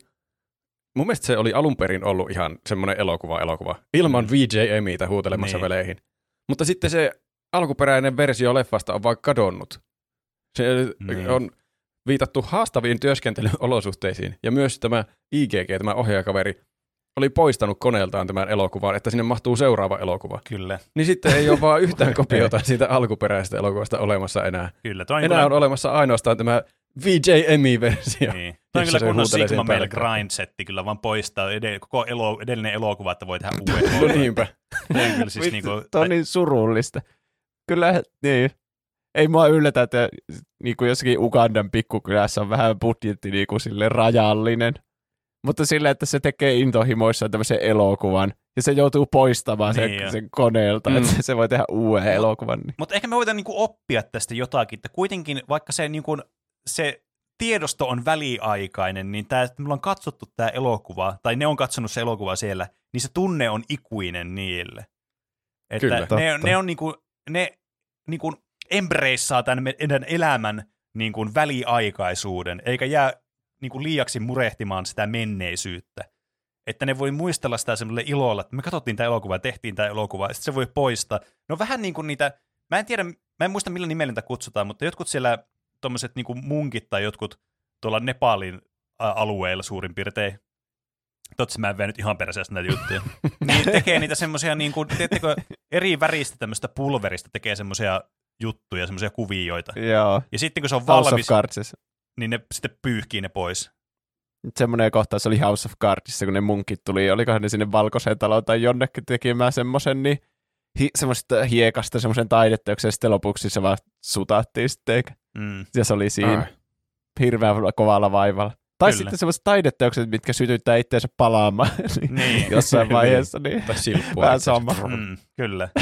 mun mielestä se oli alun perin ollut ihan semmoinen elokuva-elokuva, ilman V J Emmytä huutelemassa Niin. väleihin. Mutta sitten se alkuperäinen versio leffasta on vaan kadonnut. Se Niin. on viitattu haastaviin työskentelyolosuhteisiin, ja myös tämä I G G, tämä ohjaajakaveri, oli poistanut koneeltaan tämän elokuvan, että sinne mahtuu seuraava elokuva. Kyllä, Niin sitten ei ole vaan yhtään kopiota siitä alkuperäisestä elokuvasta olemassa enää. kyllä. Toi on Enää kyllä, on olemassa ainoastaan tämä V J Emmy-versio. niin. Toi on jossa kyllä se kunnon huutelee Sigma siihen Mail päälle. Grind-setti kyllä vaan poistaa ed- koko elo- edellinen elokuva, että voi tehdä uuden No elokuvan. niinpä. Toi on kyllä siis Vittu, niinku, Tuo on niin surullista. Kyllä, niin. Ei mua yllätä, että niin kuin jossakin Ugandan pikkukylässä on vähän budjetti niin kuin sille rajallinen. Mutta sillä, että se tekee intohimoissaan tämmöisen elokuvan, ja se joutuu poistamaan sen, Niin jo. sen koneelta, Mm. että se voi tehdä uuden elokuvan. Niin. Mutta ehkä me voidaan niinku oppia tästä jotakin, että kuitenkin vaikka se, niinku, se tiedosto on väliaikainen, niin tää, että me ollaan katsottu tämä elokuva, tai ne on katsonut se elokuva siellä, niin se tunne on ikuinen niille. Että Kyllä, ne, totta. ne on niinku, ne niinku embraceaa tämän meidän elämän niinku väliaikaisuuden, eikä jää niinku liiaksi murehtimaan sitä menneisyyttä. Että ne voi muistella sitä semmoille ilolla, että me katsottiin tämä elokuva ja tehtiin tämä elokuva, ja sitten se voi poistaa. No vähän niin kuin niitä, mä en tiedä, mä en muista millä nimellä niitä kutsutaan, mutta jotkut siellä tommoset niin kuin munkit tai jotkut tuolla Nepalin ä, alueella suurin piirtein, totta mä en vie nyt ihan perseestä näitä juttuja, niin tekee niitä semmoisia, niin kuin, teettekö, eri väristä tämmöistä pulverista tekee semmoisia juttuja, semmoisia kuvioita. Joo. Ja sitten kun se on House of valmis, Cards. niin ne sitten pyyhkii ne pois. Semmoinen kohtaus oli House of Cardsissa, kun ne munkit tuli. Olikohan ne sinne valkoiseen taloon tai jonnekin tekemään semmoisen, niin hi- semmoista hiekasta semmoisen taideteoksen, ja sitten lopuksi se vaan sutattiin sitten, eikä? Mm. Ja se oli siinä Ai. hirveän kovalla vaivalla. Tai Kyllä. sitten semmoiset taideteokset, mitkä sytyttää itseensä palaamaan niin Niin. jossain vaiheessa. Niin. Tai silppua. Vähän itse asiassa. sama. Mm, kyllä.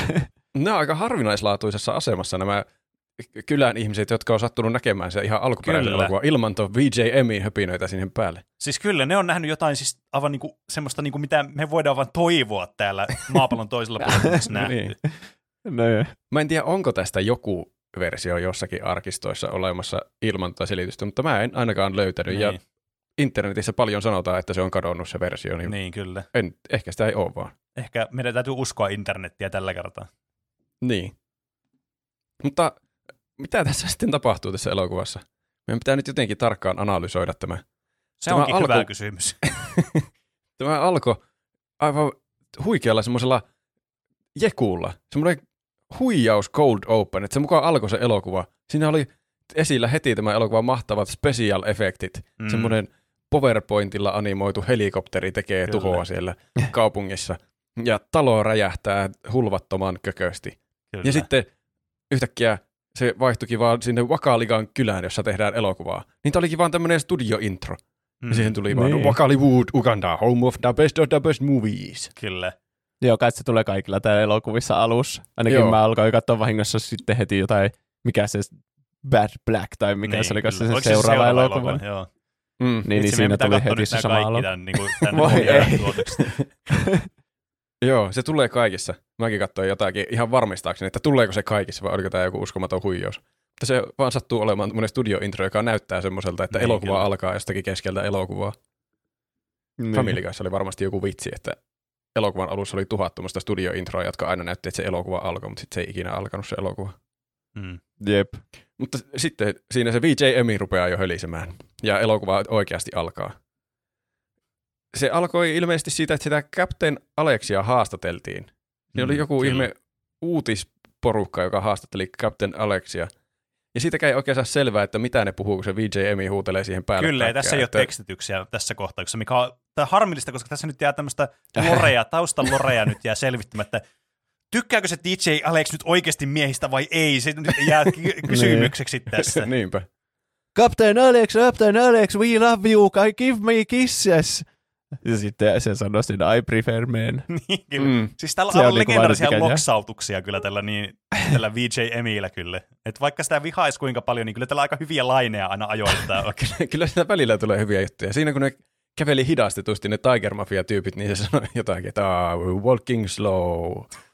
Ne on aika harvinaislaatuisessa asemassa nämä kylän ihmiset, jotka on sattunut näkemään se ihan alkuperäisen elokuvan ilman tuon V J Emin höpinöitä sinne päälle. Siis kyllä, ne on nähnyt jotain siis aivan niinku semmoista, niinku, mitä me voidaan vaan toivoa täällä maapallon toisella puolella nähty. Niin. No, Mä en tiedä, onko tästä joku versio jossakin arkistoissa olemassa ilman tätä selitystä, mutta mä en ainakaan löytänyt. Niin. Ja internetissä paljon sanotaan, että se on kadonnut se versio, niin, Niin, kyllä. en, ehkä sitä ei ole vaan. Ehkä meidän täytyy uskoa internettiä tällä kertaa. Niin. Mutta mitä tässä sitten tapahtuu tässä elokuvassa? Meidän pitää nyt jotenkin tarkkaan analysoida tämä. Se Tämä onkin alku- hyvä kysymys. Tämä alkoi aivan huikealla semmoisella jekulla. Semmoinen huijaus cold open, että se mukaan alkoi se elokuva. Siinä oli esillä heti tämä elokuvan mahtavat special effektit. Mm. Semmoinen PowerPointilla animoitu helikopteri tekee Kyllä. tuhoa siellä kaupungissa. Ja talo räjähtää hulvattoman kökösti. Kyllä. Ja sitten yhtäkkiä se vaihtuikin vaan sinne Wakaligan kylään, jossa tehdään elokuvaa. Niin tämä olikin vaan tämmöinen studio-intro. Mm. Ja siihen tuli Niin. vaan Wakaliwood, Uganda, home of the best of the best movies. Kyllä. Joo, kai se tulee kaikilla täällä elokuvissa alussa. Ainakin Joo. mä alkoin katsoa vahingossa sitten heti jotain, mikä se Bad Black tai mikä Niin, se oli, se, kyllä. se Oliko seuraava elokuva. elokuva? Joo. Mm. Niin, niin Vitsi, siinä meidän pitää tuli katsoa heti nyt se nää sama kaikki alo. tämän, niin kuin, tämän Voi ei. tuotoksi. Joo, se tulee kaikissa. Mäkin katsoin jotakin ihan varmistaakseni, että tuleeko se kaikissa vai oliko tämä joku uskomaton huijaus. Mutta se vaan sattuu olemaan tämmöinen studio-intro, joka näyttää semmoiselta, että Niin, elokuva kyllä. alkaa jostakin keskeltä elokuvaa. Niin. Family Guyssa oli varmasti joku vitsi, että elokuvan alussa oli tuhat tuommoista studio-introa, jotka aina näytti, että se elokuva alkoi, mutta sitten se ei ikinä alkanut se elokuva. Mm. Jep. Mutta sitten siinä se V J Emi rupeaa jo hölisemään ja elokuva oikeasti alkaa. Se alkoi ilmeisesti siitä, että sitä Captain Alexia haastateltiin. Siinä oli Mm, joku kyllä. ihme uutisporukka, joka haastatteli Captain Alexia. Ja siitäkään ei oikein saa selvää, että mitä ne puhuu, kun se V J Emi huutelee siihen päälle. Kyllä, ja tässä ei että... ole tekstityksiä tässä kohtauksessa, mikä on tää on harmillista, koska tässä nyt jää tämmöistä lorea, taustan lorea nyt jää selvittämättä. Tykkääkö se D J Alex nyt oikeasti miehistä vai ei? Se nyt jää ky- kysymykseksi tässä. Niinpä. Captain Alex, Captain Alex, we love you, I give me kisses. Ja sitten se sanoi siinä, I prefer men. Niin, kyllä. Mm. Siis täällä Se on on niinku legendaarisia vain, mikä jää. loksautuksia kyllä tällä, niin, tällä V J Emillä kyllä. Et vaikka sitä vihaisi kuinka paljon, niin kyllä tällä aika hyviä laineja aina ajoittaa on. Kyllä sitä välillä tulee hyviä juttuja. Siinä kun ne käveli hidastetusti ne Tiger Mafia-tyypit, niin se sanoi jotakin, että ah, we're walking slow.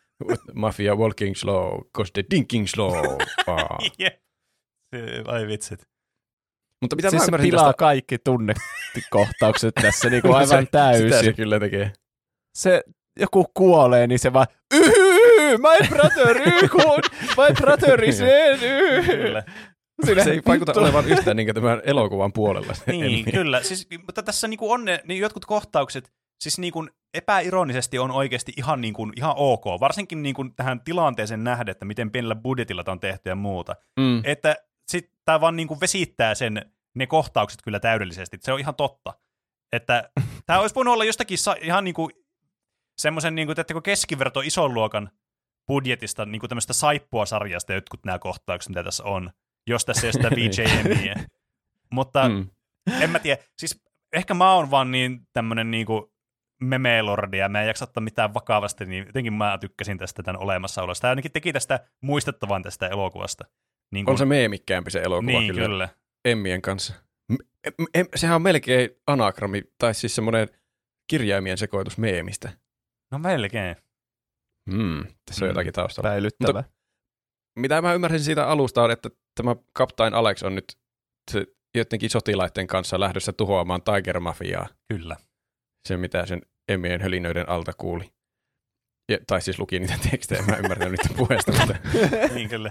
Mafia walking slow, cause the dinking slow. Ah. Jep. Se- Ai vitsit. Mutta mitä Siis mä se ymmärsin pilaa tästä... kaikki tunnetikohtaukset tässä niinku aivan se, täysin. Sitä se kyllä tekee. Se joku kuolee, niin se vaan yhyy, my brother, yhyy, my brother is dead, yhyy. Kyllä. Siinä Se ei vaikuta olevan yhtään niin tämän elokuvan puolella. Se Niin, Emmi. kyllä. Siis, mutta tässä niinku on ne niin jotkut kohtaukset, siis niinku epäironisesti on oikeasti ihan, niinku, ihan ok, varsinkin niinku tähän tilanteeseen nähdä, että miten pienellä budjetilla tämä on tehty ja muuta. Mm. Että sitten tämä vaan niinku vesittää sen, ne kohtaukset kyllä täydellisesti, se on ihan totta. Että tämä olisi voinut olla jostakin sa- ihan niinku semmoisen niinku, teettekö keskiverto ison luokan budjetista niinku tämmöistä saippua-sarjasta jotkut nämä kohtaukset, mitä tässä on, jos tässä ei ole sitä V J Emiä. Mutta Mm. en mä tiedä, siis ehkä mä oon vaan niin tämmönen niinku meme-lordi, ja mä en jaksa ottaa mitään vakavasti, niin jotenkin mä tykkäsin tästä tämän olemassaolosta. Tämä ainakin teki tästä muistettavan tästä elokuvasta. Niin On se meemikkäämpi se elokuva niin, kyllä, kyllä. Emmien kanssa. M- em- sehän on melkein anagrammi, tai siis semmoinen kirjaimien sekoitus meemistä. No melkein. Mm. Tässä on Mm. jotakin taustalla. Päilyttävä. Mitä mä ymmärsin siitä alusta on, että tämä Captain Alex on nyt se jotenkin sotilaiden kanssa lähdössä tuhoamaan Tiger Mafiaa. Kyllä. Se, mitä sen Emmien hölinöiden alta kuuli. Ja, tai siis luki niitä tekstejä, mä en ymmärtänyt niitä puheesta. Mutta... niin kyllä.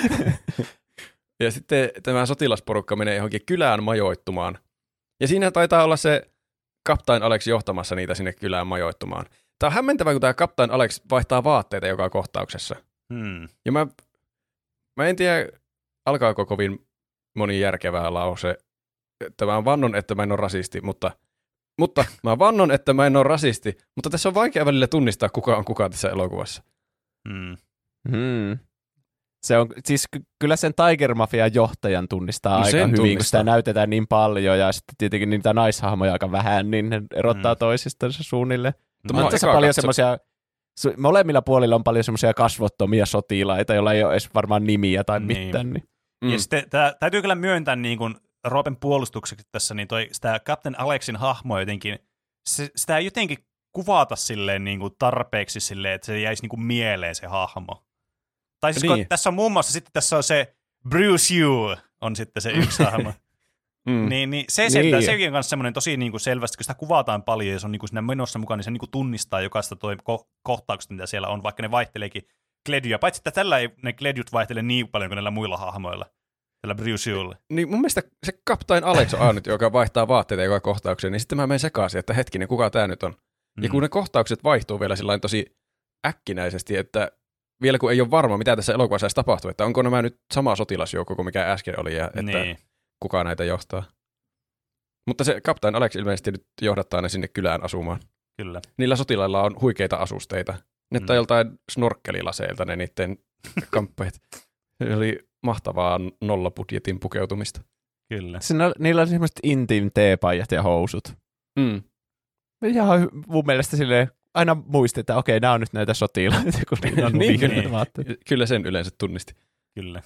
Ja sitten tämä sotilasporukka menee johonkin kylään majoittumaan. Ja siinä taitaa olla se Captain Alex johtamassa niitä sinne kylään majoittumaan. Tämä on hämmentävää, kun tämä Captain Alex vaihtaa vaatteita joka kohtauksessa. Hmm. Ja mä, mä en tiedä, alkaako kovin moni järkevää lause. Että mä vannon, että mä en ole rasisti, mutta, mutta mä vannon, että mä en ole rasisti. Mutta tässä on vaikea välillä tunnistaa, kuka on kuka tässä elokuvassa. Hmm. Hmm. Se on, siis ky- kyllä sen Tiger Mafian johtajan tunnistaa No aika sen hyvin, kun tunnistaa. sitä näytetään niin paljon, ja sitten tietenkin niitä naishahmoja aika vähän, niin ne erottaa Mm. toisistansa suunnilleen. Mutta Mutta mä tässä eka paljon katso- semmoisia molemmilla puolilla on paljon semmoisia kasvottomia sotilaita, joilla ei ole edes varmaan nimiä tai Niin. mitään. Niin. Mm. Ja sitten tää, täytyy kyllä myöntää niin kuin Roopen puolustukseksi tässä, niin toi, sitä Captain Alexin hahmoa jotenkin, se, sitä ei jotenkin kuvata silleen niin kuin tarpeeksi silleen, että se jäisi niin kuin mieleen se hahmo. Tai siis Niin. tässä on muun muassa sitten tässä on se Bruce Yu on sitten se yksi hahmo. Mm. Niin, niin se, se, niin. sekin on myös semmoinen tosi niin kuin selvästi, kun sitä kuvataan paljon ja se on niin kuin siinä menossa mukaan, niin se niin kuin tunnistaa jokaista toi ko- kohtauksesta, mitä siellä on, vaikka ne vaihteleekin Gledyä. Paitsi että tällä ei ne Gledyt vaihtele niin paljon kuin näillä muilla hahmoilla, tällä Bruce Yulla. Niin mun mielestä se Captain Alex on ainut, joka vaihtaa vaatteita joka kohtaukseen, niin sitten mä menen sekaisin, että hetkinen, kuka tää nyt on. Mm. Ja kun ne kohtaukset vaihtuu vielä sillain tosi äkkinäisesti, että vielä kun ei ole varma, mitä tässä elokuvassa edes tapahtuu, että onko nämä nyt sama sotilasjoukko kuin mikä äsken oli, ja että Niin. kuka näitä johtaa. Mutta se Captain Alex ilmeisesti nyt johdattaa ne sinne kylään asumaan. Kyllä. Niillä sotilailla on huikeita asusteita. Ne mm. joltain snorkkelilaseilta ne niiden kamppeet. Se oli mahtavaa nollabudjetin pukeutumista. Kyllä. Siinä, niillä on semmoiset intim teepajat ja housut. Mm. Ihan mun mielestä silleen, aina muistetaan, että okei, nämä on nyt näitä sotilaita, kun niillä on Niin, vihreät niin. vaatteet. Kyllä sen yleensä tunnisti. Kyllä.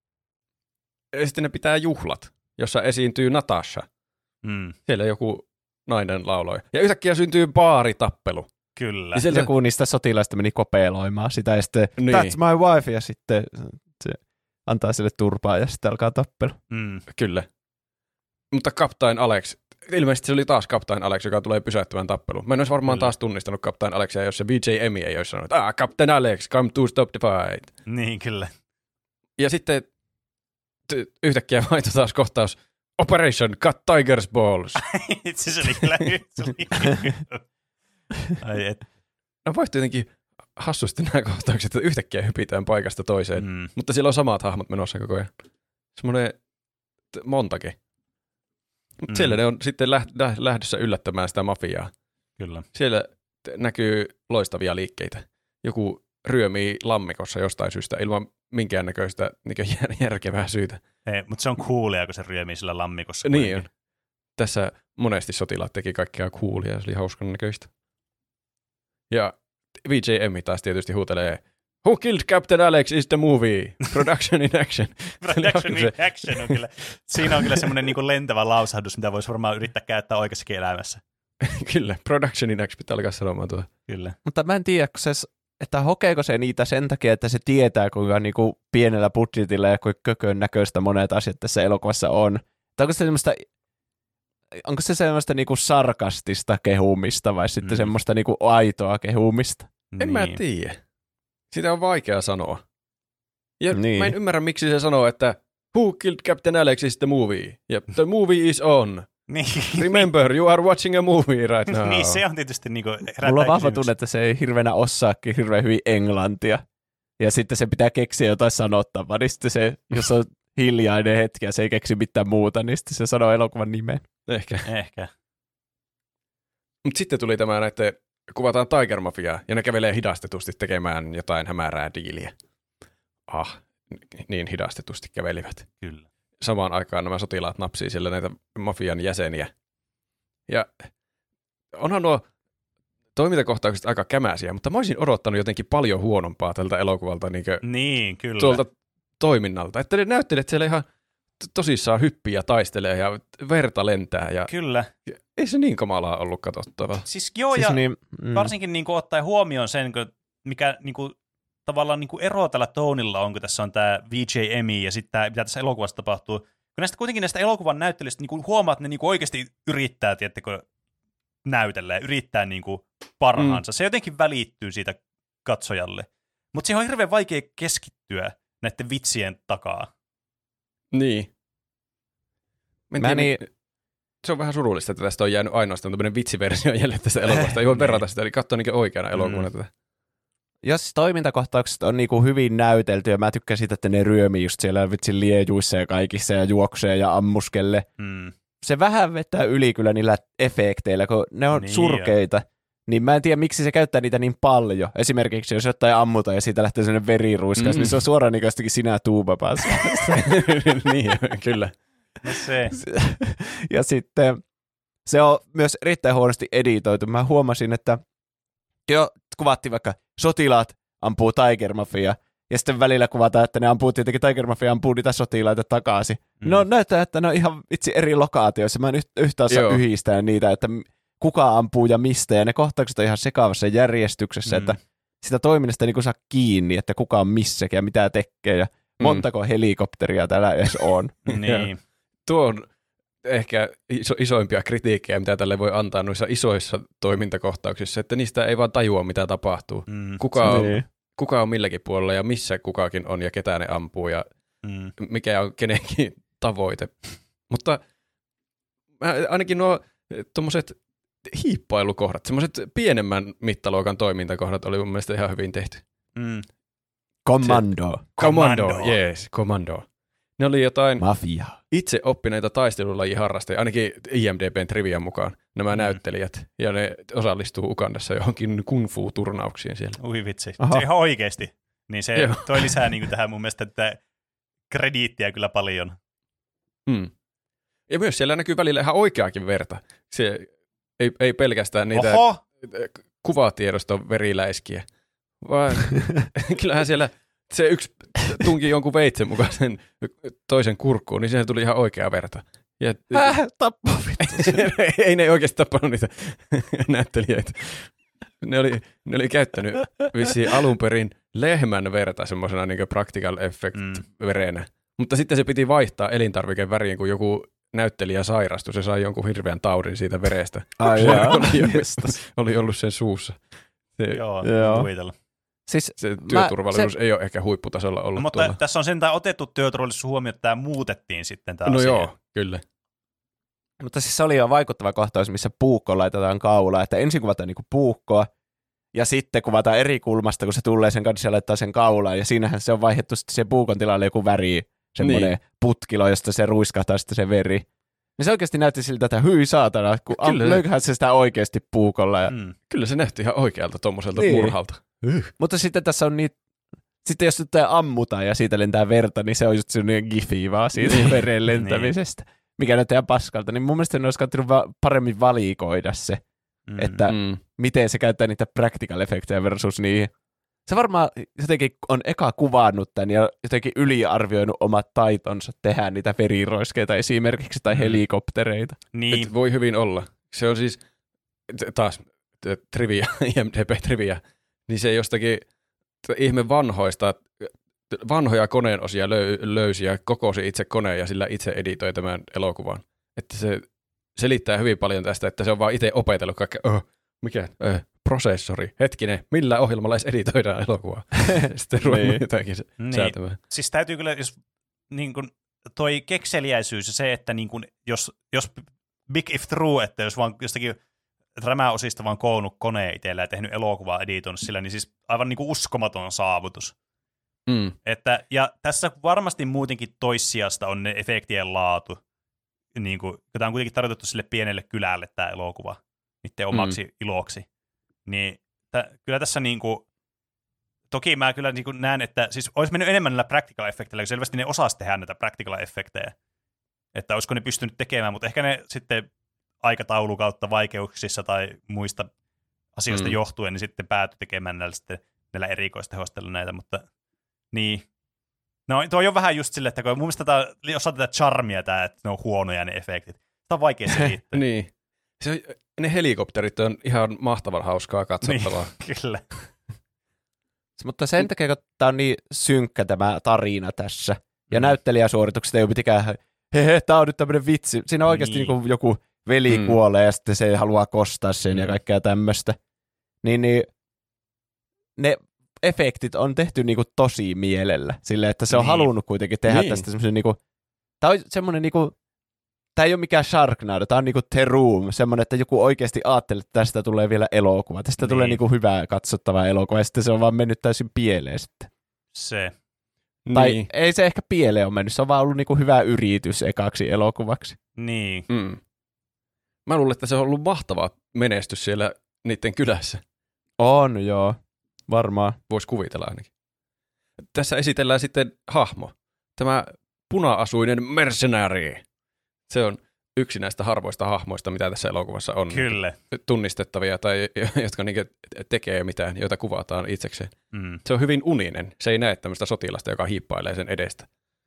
Ja sitten ne pitää juhlat, jossa esiintyy Natasha. Mm. Siellä joku nainen lauloi. Ja yhtäkkiä syntyy baaritappelu. Kyllä. Ja sieltä- Joku niistä sotilaista meni kopeloimaan sitä, ja sitten Niin. that's my wife, ja sitten se antaa sille turpaa, ja sitten alkaa tappelu. Mm. Kyllä. Mutta Captain Alex, ilmeisesti se oli taas Captain Alex, joka tulee pysäyttämään tappelun. Mä en olisi varmaan Kyllä. taas tunnistanut Captain Alexia, jos se V J Emmy ei olisi sanonut, ah, Captain Alex, come to stop the fight. Niin, kyllä. Ja sitten t- yhtäkkiä vaihtui taas kohtaus, Operation Cut Tiger's Balls. Itse se oli kyllä se oli- Ai et. No vaihtui jotenkin hassusti nämä kohtaukset, että yhtäkkiä hypitään paikasta toiseen. Mm. Mutta siellä on samat hahmot menossa koko ajan. Semmoinen t- montakin. Mutta Mm. siellä ne on sitten läht- lä- lähdössä yllättämään sitä mafiaa. Kyllä. Siellä t- näkyy loistavia liikkeitä. Joku ryömii lammikossa jostain syystä ilman minkäännäköistä niin jär- järkevää syytä. Hei, mutta se on coolia, kun se ryömii sillä lammikossa. Niin on. Tässä monesti sotilaat teki kaikkea coolia ja se oli hauskan näköistä. Ja V J Emmy taas tietysti huutelee, Who killed Captain Alex is the movie? Production in action. Production in action on kyllä. Siinä on kyllä semmoinen niin kuin lentävä lausahdus, mitä voisi varmaan yrittää käyttää oikeassakin elämässä. Kyllä, production in action pitää alkaa sanomaan tuo. Kyllä. Mutta mä en tiedä, kun se, että hokeeko se niitä sen takia, että se tietää, kuinka niinku pienellä budjetilla ja kuinka kökön näköistä monet asiat tässä elokuvassa on. Tai onko se semmoista, onko se semmoista niinku sarkastista kehumista vai sitten Mm. semmoista niinku aitoa kehumista? En niin. mä tiedä. Sitä on vaikea sanoa. Ja Niin. mä en ymmärrä, miksi se sanoo, että Who killed Captain Alex is the movie? Ja the movie is on. Niin. Remember, you are watching a movie right now. niin, se on tietysti niinku herättää Mulla on vahva kysymys. tunne, että se ei hirveänä osaakin hirveän hyvin englantia. Ja sitten se pitää keksiä jotain sanottavaa, niin sitten se, jos on hiljainen hetki ja se ei keksi mitään muuta, niin sitten se sanoo elokuvan nimen. Ehkä. Ehkä. Mutta sitten tuli tämä, että kuvataan Tiger Mafiaa, ja ne kävelee hidastetusti tekemään jotain hämärää diiliä. Ah, n- niin hidastetusti kävelivät. Kyllä. Samaan aikaan nämä sotilaat napsii siellä näitä mafian jäseniä. Ja onhan nuo toimintakohtaukset aika kämäisiä, mutta mä olisin odottanut jotenkin paljon huonompaa tältä elokuvalta niin Niin, kyllä. tuolta toiminnalta. Että ne näyttelijät siellä ihan t- tosissaan hyppii ja taistelee ja verta lentää. Ja Kyllä. ei se niin kamalaa ollut katsottavaa. Siis joo, Siis ja niin, mm, varsinkin niin kuin ottaen huomioon sen, kun mikä niin kuin, tavallaan niin kuin ero tällä toonilla on, kun tässä on tämä V J Emmy ja sitten tämä, mitä tässä elokuvassa tapahtuu. Kun näistä kuitenkin näistä elokuvan näyttelyistä niin kuin huomaat, että ne niin kuin oikeasti yrittää, tiedättekö, näytellä ja yrittää niin kuin parhaansa. Mm. Se jotenkin välittyy siitä katsojalle. Mutta siihen on hirveän vaikea keskittyä näiden vitsien takaa. Niin. Mä en Mä tiedä, niin- mi- Se on vähän surullista, että tästä on jäänyt ainoastaan tämmöinen vitsiversio jäljellä tästä elokuvasta. Ei voi verrata sitä, eli katsoa niin oikeana elokuvana Mm. tätä. jos toimintakohtaukset on niinku hyvin näytelty, ja mä tykkään siitä, että ne ryömii just siellä vitsin liejuissa ja kaikissa ja juoksee ja ammuskelle. Mm. Se vähän vetää yli kyllä niillä efekteillä, kun ne on Niin niin surkeita. Jo. Niin mä en tiedä, miksi se käyttää niitä niin paljon. Esimerkiksi jos jotain ammutaan ja siitä lähtee sellainen veriruiskas, mm. niin se on suoraan niin kuin jostakin sinä tuubapäässä. Niin, kyllä. No se. Ja sitten se on myös erittäin huonosti editoitu. Mä huomasin, että jo kuvattiin vaikka sotilaat ampuu Tiger Mafia, ja sitten välillä kuvataan, että ne ampuu tietenkin Tiger Mafia ampuu niitä sotilaita takaisin. Mm. No näyttää, että ne on ihan itse eri lokaatioissa. Mä en yhtään osaa Joo. yhdistää niitä, että kuka ampuu ja mistä, ja ne kohtaukset on ihan sekaavassa järjestyksessä, mm. että sitä toiminnasta ei niin saa kiinni, että kuka on missäkin ja mitä tekee, ja montako mm. helikopteria täällä edes on. Niin. Tuo on ehkä iso, isoimpia kritiikkejä, mitä tälle voi antaa noissa isoissa toimintakohtauksissa, että niistä ei vaan tajua, mitä tapahtuu. Mm. Kuka, on, niin. kuka on milläkin puolella ja missä kukakin on ja ketä ne ampuu ja mm. mikä on kenenkin tavoite. Mutta ainakin nuo tuommoiset hiippailukohdat, semmoiset pienemmän mittaluokan toimintakohdat oli mun mielestä ihan hyvin tehty. Mm. Commando. Commando, yes, Commando. Ne oli jotain Mafia. itse oppineita taistelulajiharrastajia, ainakin I M D B:n trivian mukaan, nämä mm. näyttelijät, ja ne osallistuu Ugandassa johonkin kung fu-turnauksiin siellä. Ui vitsi, Aha. se ihan oikeesti. Niin se Joo. toi lisää niin kuin tähän mun mielestä että krediittiä kyllä paljon. Mm. Ja myös siellä näkyy välillä ihan oikeakin verta. Se ei, ei pelkästään niitä Oho. kuvatiedoston veriläiskiä, vaan kyllähän siellä se yksi tunki jonkun veitsen mukaan sen toisen kurkkuun, niin siihen tuli ihan oikea verta. Ja, äh, tappaa vittu. Ei ne oikeasti tappanut niitä näyttelijöitä. Ne oli, ne oli käyttänyt vissiin alun perin lehmän verta semmoisena niin practical effect mm. verenä. Mutta sitten se piti vaihtaa elintarviken väriin, kun joku näyttelijä sairastui. Se sai jonkun hirveän taudin siitä verestä. Ai se oli, oli ollut sen suussa. Se, joo, joo. Kuvitella. Siis se työturvallisuus mä, se, ei ole ehkä huipputasolla ollut. No, mutta tuolla. Tässä on sentään otettu työturvallisuus huomioon, että tämä muutettiin sitten tämä No asia. joo, kyllä. Mutta siis se oli jo vaikuttava kohtaus, missä puukko laitetaan kaulaa. Että ensin kuvataan niinku puukkoa, ja sitten kuvataan eri kulmasta, kun se tulee sen kanssa ja laittaa sen kaulaan. Ja siinähän se on vaihdettu sitten se puukon tilalle joku väri, semmoinen niin. putkilo, josta se ruiskahtaa sitten se veri. Ja se oikeasti näytti siltä, että hyi saatana, kun am- löyköhän se sitä oikeasti puukolla. Ja... Mm. Kyllä se näytti ihan oikealta tuommoiselta niin. murhalta. Yh. Mutta sitten tässä on niitä, sitten jos nyt ammutaan ja siitä lentää verta, niin se on just sellainen gifi vaan siitä veren lentämisestä, niin. mikä näyttää ihan paskalta. Niin mun mielestä ne olisi kannattanut va- paremmin valikoida se, mm. että mm. miten se käyttää niitä practical effektejä versus niihin. Se varmaan jotenkin on eka kuvannut tämän ja jotenkin yliarvioinut omat taitonsa tehdä niitä veriroiskeita esimerkiksi tai helikoptereita. Niin. Et voi hyvin olla. Se on siis taas trivia, I M D B-trivia, niin se jostakin ihme vanhoista, vanhoja koneen osia löy, löysi ja kokosi itse koneen ja sillä itse editoi tämän elokuvan. Että se selittää hyvin paljon tästä, että se on vaan itse opetellut kaikkea. Oh, mikä? Oh, prosessori. Hetkinen, millä ohjelmalla edes editoidaan elokuvaa? Sitten ruvennut niin. jotakin niin. säätämään. Siis täytyy kyllä, jos niin kun, toi kekseliäisyys ja se, että niin kun, jos, jos big if true, että jos vaan jostakin rämäosista vaan koonnut koneen itsellä ja tehnyt elokuvaa editoinut sillä, niin siis aivan niin kuin uskomaton saavutus. Mm. Että, ja tässä varmasti muutenkin toissijasta on ne efektien laatu. Niin kuin, tämä on kuitenkin tarkoitettu sille pienelle kylälle tämä elokuva, niiden omaksi mm. iloksi. Niin t- kyllä tässä niin kuin, toki mä kyllä niin kuin näen, että siis olisi mennyt enemmän näillä practical effecteillä, kun selvästi ne osasi tehdä näitä practical effektejä. Että olisiko ne pystynyt tekemään, mutta ehkä ne sitten aikataulu kautta vaikeuksissa tai muista asioista mm. johtuen, niin sitten päätyi tekemään näillä, sitten, näillä erikoistehosteilla näitä, mutta niin. No tuo on vähän just silleen, että kun mun mielestä tämä osaa tätä charmia tämä, että ne on huonoja ne efektit. Tämä on vaikea selittää. Niin. Se, ne helikopterit on ihan mahtavan hauskaa katsottavaa. Niin, kyllä. Mutta sen takia, kun tämä on niin synkkä tämä tarina tässä, ja mm. näyttelijäsuoritukset ei ole mitenkään, hehe, tämä on nyt tämmöinen vitsi. Siinä on oikeasti niin. Niin joku veli mm. kuolee ja sitten se haluaa kostaa sen mm. ja kaikkea tämmöistä. Niin, niin ne efektit on tehty niinku tosi mielellä. Silleen, että se on niin. halunnut kuitenkin tehdä niin. tästä semmoisen niinku, tämä on semmoinen niinku, tämä ei ole mikään Sharknado, tämä on niinku The Room, semmoinen, että joku oikeasti ajattelee, että tästä tulee vielä elokuva. Tästä niin. tulee niinku hyvää katsottavaa elokuva, ja sitten se on vaan mennyt täysin pieleen sitten. Se. Tai niin. ei se ehkä pieleen ole mennyt, se on vaan ollut niinku hyvä yritys ekaksi elokuvaksi. Niin. Mm. Mä luulen, että se on ollut mahtava menestys siellä niiden kylässä. On, joo. Varmaan. Voisi kuvitella ainakin. Tässä esitellään sitten hahmo. Tämä puna-asuinen mercenary. Se on yksi näistä harvoista hahmoista, mitä tässä elokuvassa on. Kyllä. Tunnistettavia tai jotka niinku tekee mitään, joita kuvataan itsekseen. Mm. Se on hyvin uninen. Se ei näe tämmöistä sotilasta, joka hiippailee sen edestä.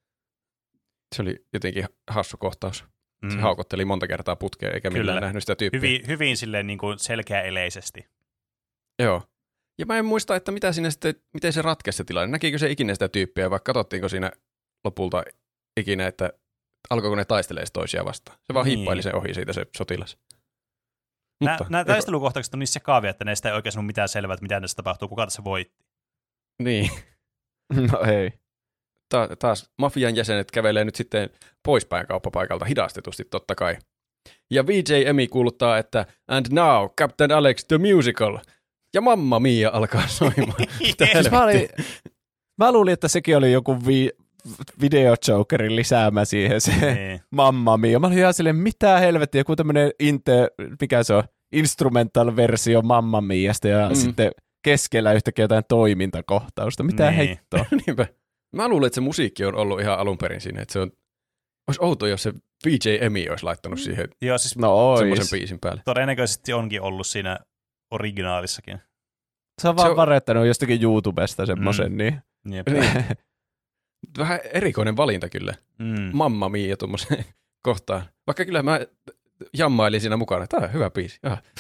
Se oli jotenkin hassu kohtaus. Mm. Se haukotteli monta kertaa putkeen, eikä Kyllä. millään nähnyt sitä tyyppiä. Hyvin, hyvin silleen niin kuin selkeäeleisesti. Joo. Ja mä en muista, että mitä siinä sitten, miten se ratkesi se tilanne. Näkikö se ikinä sitä tyyppiä, vai katsottiinko siinä lopulta ikinä, että alkoiko ne taistelee toisia vastaan. Se vaan niin. hiippaili sen ohi siitä se sotilas. Nämä, nämä taistelukohtaukset on niin sekaavia, että näistä ei oikein sanonut mitään selvää, että mitä tässä tapahtuu, kuka tässä voitti. Niin. No ei. Ta- taas mafian jäsenet kävelee nyt sitten poispäin kauppapaikalta hidastetusti totta kai. Ja V J Emi kuuluttaa, että and now Captain Alex the Musical. Ja Mamma Mia alkaa soimaan. Yes. Mä, olin, mä luulin, että sekin oli joku vi- videojokerin lisäämä siihen se nee. Mamma Mia. Mä olin ihan silleen, mitä helvettiä, joku tämmönen inte, mikä se on, instrumental-versio Mamma Miasta ja mm. sitten keskellä yhtäkkiä jotain toimintakohtausta. Mitä nee. heittoa? Niinpä. Mä luulen, että se musiikki on ollut ihan alun perin siinä, että se on, olisi outo, jos se V J Emi olisi laittanut siihen Joo, siis no, semmoisen biisin päälle. Todennäköisesti onkin ollut siinä originaalissakin. Se on vaan se varettanut jostakin YouTubesta semmoisen, mm. niin. niin. Vähän erikoinen valinta kyllä. Mm. Mamma Mia tuommoiseen kohtaan. Vaikka kyllä mä jammailin siinä mukana. Tämä on hyvä biisi.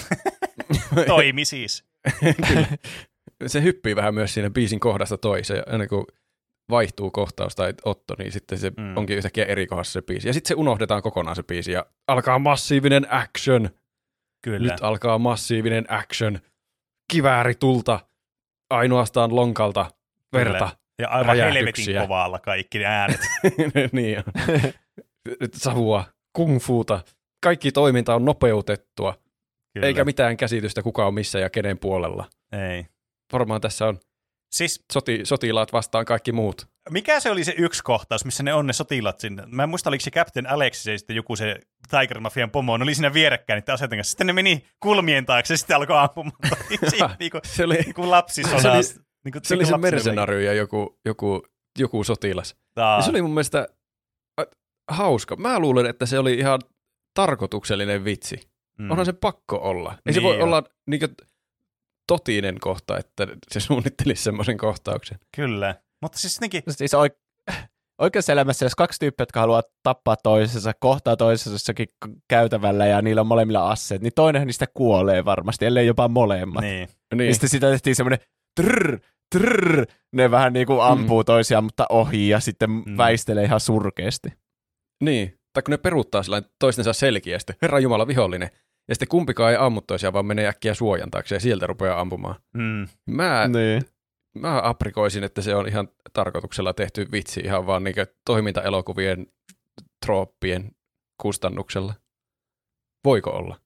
Toimi siis. Kyllä. Se hyppii vähän myös siinä biisin kohdasta toiseen. Aina kun vaihtuu kohtaus tai otto, niin sitten se mm. onkin yhtäkkiä eri kohdassa se biisi. Ja sitten se unohdetaan kokonaan se biisi ja alkaa massiivinen action. Kyllä. Nyt alkaa massiivinen action. Kivääritulta ainoastaan lonkalta verta. Kyllä. Ja aivan helvetin kovalla kaikki ne äänet. Niin on. Savua, kungfuuta. Kaikki toiminta on nopeutettua. Kyllä. Eikä mitään käsitystä kuka on missä ja kenen puolella. Ei. Varmaan tässä on siis, soti, sotilaat vastaan kaikki muut. Mikä se oli se yksi kohtaus, missä ne on ne sotilaat sinne? Mä en muista, oliko se Captain Alex ja sitten joku se Tiger Mafian pomo. Ne oli siinä vierekkäin niiden aseiden kanssa. Sitten ne meni kulmien taakse ja sitten alkoi ampumaan. Niinku, se oli niinku lapsisodasta. Niin se oli se mercenario ja joku, joku, joku sotilas. Ja se oli mun mielestä hauska. Mä luulen, että se oli ihan tarkoituksellinen vitsi. Mm. Onhan se pakko olla. Ei niin se voi jo. olla niin kuin totinen kohta, että se suunnittelisi semmoisen kohtauksen. Kyllä. Mutta siis jotenkin Siis oik- oikeassa elämässä, jos kaksi tyyppiä, jotka haluaa tappaa toisensa, kohtaa toisensa jossakin käytävällä ja niillä on molemmilla asseet, niin toinen niistä kuolee varmasti, ellei jopa molemmat. Niin. niin. Ja sitten sitä tehtiin semmoinen trrr, trrr, ne vähän niin kuin ampuu mm. toisiaan, mutta ohi ja sitten mm. väistelee ihan surkeasti. Niin, tai kun ne peruuttaa sellainen toistensa selkeästi, Herran Jumala vihollinen, ja sitten kumpikaan ei ammu toisiaan, vaan menee äkkiä suojan taakse ja sieltä rupeaa ampumaan. Mm. Mä, niin. mä aprikoisin, että se on ihan tarkoituksella tehty vitsi ihan vaan niin toimintaelokuvien trooppien kustannuksella. Voiko olla?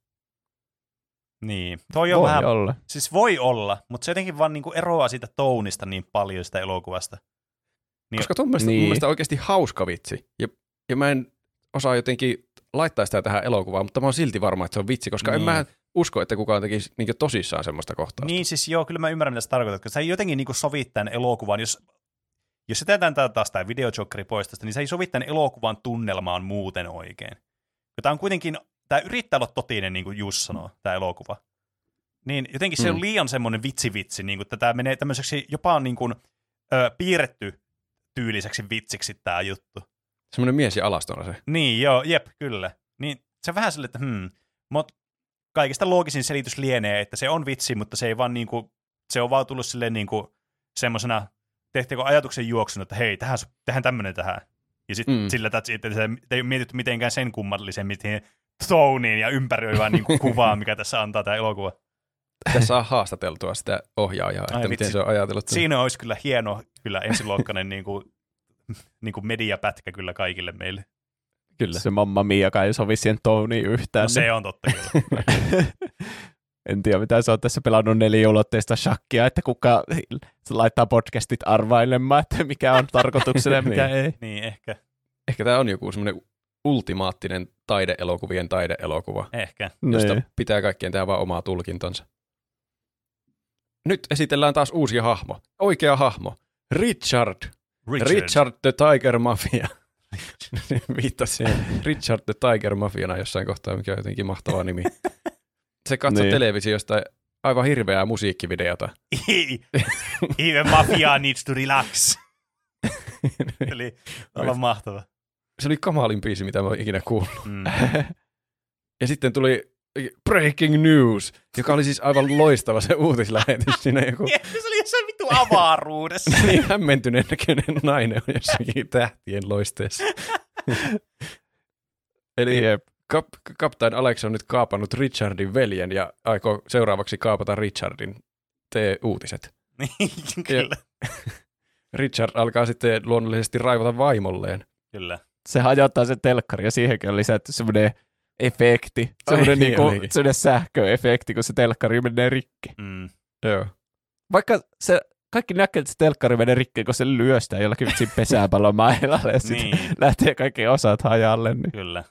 Niin. Toi on voi vähän, olla. Siis voi olla, mutta se jotenkin vaan niinku eroaa siitä tounista niin paljon sitä elokuvasta. Niin, koska tuon mielestä, niin. mun mielestä oikeasti hauska vitsi. Ja, ja mä en osaa jotenkin laittaa sitä tähän elokuvaan, mutta mä oon silti varma, että se on vitsi, koska niin. en mä usko, että kukaan tekisi niin tosissaan semmoista kohtausta. Niin siis joo, kyllä mä ymmärrän, mitä sä tarkoitat, koska sä ei jotenkin niin sovi tämän elokuvan, jos, jos se teetään taas tämä videojokeri pois tästä, niin se ei sovi tämän elokuvan tunnelmaan muuten oikein. Tämä on kuitenkin, tämä yrittää olla totinen, niin kuin Jus sanoo, tämä elokuva. Niin jotenkin se mm. on liian semmoinen vitsivitsi, niin kuin, että tämä menee tämmöiseksi jopa niin kuin, ö, piirretty tyyliseksi vitsiksi tämä juttu. Semmoinen mies ja alastona se. Niin, joo, jep, kyllä. Niin se vähän silleen, että hmm, mutta kaikista loogisin selitys lienee, että se on vitsi, mutta se ei vaan niinku, se on vaan tullut silleen niinku semmoisena, tehtiinkö ajatuksen juoksun, että hei, tähän, tehdään tämmöinen tähän. Ja sitten mm. sillä, että se ei mietitty mitenkään sen kummallisemmin toniin ja ympäröivään niinku kuvaa, mikä tässä antaa tämä elokuva. Tässä on haastateltua sitä ohjaajaa, että Ai, miten vitsi. Se on ajatellut. Siinä olisi kyllä hieno, kyllä ensiluokkainen niinku, niinku mediapätkä kyllä kaikille meille. Kyllä. Se Mamma Miakaan ei sovi siihen toniin yhtään. No se on totta kyllä. En tiedä, mitä se on tässä pelannut neliulotteista shakkia, että kuka laittaa podcastit arvailemaan, että mikä on tarkoituksena ja mikä niin. ei. Niin, ehkä. Ehkä tämä on joku semmoinen ultimaattinen taideelokuvien taideelokuva. Ehkä. Josta niin. pitää kaikkien tehdä vaan omaa tulkintansa. Nyt esitellään taas uusi hahmo. Oikea hahmo. Richard. Richard. Richard the Tiger Mafia. Viittasi siihen Richard the Tiger Mafiana jossain kohtaa, mikä on jotenkin mahtava nimi. Se katsoi Niin. televisiosta aivan hirveää musiikkivideota. Even mafia needs to relax. Eli aivan mahtava. Se oli kamalin biisi, mitä mä oon ikinä kuullut. Mm. Ja sitten tuli Breaking News, joka oli siis aivan loistava se uutislähetys. Siinä joku Se oli jossain vittu avaruudessa. niin hämmentyneen näköinen nainen on jossakin tähtien loisteessa. Eli Jep. kap- kaptain Alex on nyt kaapannut Richardin veljen ja aikoo seuraavaksi kaapata Richardin. Tee uutiset. Niin, kyllä. Richard alkaa sitten luonnollisesti raivata vaimolleen. Kyllä. Se hajottaa sen telkkari ja siihenkin on lisätty semmoinen efekti, semmoinen, Ai niin niinku, olikin. semmoinen sähköefekti, kun se telkkari menee rikki. Mm. Joo. Vaikka se, kaikki näkee, että se telkkari menee rikki, kun se lyöstää jollakin vitsin pesäpallomailalle ja sitten Niin, lähtee kaikki osat hajalle. Niin. kyllä.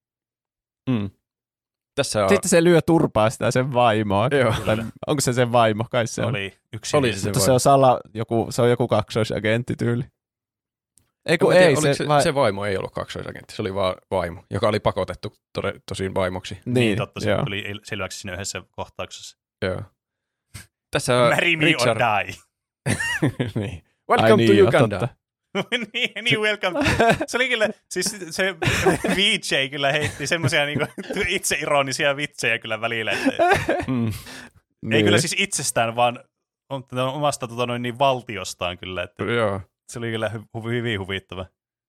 Mm. Tässä on... Sitten se lyö turpaa sitä sen vaimoa. Joo. Tai Kyllä. onko se sen vaimo? Kai se on. Oli yksi. Oli se se Mutta se vaimo. on, sala, joku, se on joku kaksoisagentti tyyli. Ei kun Mä en tiedä, ei, oliko se, se, vai... se vaimo ei ollut kaksoisagentti, se oli vaan vaimo, joka oli pakotettu tore, tosin vaimoksi. Niin, Niin, totta, se joo. tuli selväksi siinä yhdessä kohtauksessa. Joo. Tässä on Marry me Richard. or die. niin. Welcome Ai niin, to joo, Uganda. totta. niin, niin, welcome. Se oli kyllä, siis se V J kyllä heitti semmoisia niinku itseironisia vitsejä kyllä välillä. Että Mm. ei Niin. kyllä siis itsestään, vaan on- omasta tota, noin, niin valtiostaan kyllä. Että Joo. se oli kyllä hy- hu- hyvin huvittava.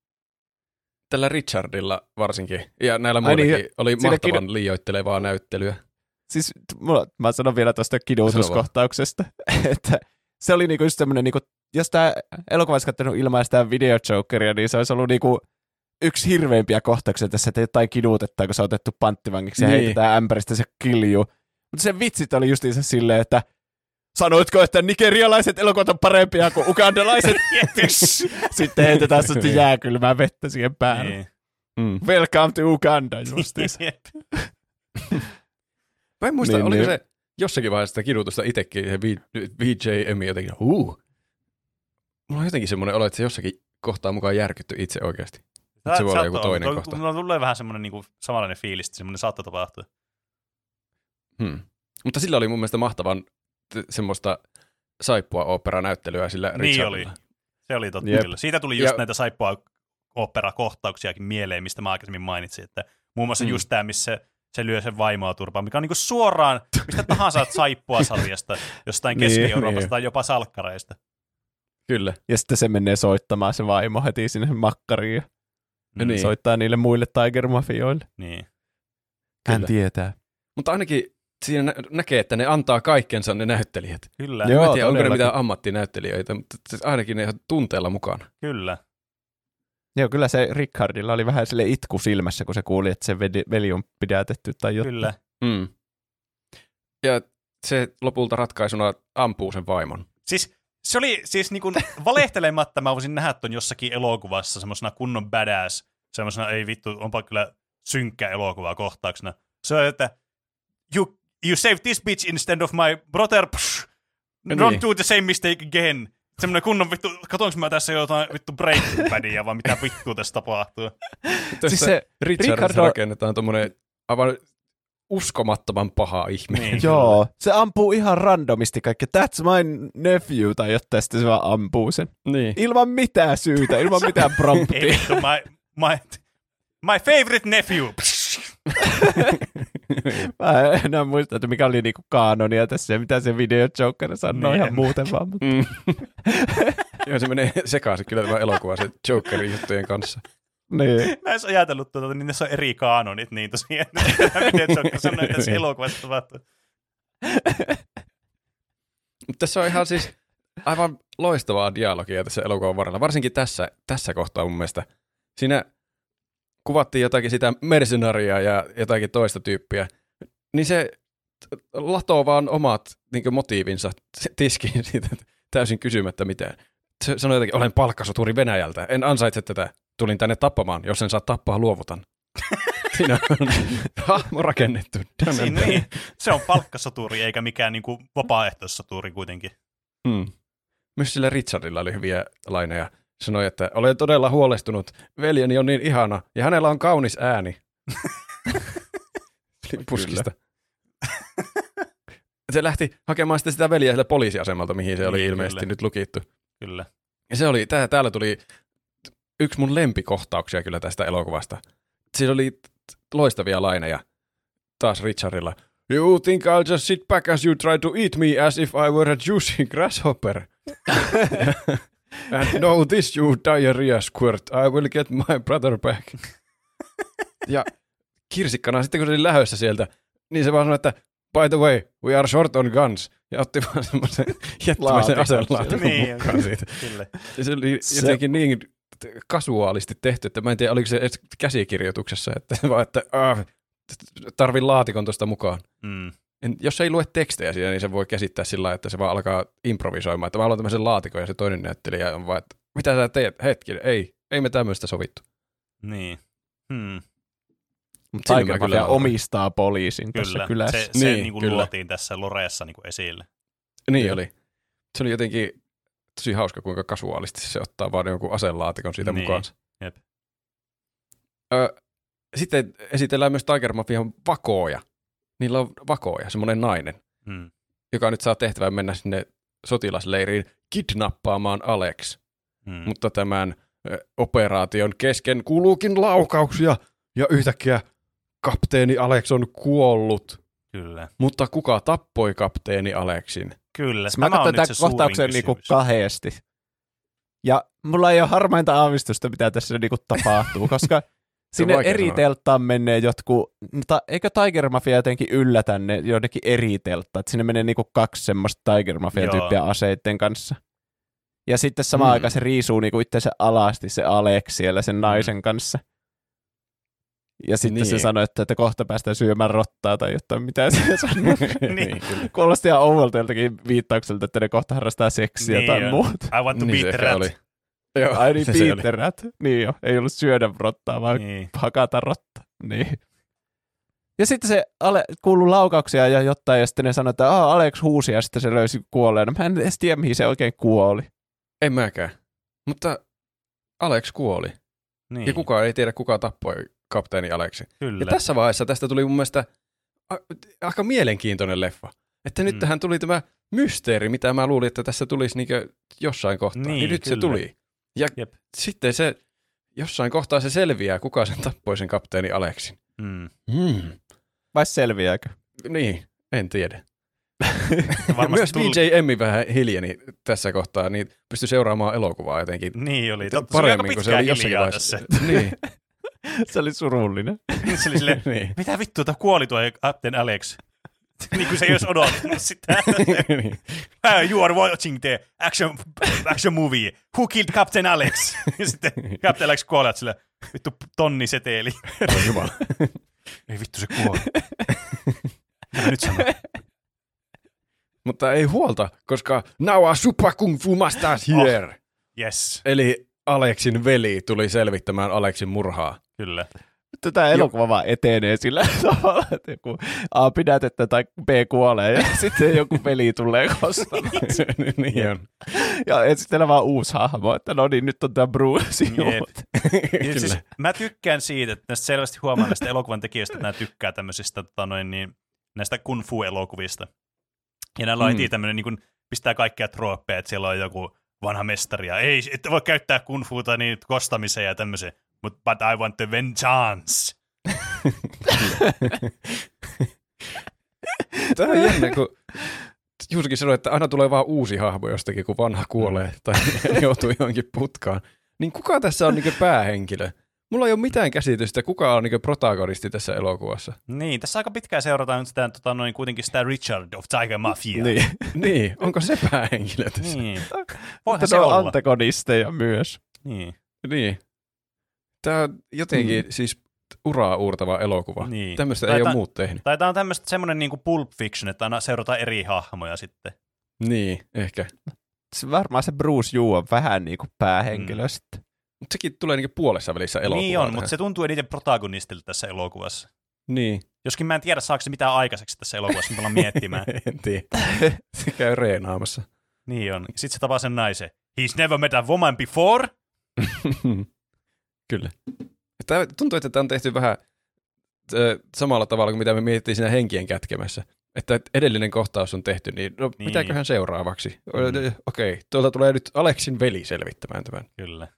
Tällä Richardilla varsinkin, ja näillä Ai niin, muillakin, oli siinä mahtavan kidu- liioittelevaa näyttelyä. Siis mulla, mä sanon vielä tuosta kidutuskohtauksesta, että se oli niinku just semmoinen, niinku, jos tämä elokuva olisi kattanut ilman sitä videojokeria, niin se olisi ollut niinku yksi hirveimpiä kohtauksia tässä, että jotain kidutettaa, kun se on otettu panttivangiksi ja Niin. heitetään ämpäristä se kiljuu. Mutta se vitsit oli justiinsa silleen, että sanoitko, että nigerialaiset elokuvat on parempia kuin ugandalaiset? Sitten heitetään sitten jääkylmää vettä siihen päälle. Niin. Mm. Welcome to Uganda, justiinsa. Jep. Mä en muista, Niin, oliko niin. se jossakin vaiheessa sitä kidutusta itsekin, se V J Emmy jotenkin, huu. Mulla on jotenkin semmoinen olo, että se jossakin kohtaa mukaan järkytty itse oikeasti. Se voi olla joku Saattoi toinen olla. kohta. Mulla tulee vähän semmoinen niinku samanlainen fiilis, että semmoinen saattoi tapahtua. Hmm. Mutta sillä oli mun mielestä mahtavan t- semmoista saippua opera-näyttelyä sillä Niin Richardilla. oli. Se oli totta Jep. kyllä. Siitä tuli just Ja- näitä saippua opera-kohtauksiakin mieleen, mistä mä aikaisemmin mainitsin. Että muun muassa Mm. just tämä, missä se lyö sen vaimoa turpaan, mikä on niinku suoraan mistä tahansa saippua sarjasta, jostain Niin, Keski-Euroopasta niin. tai jopa salkkareista. Kyllä. Ja sitten se menee soittamaan se vaimo heti sinne makkariin ja Mm. Niin. soittaa niille muille Tiger-mafioille. Niin. Hän Kyllä. tietää. Mutta ainakin siinä nä- näkee, että ne antaa kaikkensa ne näyttelijät. Kyllä, Joo. Mä en tiedä, onko ne todellakin. mitään ammattinäyttelijöitä, mutta siis ainakin ne ihan tunteella mukana. kyllä. Joo, kyllä se Rickardilla oli vähän sille itku silmässä, kun se kuuli, että se veli, veli on pidätetty tai jotain. Kyllä. Mm. Ja se lopulta ratkaisuna ampuu sen vaimon. Siis se oli siis niinku valehtelematta, mä voisin nähdä ton jossakin elokuvassa semmoisena kunnon badass, semmoisena ei vittu, onpa kyllä synkkä elokuva kohtauksena. Se on, että you, you saved this bitch instead of my brother, psh, don't Niin. do the same mistake again. Semmoinen kunnon vittu, katonko mä tässä jotain vittu Breaking Badia, vaan mitä vittua tässä tapahtuu. Tässä se Richardissa Ricardo- rakennetaan tommonen aivan uskomattoman paha ihminen. Niin. Joo, se ampuu ihan randomisti kaikki. That's my nephew, tai jotain, sitten se vaan ampuu sen. Niin. Ilman mitään syytä, ilman mitään Ei promptia. vittu, my, my, my favorite nephew. Psh. Mä en enää muista, että mikä oli niinku kaanonia tässä ja mitä se video Joker sanoi Niin. ihan muuten vaan. Mutta... Mm. Joo, se menee sekaisin kyllä tämä elokuva se Jokerin juttujen kanssa. Niin. Mä en edes ajatellut tuota, niin tässä on eri kaanonit, niin tosiaan, miten Joker sanoi, että tässä elokuvassa tapahtuu. Mutta tässä on ihan siis aivan loistavaa dialogia tässä elokuvan varrella, varsinkin tässä, tässä kohtaa mun mielestä. Siinä kuvattiin jotakin sitä mercenaria ja jotakin toista tyyppiä, niin se latoo vaan omat niin motiivinsa tiskiin siitä täysin kysymättä mitään. Se sanoi jotakin, olen palkkasoturi Venäjältä, en ansaitse tätä, tulin tänne tappamaan, jos en saa tappaa, luovutan. Siinä on hahmo rakennettu. Siinä, niin, se on palkkasoturi eikä mikään niin kuin vapaaehtoissoturi kuitenkin. Mm. Myös sillä Richardilla oli hyviä laineja. sanoi, että olen todella huolestunut. Veljeni on niin ihana ja hänellä on kaunis ääni. Puskista. Se lähti hakemaan sitten sitä veljeä sille poliisiasemalta, mihin se oli niin, ilmeisesti kyllä. nyt lukittu. Kyllä. Ja se oli, tää, täällä tuli yksi mun lempikohtauksia kyllä tästä elokuvasta. Siinä oli loistavia laineja taas Richardilla. You think I'll just sit back as you try to eat me as if I were a juicy grasshopper. And no this you diarrhea squirt, I will get my brother back. Ja kirsikkana sitten kun se oli lähössä sieltä, niin se vaan sanoi, että by the way, we are short on guns. Ja otti vaan semmoisen jättimäisen aselaatikon Niin, mukaan siitä. Kyllä. Ja se oli jotenkin niin kasuaalisti tehty, että mä en tiedä, oliko se edes käsikirjoituksessa, että vaan, että ah, tarvin laatikon tuosta mukaan. Mm. En, jos ei lue tekstejä siinä, niin se voi käsittää sillä lailla, että se vaan alkaa improvisoimaan, että mä haluan tämmöisen laatikon ja se toinen näyttelijä on vaan, että mitä sä teet? Hetki, ei, ei me tämmöistä sovittu. Niin. Hmm. Mutta Silloin Tiger mä kyllä Mafia aloitan. omistaa poliisin tässä Kyllä. kylässä. Se, se Niin, niin kuin kyllä. luotiin tässä Loreessa niin kuin esille. Niin Kyllä. oli. Se oli jotenkin tosi hauska, kuinka kasuaalisti se ottaa vaan jonkun aselaatikon siitä Niin. mukaansa. Jep. Ö, sitten esitellään myös Tiger Mafian vakooja. Niillä on vakooja, semmoinen nainen, Hmm. joka nyt saa tehtävän mennä sinne sotilasleiriin kidnappaamaan Alex. Hmm. Mutta tämän ö, operaation kesken kuuluukin laukauksia ja yhtäkkiä kapteeni Alex on kuollut. Kyllä. Mutta kuka tappoi kapteeni Alexin? Kyllä. Mä Tämä on katsoin nyt se tämän suurin kohtauksen niinku kysymys. kahdesti. Ja mulla ei ole harmainta aavistusta, mitä tässä niinku tapahtuu, koska sinne vaikea eri sanoa. telttaan menee jotkut, mutta eikö Tiger Mafia jotenkin yllätä ne jotenkin eri telttaan, että sinne menee niinku kaksi semmoista Tiger Mafia-tyyppiä aseitten kanssa. Ja sitten samaan Hmm. aikaan se riisuu niinku itseensä alasti se Alex siellä sen naisen kanssa. Ja sitten Niin. se sanoi, että, että kohta päästään syömään rottaa tai jotain, mitä se sanoi. niin, kyllä. Kuulosti ihan ouvolta joltakin viittaukselta, että ne kohta harrastaa seksiä Niin tai on. muuta. I want to Niin se beat the ehkä rat. oli. Joo, Ai niin, se se oli. piitterät. Niin jo, ei ollut syödä rottaa, vaan Niin. hakata rotta. Niin. Ja sitten se ale, kuului laukauksia ja jotain, ja sitten ne sanoi, että ah, Alex huusi, ja sitten se löysi kuolleena. Mä en edes tiedä, mihin se oikein kuoli. En mäkään. Mutta Alex kuoli. Niin. Ja kukaan ei tiedä, kuka tappoi kapteeni Alexin. Kyllä. Ja tässä vaiheessa tästä tuli mun mielestä a- aika mielenkiintoinen leffa. Että nyt Mm. tähän tuli tämä mysteeri, mitä mä luulin, että tässä tulisi niinkö jossain kohtaa. Niin, Niin, niin nyt kyllä. se tuli. Ja Jep. sitten se jossain kohtaa se selviää, kuka sen tappoi sen kapteeni Alexin. Mm. Hmm. Vai selviääkö? Niin, en tiedä. Varmasti Myös tuli- D J Emmi vähän hiljeni tässä kohtaa, niin pystyi seuraamaan elokuvaa jotenkin Niin oli. Totta, se oli aika paremmin kuin se oli pitkään jossakin hiljaa vaiheessa. tässä. niin, Se oli surullinen. Se oli silleen, niin. mitä vittua, tuo kuoli tuo Captain Alex. Niin kuin se ei olisi odottanut sitä. niin. Uh, you are watching the action, action movie. Who killed Captain Alex? Ja sitten Captain Alex kuolee, että sille vittu tonni seteli. Herra Jumala. Ei vittu, se kuoli. Mitä mä nyt sanon? Mutta ei huolta, koska now a super kung fu masters here. Yes, Eli Alexin veli tuli selvittämään Alexin murhaa. kyllä. Tätä elokuva vaan etenee sillä tavalla, että joku A pidätettä tai B kuolee ja sitten joku peli tulee kostamaan. niin on. Ja esitellään vaan uusi hahmo, että no niin, nyt on tämä Bruce. Jep. Siis, mä tykkään siitä, että näistä selvästi huomaan näistä elokuvan tekijöistä, että nämä tykkää tämmöisistä tota noin, niin, näistä kung fu-elokuvista. Ja näillä on Mm. mm. tämmöinen, niin kuin, pistää kaikkia trooppeja, että siellä on joku vanha mestari, ja ei, ette voi käyttää kung futa niin kostamiseen ja tämmöiseen, but, but I want the vengeance. Tämä on jännä, kun Juusikin sanoi, että aina tulee vaan uusi hahmo jostakin, kun vanha kuolee tai joutuu johonkin putkaan. Niin kuka tässä on niin päähenkilö? Mulla ei ole mitään käsitystä, kuka on niin protagonisti tässä elokuvassa. Niin, tässä aika pitkään seurataan nyt sitä, tota, noin, kuitenkin sitä Richard of Tiger Mafia. Niin. Niin, onko se päähenkilö tässä? Niin. Mutta Voihan se se on olla. antagonisteja myös. Niin. Niin. Tämä on jotenkin mm. siis uraa uurtava elokuva. Niin. Tämmöistä Tai ei ta- ole muut tehnyt. Tai tämä on tämmöistä semmoinen niin kuin Pulp Fiction, että aina seurataan eri hahmoja sitten. Niin, ehkä. Se varmaan se Bruce Yu on vähän niin kuin päähenkilö mm. sitten. Mutta sekin tulee niinku puolessa välissä elokuvaa. Niin on, tähän. mutta se tuntuu eniten protagonistilta tässä elokuvassa. Niin, Joskin mä en tiedä, saako se mitään aikaiseksi tässä elokuvassa, mitä ollaan miettimään. en tiedä. Se käy reenaamassa. Niin on. Sitten se tapaa sen naisen. He's never met a woman before. Kyllä. Tämä tuntuu, että tämä on tehty vähän äh, samalla tavalla kuin mitä me mietittiin siinä henkien kätkemässä. Että edellinen kohtaus on tehty, niin no niin. Mitäköhän seuraavaksi? Mm. Okei, okay, tuolta tulee nyt Aleksin veli selvittämään tämän. Kyllä.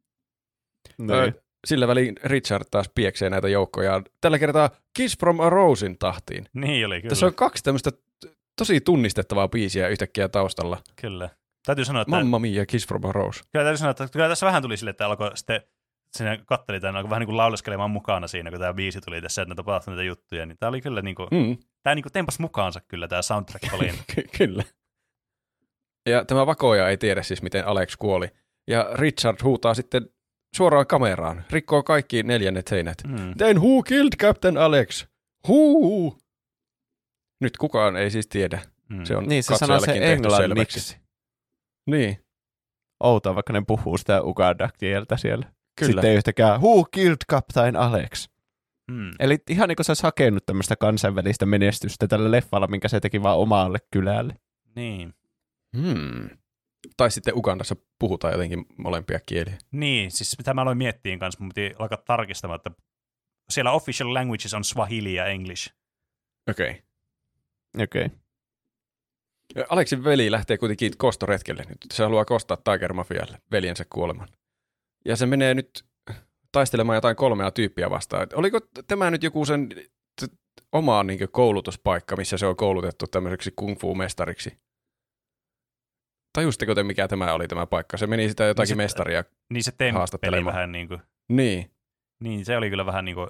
Niin. Sillä väliin Richard taas pieksee näitä joukkoja. Tällä kertaa Kiss from a Rosein tahtiin. Niin oli, kyllä. Tässä on kaksi tämmöistä tosi tunnistettavaa biisiä yhtäkkiä taustalla. Kyllä. Täytyy sanoa, että... Mamma mia, Kiss from a Rose. Kyllä täytyy sanoa, että kyllä tässä vähän tuli sille, että alkoi sitten... Siinä katteli tämän, alkoi vähän niin kuin lauleskelemaan mukana siinä, kun tämä biisi tuli tässä, että ne tapahtui näitä juttuja. Niin tämä oli kyllä niin kuin... Mm. Tämä niin kuin tempas mukaansa kyllä, tämä soundtrack oli. Kyllä. Ja tämä vakoja ei tiedä siis, miten Alex kuoli. Ja Richard huutaa sitten suoraan kameraan, rikkoo kaikki neljännet seinät. Mm. Then who killed Captain Alex? Who? Nyt kukaan ei siis tiedä. Mm. Se on niin, se sanoo se englanniksi. Niin. Outoa, vaikka ne puhuu sitä Uganda-kieltä siellä. Kyllä. Sitten ei yhtäkään, who killed Captain Alex? Mm. Eli ihan niin kuin se olisi hakenut tämmöistä kansainvälistä menestystä tällä leffalla, minkä se teki vaan omalle kylälle. Niin. Hmm. Tai sitten Ugandassa puhutaan jotenkin molempia kieliä. Niin, siis mitä mä aloin miettiä kanssa, mun piti alkaa tarkistamaan, että siellä official languages on Swahili ja English. Okei. Okay. Okei. Okay. Aleksin veli lähtee kuitenkin kostoretkelle nyt. Se haluaa kostaa Tiger Mafialle veljensä kuoleman. Ja se menee nyt taistelemaan jotain kolmea tyyppiä vastaan. Oliko tämä nyt joku sen t- oma niin kuin koulutuspaikka, missä se on koulutettu tämmöiseksi kung fu-mestariksi? Tajusitteko te, mikä tämä oli tämä paikka? Se meni sitä jotakin niin se, mestaria niin se temppeli vähän niin kuin. Niin. Niin, se oli kyllä vähän niin kuin.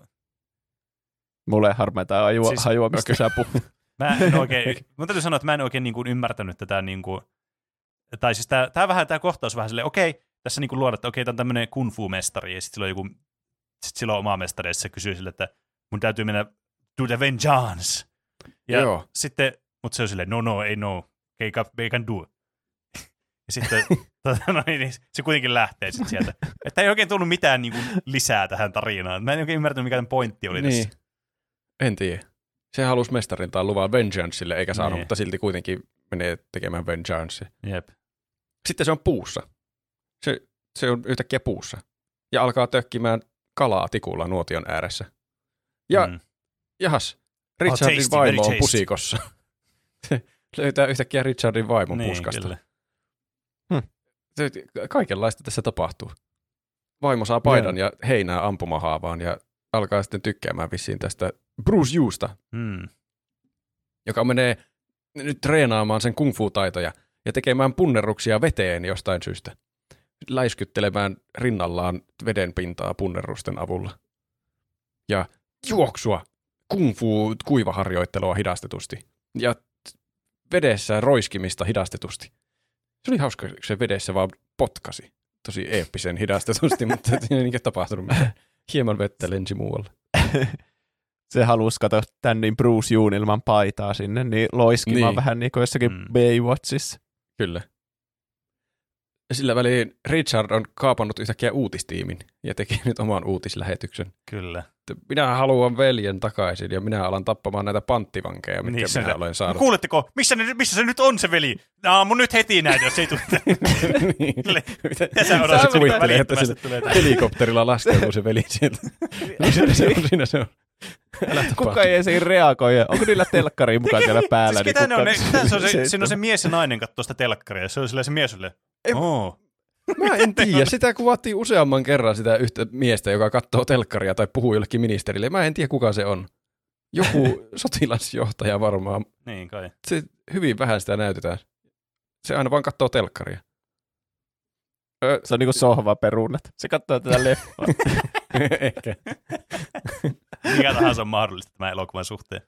Mulle harmeetaan ajua, siis, hajua, mistä okay. sä puhut. Mä en oikein, mun täytyy sanoa, että mä en oikein niin kuin ymmärtänyt tätä, niin kuin, tai siis tää, tää vähän, tää kohtaus vähän silleen, okei, okay, tässä niin kuin luodaan, että okei, okay, tää on tämmönen kung fu-mestari, ja sitten sillä on joku, sit sillä on oma mestari, ja se kysyy sille, että mun täytyy mennä to the vengeance. Ja Joo. sitten, mutta se on silleen, no, no, ei no, they can do. Ja sitten tota, no, niin, se kuitenkin lähtee sitten sieltä. Että ei oikein tullut mitään niin kuin, lisää tähän tarinaan. Mä en oikein ymmärtänyt, mikä tämän pointti oli niin. tässä. En tiedä. Se halusi mestariltaan luvaa vengeancelle, eikä saanut, niin. Mutta silti kuitenkin menee tekemään vengeance. Jep. Sitten se on puussa. Se, se on yhtäkkiä puussa. Ja alkaa tökkimään kalaa tikulla nuotion ääressä. Ja mm. jahas, Richardin oh, tasty, vaimo on pusikossa. Se löytää yhtäkkiä Richardin vaimon niin, puskasta. Kyllä. Hmm. Kaikenlaista tässä tapahtuu. Vaimo saa paidan ja, ja heinää ampumahaavaan ja alkaa sitten tykkäämään vissiin tästä Bruce Yusta, hmm. joka menee nyt treenaamaan sen kung fu-taitoja ja tekemään punnerruksia veteen jostain syystä. Läiskyttelemään rinnallaan veden pintaa punnerusten avulla. Ja juoksua kung fu kuivaharjoittelua hidastetusti. Ja vedessä roiskimista hidastetusti. Se oli hauska, kun se vedessä vaan potkasi. Tosi eeppisen hidastetusti, mutta ei niinkään tapahtunut mitään. Hieman vettä lensi muualle. Se halusi katsoa tän niin Bruce Yoon ilman paitaa sinne, niin loiskimaan niin. Vähän niin kuin jossakin mm. Baywatchissa. Kyllä. Sillä väliin Richard on kaapannut yhtäkkiä uutistiimin ja teki nyt oman uutislähetyksen. Kyllä. Minä haluan veljen takaisin ja minä alan tappamaan näitä panttivankeja, mitkä niin, minä olen saanut. Kuuletteko, missä, ne, missä se nyt on se veli? No, mun nyt heti näitä, jos ei tule. niin. Ja sä odotat kuvittelee, että sillä helikopterilla laskeutuu se veli sieltä. Siinä se on, siinä se on. Kuka ei siinä reagoi? Onko niillä telkkariin mukaan siellä päällä? Siis ketä niin ne on? Ne, se on se, siinä on se mies ja nainen katsoo sitä telkkaria. Se on silleen se mies silleen. Oh. Mä en tiedä. Sitä kuvattiin useamman kerran sitä yhtä miestä, joka katsoo telkkaria tai puhuu jollekin ministerille. Mä en tiedä, kuka se on. Joku sotilasjohtaja varmaan. Niin kai. Se, hyvin vähän sitä näytetään. Se aina vaan katsoo telkkaria. Ö, se on niinku sohva perunat. Se katsoo tätä leffaa. Ehkä. Mikä tahansa on mahdollista tämän elokuvan suhteen.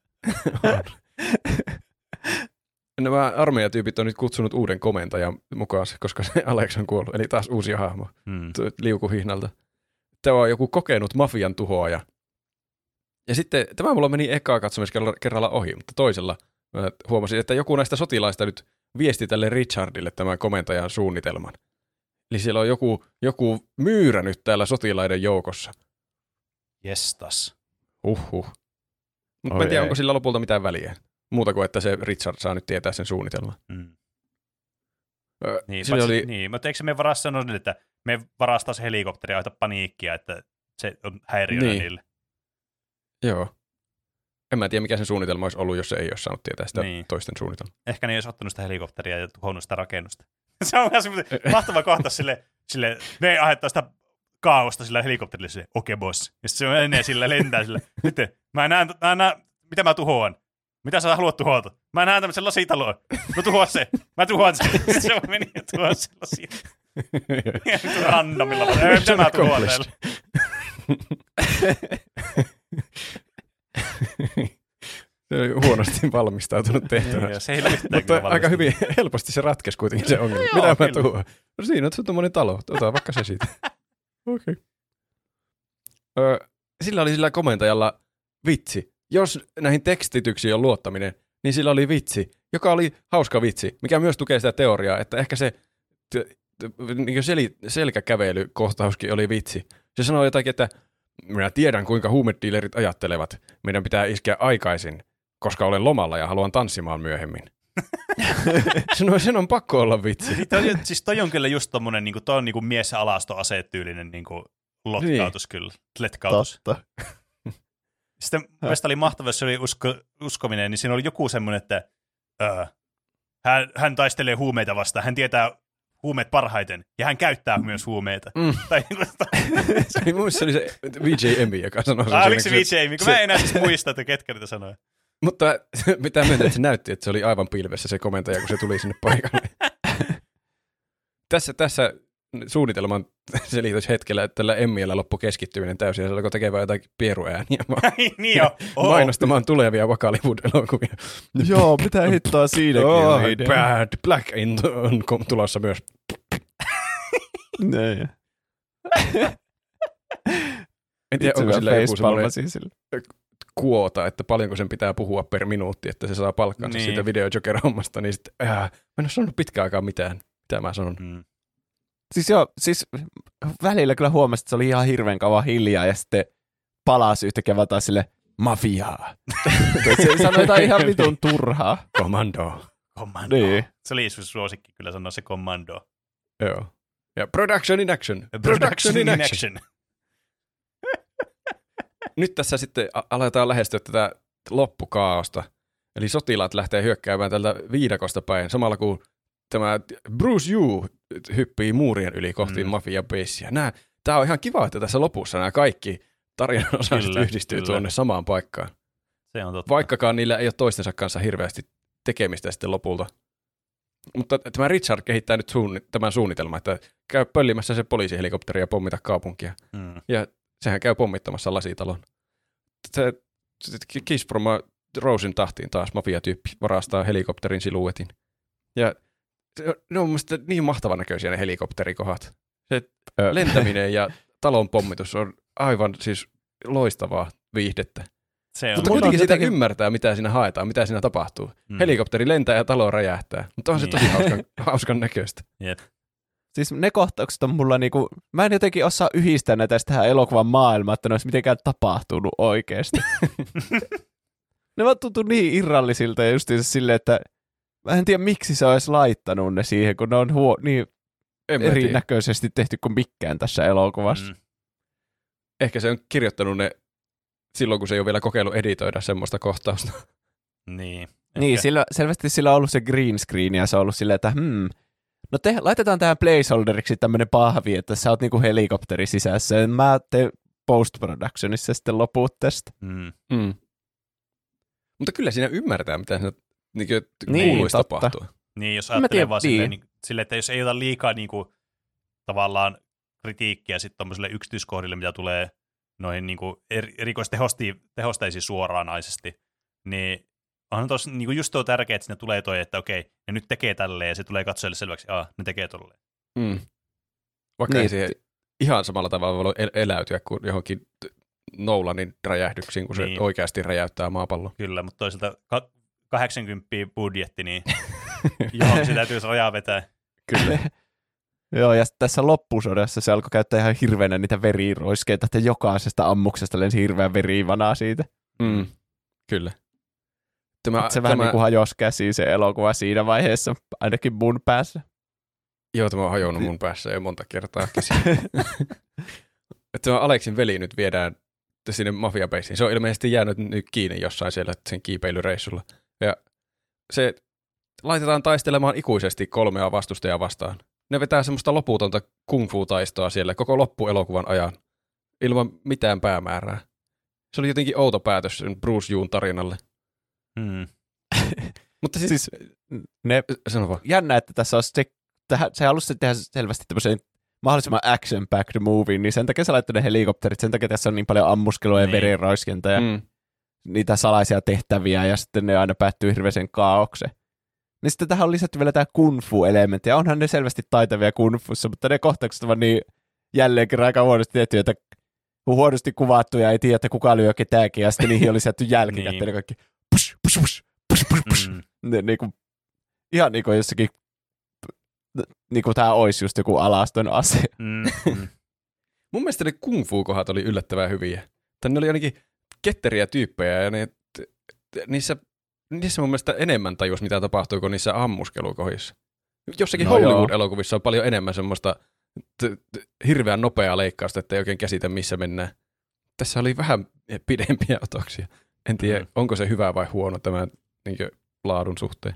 Nämä armeijatyypit on nyt kutsunut uuden komentajan mukaan, koska se Alex on kuollut. Eli taas uusi hahmo hmm. liukuhihnalta. Tämä on joku kokenut mafian tuhoaja. Ja sitten tämä mulla meni ekaa katsomiskerralla ohi, mutta toisella mä huomasin, että joku näistä sotilaista nyt viesti tälle Richardille tämän komentajan suunnitelman. Eli siellä on joku, joku myyrä nyt täällä sotilaiden joukossa. Jestas. Uhuh. Mutta mä en tiedä, onko sillä lopulta mitään väliä. Muuta kuin, että se Richard saa nyt tietää sen suunnitelman. Mm. Öö, niin, paitsi, oli... niin, mutta eikö se me varaa sanoa, että me varastaa se helikopteri ja aita paniikkia, että se on häiriönä Niin. niille. Joo. En mä tiedä, mikä sen suunnitelma olisi ollut, jos se ei olisi saanut tietää sitä Niin. toisten suunnitelmaa. Ehkä ne ei olisi ottanut sitä helikopteria ja tuhonnut sitä rakennusta. Se on ihan semmoinen mahtava kohtaus sille, sille ne aiheuttaa sitä kaaosta sillä helikopterille sille, okei okay, boss. Ja sitten se menee sillä lentää sille, nyt mä näen, mä näen, mitä mä tuhoan. Mitä sä haluat tuhota? Mä näen tämmöisen lasitaloon. No tuhoa se. Mä tuhoan se. Sitten se meni ja tuhoa se lasitaloon. Randomilla. Ei, mitä mä tuhoan täällä? Se oli huonosti valmistautunut tehtäväksi. Se ei yhtään Mutta aika hyvin, helposti se ratkesi kuitenkin se ongelma. Joo, Mitä mä kyllä. tuhoan? No siinä on tuommoinen talo. Ota vaikka se siitä. Okei. Okay. Sillä oli sillä komentajalla vitsi. Jos näihin tekstityksiin on luottaminen, niin sillä oli vitsi, joka oli hauska vitsi, mikä myös tukee sitä teoriaa, että ehkä se t- t- niin sel- selkäkävelykohtauskin oli vitsi. Se sanoi jotakin, että minä tiedän, kuinka huumedealerit ajattelevat. Meidän pitää iskeä aikaisin, koska olen lomalla ja haluan tanssimaan myöhemmin. sen, on, sen on pakko olla vitsi. Toi, on- siis toi on kyllä just tommonen, niinku, toi on niinku mies- ja alastoasetyylinen niinku, lotkautus Niin. kyllä. Letkautus. Totta. Sitten mielestäni oli mahtavaa, jos se oli usko, uskominen, niin siinä oli joku semmoinen, että öö, hän, hän taistelee huumeita vastaan, hän tietää huumeet parhaiten, ja hän käyttää myös huumeita. Mm. Tai, niin kuin, Se oli, muissa oli se V J Emmy, joka sanoi sen. ah, oliko se siinä, V J, mikä mä en enää siis muista, että ketkä niitä sanoi. Mutta mitä myöntää, että se näytti, että se oli aivan pilvessä se komentaja, kun se tuli sinne paikalle. tässä, tässä suunnitelman selityshetkellä, että tällä Emmiellä loppui keskittyminen täysin, ja se alkoi tekemään jotain pieruääniä niin jo. Oh. mainostamaan tulevia Vakaliwood-elokuvia. Joo, mitä hittoa siinäkin Oh, on idea. bad Black in on kom- tulossa myös. Niin. En tiedä, onko sillä joku semmoinen facepalmasi sille. kuota, että paljonko sen pitää puhua per minuutti, että se saa palkkansa Niin. siitä videojoker-hommasta, niin sitten, äh, mä en ole sanonut pitkään aikaa mitään, mitä mä sanon. Mm. Siis joo, siis välillä kyllä huomasin, että se oli ihan hirveän kauan hiljaa ja sitten palasi yhtäkkiä vaan taas sille mafiaa. Se sanoi jotain ihan vitun turhaa. Commando. Commando. Niin. Se oli sun suosikki kyllä sanoa se Commando. Joo. Ja production in action. Production in action. Nyt tässä sitten a- aletaan lähestyä tätä loppukaaosta. Eli sotilaat lähtee hyökkäämään tältä viidakosta päin, samalla kun tämä Bruce Yu hyppii muurien yli kohti Mm. mm. mafia-beissiä. Nää, tää on ihan kiva, että tässä lopussa nämä kaikki tarinan osaiset Kyllä, yhdistyy kyllä. tuonne samaan paikkaan. Se on totta. Vaikkakaan niillä ei ole toistensa kanssa hirveästi tekemistä sitten lopulta. Mutta tämä Richard kehittää nyt suunni- tämän suunnitelman, että käy pöllimässä se poliisihelikopteri ja pommita kaupunkia. Mm. Ja sehän käy pommittamassa lasitalon. Se, se Kiss from a Rosen tahtiin taas mafiatyyppi varastaa helikopterin siluetin. Ja se, ne on mun mielestä niin mahtavan näköisiä ne helikopterikohat. Se Ö. lentäminen ja talon pommitus on aivan siis loistavaa viihdettä. Se on. Mutta Mun on kuitenkin sitä jotenkin- ymmärtää, mitä siinä haetaan, mitä siinä tapahtuu. Mm. Helikopteri lentää ja talo räjähtää. Mutta on se Niin. tosi hauskan, hauskan näköistä. Jep. Siis ne kohtaukset on mulla niinku, mä en jotenkin osaa yhdistää näitä tähän elokuvan maailmaan, että ne olisi mitenkään tapahtunut oikeasti. Ne vaan tuntuu niin irrallisilta ja justiinsa silleen, että mä en tiedä miksi se olisi laittanut ne siihen, kun ne on huo- niin En mä tiedä. erinäköisesti tehty kuin mikään tässä elokuvassa. Mm. Ehkä se on kirjoittanut ne silloin, kun se ei ole vielä kokeillut editoida semmoista kohtausta. Niin. Niin, Ehkä. sillä, selvästi sillä on ollut se green screen ja se on ollut silleen, että hmm, no te, laitetaan tähän placeholderiksi tämmönen pahvi, että sä oot niinku helikopteri sisässä ja mä teen post-productionissa sitten loput tästä. Mm. Mm. Mutta kyllä siinä ymmärtää, mitä siinä niin Niin, kuuluisi totta. tapahtua. Niin, jos Mä ajattelee tiedän, vaan niin. silleen, niin, silleen, että jos ei ota liikaa niin kuin, tavallaan kritiikkiä sitten tuommoiselle yksityiskohdille, mitä tulee noihin niin kuin, er, erikoistehosteisiin suoranaisesti, niin onhan tuossa niin kuin just tuo tärkeää, että sinne tulee toi, että okei, ne nyt tekee tälleen, ja se tulee katsojalle selväksi, että ne tekee tolleen. Mm. Vaikka Niin, ei siihen ihan samalla tavalla voi el- eläytyä kuin johonkin t- Nolanin räjähdyksiin, kun Niin. se oikeasti räjäyttää maapallon. Kyllä, mutta toisaalta ka- kahdeksankymmentä budjetti, niin johon se täytyy rajaa vetää. Kyllä. Joo, ja tässä loppusodassa se alkoi käyttää ihan hirveänä niitä veriroiskeita, että jokaisesta ammuksesta lensi hirveän verivanaa siitä. Mm. Kyllä. Tämä, Se vähän tämä, niin kuin hajosi käsiin se elokuva siinä vaiheessa, ainakin mun päässä. Joo, tämä on hajonnut mun päässä jo monta kertaa. Että tämä Aleksin veli nyt viedään sinne mafiabeisiin. Se on ilmeisesti jäänyt nyt kiinni jossain siellä sen kiipeilyreissulla. Ja se laitetaan taistelemaan ikuisesti kolmea vastustajaa vastaan. Ne vetää semmoista loputonta kung-fu-taistoa siellä koko loppuelokuvan ajan, ilman mitään päämäärää. Se oli jotenkin outo päätös sen Bruce Yoon tarinalle. Hmm. Mutta siis, siis ne, jännä, että tässä on se, tähän, se halusi tehdä selvästi tämmöisen mahdollisimman action-packed movie, niin sen takia sä laittoi ne helikopterit, sen takia tässä on niin paljon ammuskelua ja niin. verenroiskintaa ja mm. niitä salaisia tehtäviä, ja sitten ne aina päättyy hirveäsen kaaokseen. Niin sitten tähän on lisätty vielä tämä kung-fu-elementti, ja onhan ne selvästi taitavia kung-fussa, mutta ne kohtaukset ovat niin jälleen kerran aika huonosti tehty, että huonosti kuvattu ja ei tiedä, että kuka lyö ketäänkin, ja sitten niihin oli sieltä jälkikäteen niin. kaikki push, push, push, push, push, push. Mm. Ne, niin kuin, ihan niin kuin jossakin, niin kuin tämä olisi just joku alaston ase. Mm. Mm. Mun mielestä ne kung-fu-kohdat oli yllättävän hyviä. Tänne oli ainakin ketteriä tyyppejä, ja ne, niissä, niissä mun mielestä enemmän tajus, mitä tapahtuu, kuin niissä ammuskelukohdissa. Jossakin no Hollywood-elokuvissa on paljon enemmän semmoista t- t- hirveän nopeaa leikkausta, että ei oikein käsitä, missä mennään. Tässä oli vähän pidempiä otoksia. En tiedä, mm. onko se hyvä vai huono tämän niin kuin, laadun suhteen.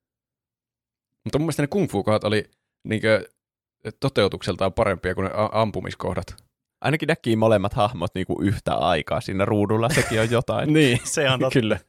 Mutta mun mielestä ne kung-fu-kohdat oli niin kuin, toteutukseltaan parempia kuin ne a- ampumiskohdat. Ainakin näki molemmat hahmot niin kuin yhtä aikaa siinä ruudulla, sekin on jotain. Niin, se on totta. Kyllä.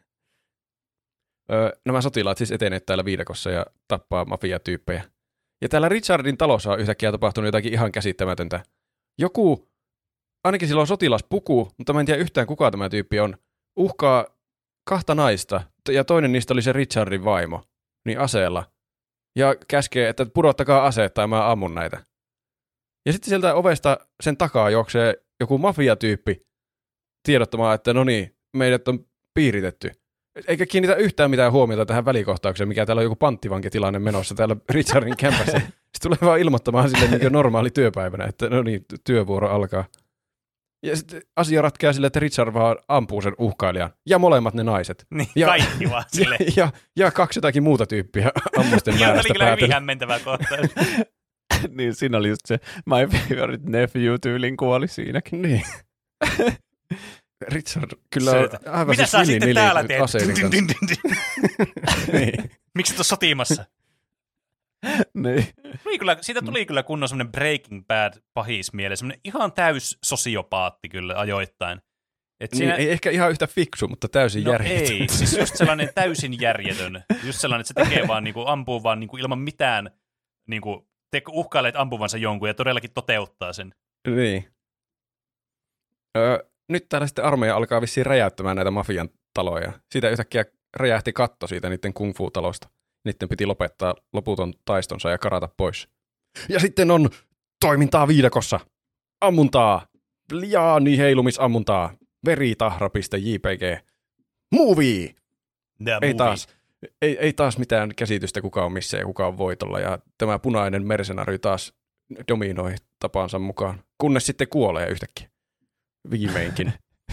Öö, nämä sotilaat siis etenevät täällä viidakossa ja tappaa mafiatyyppejä. Ja täällä Richardin talossa on yhtäkkiä tapahtunut jotakin ihan käsittämätöntä. Joku, ainakin sillä on sotilaspuku, mutta mä en tiedä yhtään kuka tämä tyyppi on, uhkaa kahta naista, ja toinen niistä oli se Richardin vaimo, niin aseella. Ja käskee, että pudottakaa aseet tai mä ammun näitä. Ja sitten sieltä ovesta sen takaa juoksee joku mafiatyyppi tiedottamaan, että no niin, meidät on piiritetty. Eikä kiinnitä yhtään mitään huomiota tähän välikohtaukseen, mikä täällä on joku panttivankitilanne menossa täällä Richardin kämpässä. Sitten tulee vaan ilmoittamaan sille niin kuin normaali työpäivänä, että no niin, työvuoro alkaa. Ja sitten asia ratkeaa sille, että Richard vaan ampuu sen uhkailijan. Ja molemmat ne naiset. Niin, ja, kaikki vaan sille. Ja, ja, ja kaksi jotakin muuta tyyppiä ammusten määrästä päätellä. Oli kyllä päätellä. hyvin hämmentävä kohtaus. Niin, siinä oli just se My Favorite Nephew-tyylin kuoli siinäkin. Niin. Richard kyllä on Söitä. aivan mitä siis sä sitten täällä teet? Niin. Miksi et ole sotimassa? Niin. Tuli kyllä, siitä tuli kyllä kunnon semmoinen Breaking Bad pahis mieleen, semmoinen ihan täys sosiopaatti kyllä ajoittain. Et niin, siinä... ei ehkä ihan yhtä fiksu, mutta täysin no järjetön. ei, siis just sellainen täysin järjetön. Just sellainen, että se tekee vaan, niin kuin, ampuu vaan niin kuin, ilman mitään, niin kuin, te uhkailet ampuvansa jonkun ja todellakin toteuttaa sen. Niin. Öö, nyt täällä sitten armeija alkaa vissiin räjäyttämään näitä mafian taloja. Siitä yhtäkkiä räjähti katto siitä niiden kung-fu-talosta. Niiden piti lopettaa loputon taistonsa ja karata pois. Ja sitten on toimintaa viidakossa. Ammuntaa. Liaani heilumisammuntaa. Veritahra.jpg. Movie! The ei, movie. taas, ei, ei taas mitään käsitystä, kuka on missä ja kuka on voitolla. Ja tämä punainen mercenari taas dominoi tapansa mukaan. Kunnes sitten kuolee yhtäkkiä. Viimeinkin.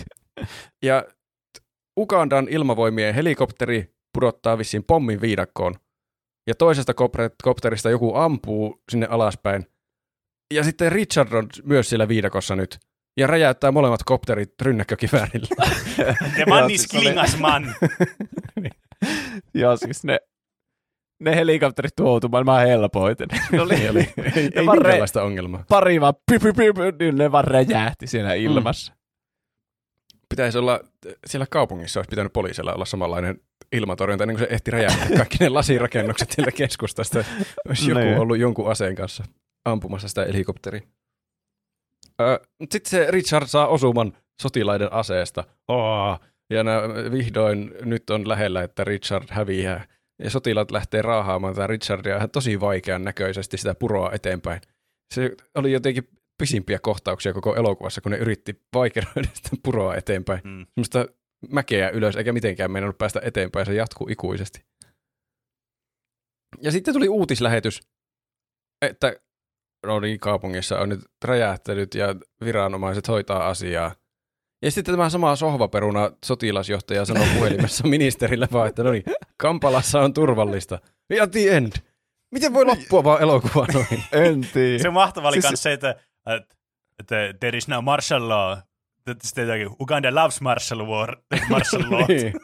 Ja Ugandan ilmavoimien helikopteri pudottaa vissiin pommin viidakkoon. Ja toisesta kopterista joku ampuu sinne alaspäin. Ja sitten Richard on myös siellä viidakossa nyt. Ja räjäyttää molemmat kopterit rynnäkkökiväärillä. The man is killing us, man. Joo, siis ne, ne helikopterit tuoutui maailman helpoiten. Ne oli, oli. Ei, ei minkäänlaista re- ongelmaa. Pari vaan, py, py, py, py, niin ne vaan räjähti siellä ilmassa. Mm. Pitäisi olla, siellä kaupungissa olisi pitänyt poliisilla olla samanlainen ilmatorjunta, ennen kuin se ehti räjähtää kaikki ne lasirakennukset sieltä keskustasta. Olisi joku no, ollut jonkun aseen kanssa ampumassa sitä helikopteria. Öö, Sitten se Richard saa osuman sotilaiden aseesta. Oh, ja nää, vihdoin nyt on lähellä, että Richard häviää. Ja sotilaat lähtee raahaamaan tätä Richardia tosi vaikean näköisesti sitä puroa eteenpäin. Se oli jotenkin pisimpiä kohtauksia koko elokuvassa, kun ne yritti vaikeroida sitä puroa eteenpäin. Mm. Semmoista mäkeä ylös, eikä mitenkään meinannut päästä eteenpäin, se jatkuu ikuisesti. Ja sitten tuli uutislähetys, että no niin, kaupungissa on nyt räjähtelyt ja viranomaiset hoitaa asiaa. Ja sitten tämä sama sohvaperuna sotilasjohtaja sanoi puhelimessa ministerille vaan, että no niin, Kampalassa on turvallista. Ja the end. Miten voi loppua vaan elokuva noin? En tiedä. Se mahtava oli Siis- siis... se, että, että, että there is no martial law. Sitten jotakin, Uganda loves martial war, martial law. Niin.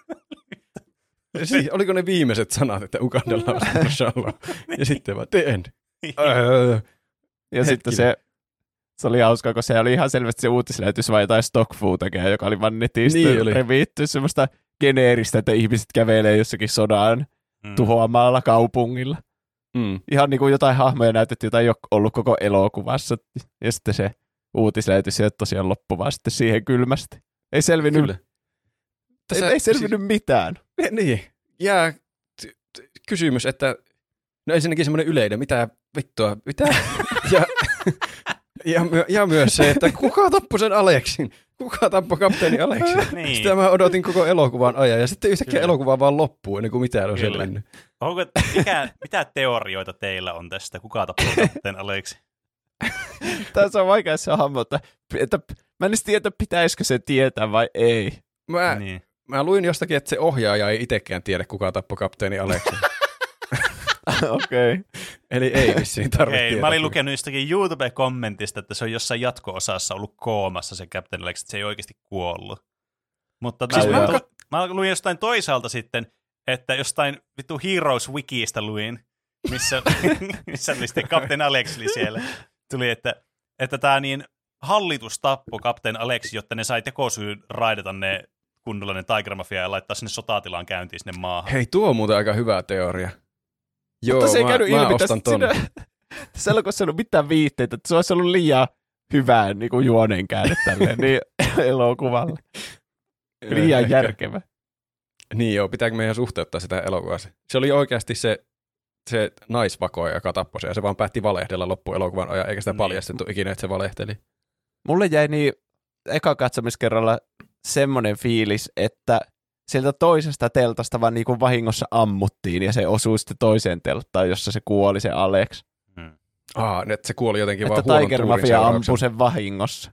Siis, oliko ne viimeiset sanat, että Ugandalla on martial law? Ja sitten vaan, the end. Öö. Ja sitten se, se oli hauskaa, kun se oli ihan selvästi se uutislähetys vai jotain stock footageja, joka oli vaan netistä Niin oli. revitty semmoista geneeristä, että ihmiset kävelee jossakin sodan Mm. tuhoamalla kaupungilla. Mm. Ihan niin kuin jotain hahmoja näytettiin, jota ei ole ollut koko elokuvassa. Ja sitten se uutislähetys sieltä tosiaan loppui vaan sitten siihen kylmästi. Ei selvinnyt, Kyllä. ei, ei selvinnyt mitään. Siis, niin, jää t- t- kysymys, että no ensinnäkin semmoinen yleinen, mitä vittua, mitä? ja, ja, my, ja myös se, että kuka tappoi sen Aleksin? Kuka tappoi kapteeni Aleksin? Niin. Sitä mä odotin koko elokuvan ajan, ja sitten yhtäkkiä Kyllä. elokuva vaan loppuu, ennen kuin mitään on Kyllä. selvinnyt. Onko, mikä, mitä teorioita teillä on tästä? Kuka tappoi kapteen Aleksi? Tässä on vaikea se hahmo, että, että mä en edes tiedä, pitäisikö se tietää vai ei. Mä, Niin. mä luin jostakin, että se ohjaaja ei itsekään tiedä, kuka tappoi kapteeni Aleksin. Okei. Okay. Eli ei vissiin tarvitse Ei, tietää. mä olin lukenut jostakin YouTube-kommentista, että se on jossain jatko-osassa ollut koomassa se Captain Alex, että se ei oikeasti kuollut. Mutta Siis mä, mä- mä, mä luin jostain toisaalta sitten, että jostain vittu Heroes Wikistä luin, missä, missä oli sitten Captain Alex oli siellä. Tuli, että, että tämä niin hallitus tappoi Captain Alex, jotta ne sai tekosyyn raidata ne kunnolla ne Tiger Mafia ja laittaa sinne sotatilaan käyntiin sinne maahan. Hei, tuo on muuten aika hyvä teoria. Joo, Mutta se ei mä, käynyt mä ilmi ostan tästä. ton. Siinä, tässä elokuvassa ei ollut mitään viitteitä, että se olisi ollut liian hyvää niin kuin juoneen käänne tälleen niin elokuvalle. Liian Ehkä. järkevä. Niin joo, pitääkö meidän suhteuttaa sitä elokuvaa? Se oli oikeasti se, se naisvakoja, joka tappoi sen, ja se vaan päätti valehdella loppuelokuvan ajan, eikä sitä Niin. paljastettu ikinä, että se valehteli. Mulle jäi niin eka katsomiskerralla semmoinen fiilis, että sieltä toisesta teltasta vaan niin kuin vahingossa ammuttiin, ja se osui sitten toiseen telttaan, jossa se kuoli se Alex. Hmm. Aa, että se kuoli jotenkin Että vaan huonon Tiger tuurin Mafia seurauksena. ampui sen vahingossa.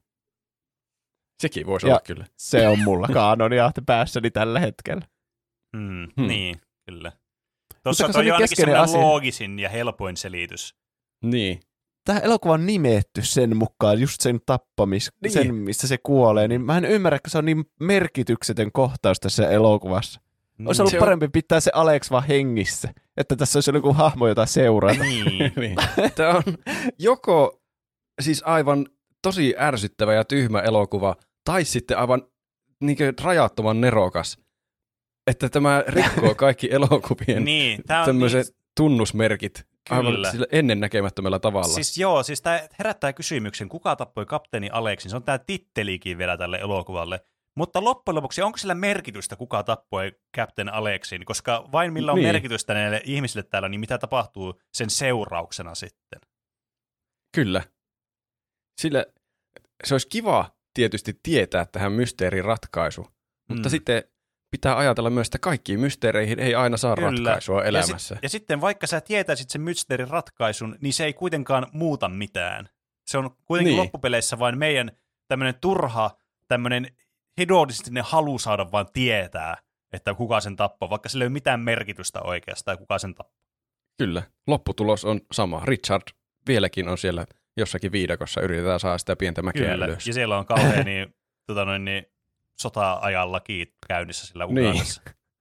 Sekin voisi Ja- olla kyllä. Se on mulla kaanonia päässäni tällä hetkellä. Hmm. Hmm. Niin, kyllä. Tuossa kun se toi oli on ainakin keskeinen semmoinen asia. loogisin ja helpoin selitys. Niin. Tämä elokuva on nimetty sen mukaan, just sen tappamis, Niin. sen missä se kuolee, niin mä en ymmärrä, että se on niin merkityksetön kohtaus tässä elokuvassa. Olisi ollut Se on- parempi pitää se Alex vaan hengissä, että tässä olisi joku hahmo, jota seurata. Niin. niin. Tämä on joko siis aivan tosi ärsyttävä ja tyhmä elokuva, tai sitten aivan niin rajattoman nerokas, että tämä rikkoo kaikki elokuvien niin, tää on tämmöiset niin, tunnusmerkit aivan Kyllä. sillä ennennäkemättömällä tavalla. siis joo, siis tämä herättää kysymyksen, kuka tappoi kapteeni Aleksin. Se on tämä tittelikin vielä tälle elokuvalle. Mutta loppujen lopuksi, onko sillä merkitystä, kuka tappoi Captain Aleksin? Koska vain millä on Niin. merkitystä näille ihmisille täällä, niin mitä tapahtuu sen seurauksena sitten? Kyllä. Sillä se olisi kiva tietysti tietää tähän mysteerin ratkaisu, mutta Mm. sitten pitää ajatella myös, että kaikkiin mysteereihin ei aina saa Kyllä. ratkaisua Ja, elämässä. sit, ja sitten vaikka sä tietäisit sen mysteerin ratkaisun, niin se ei kuitenkaan muuta mitään. Se on kuitenkin Niin. loppupeleissä vain meidän tämmöinen turha, tämmöinen hedonistinen halu saada vaan tietää, että kuka sen tappoi, vaikka sillä ei ole mitään merkitystä oikeastaan, kuka sen tappoi. Kyllä. Lopputulos on sama. Richard vieläkin on siellä jossakin viidakossa, yritetään saada sitä pientä mäkeä Kyllä, ylös. ja siellä on kauhean niin, tota noin, niin, sota-ajallakin käynnissä sillä Niin. Ugandassa.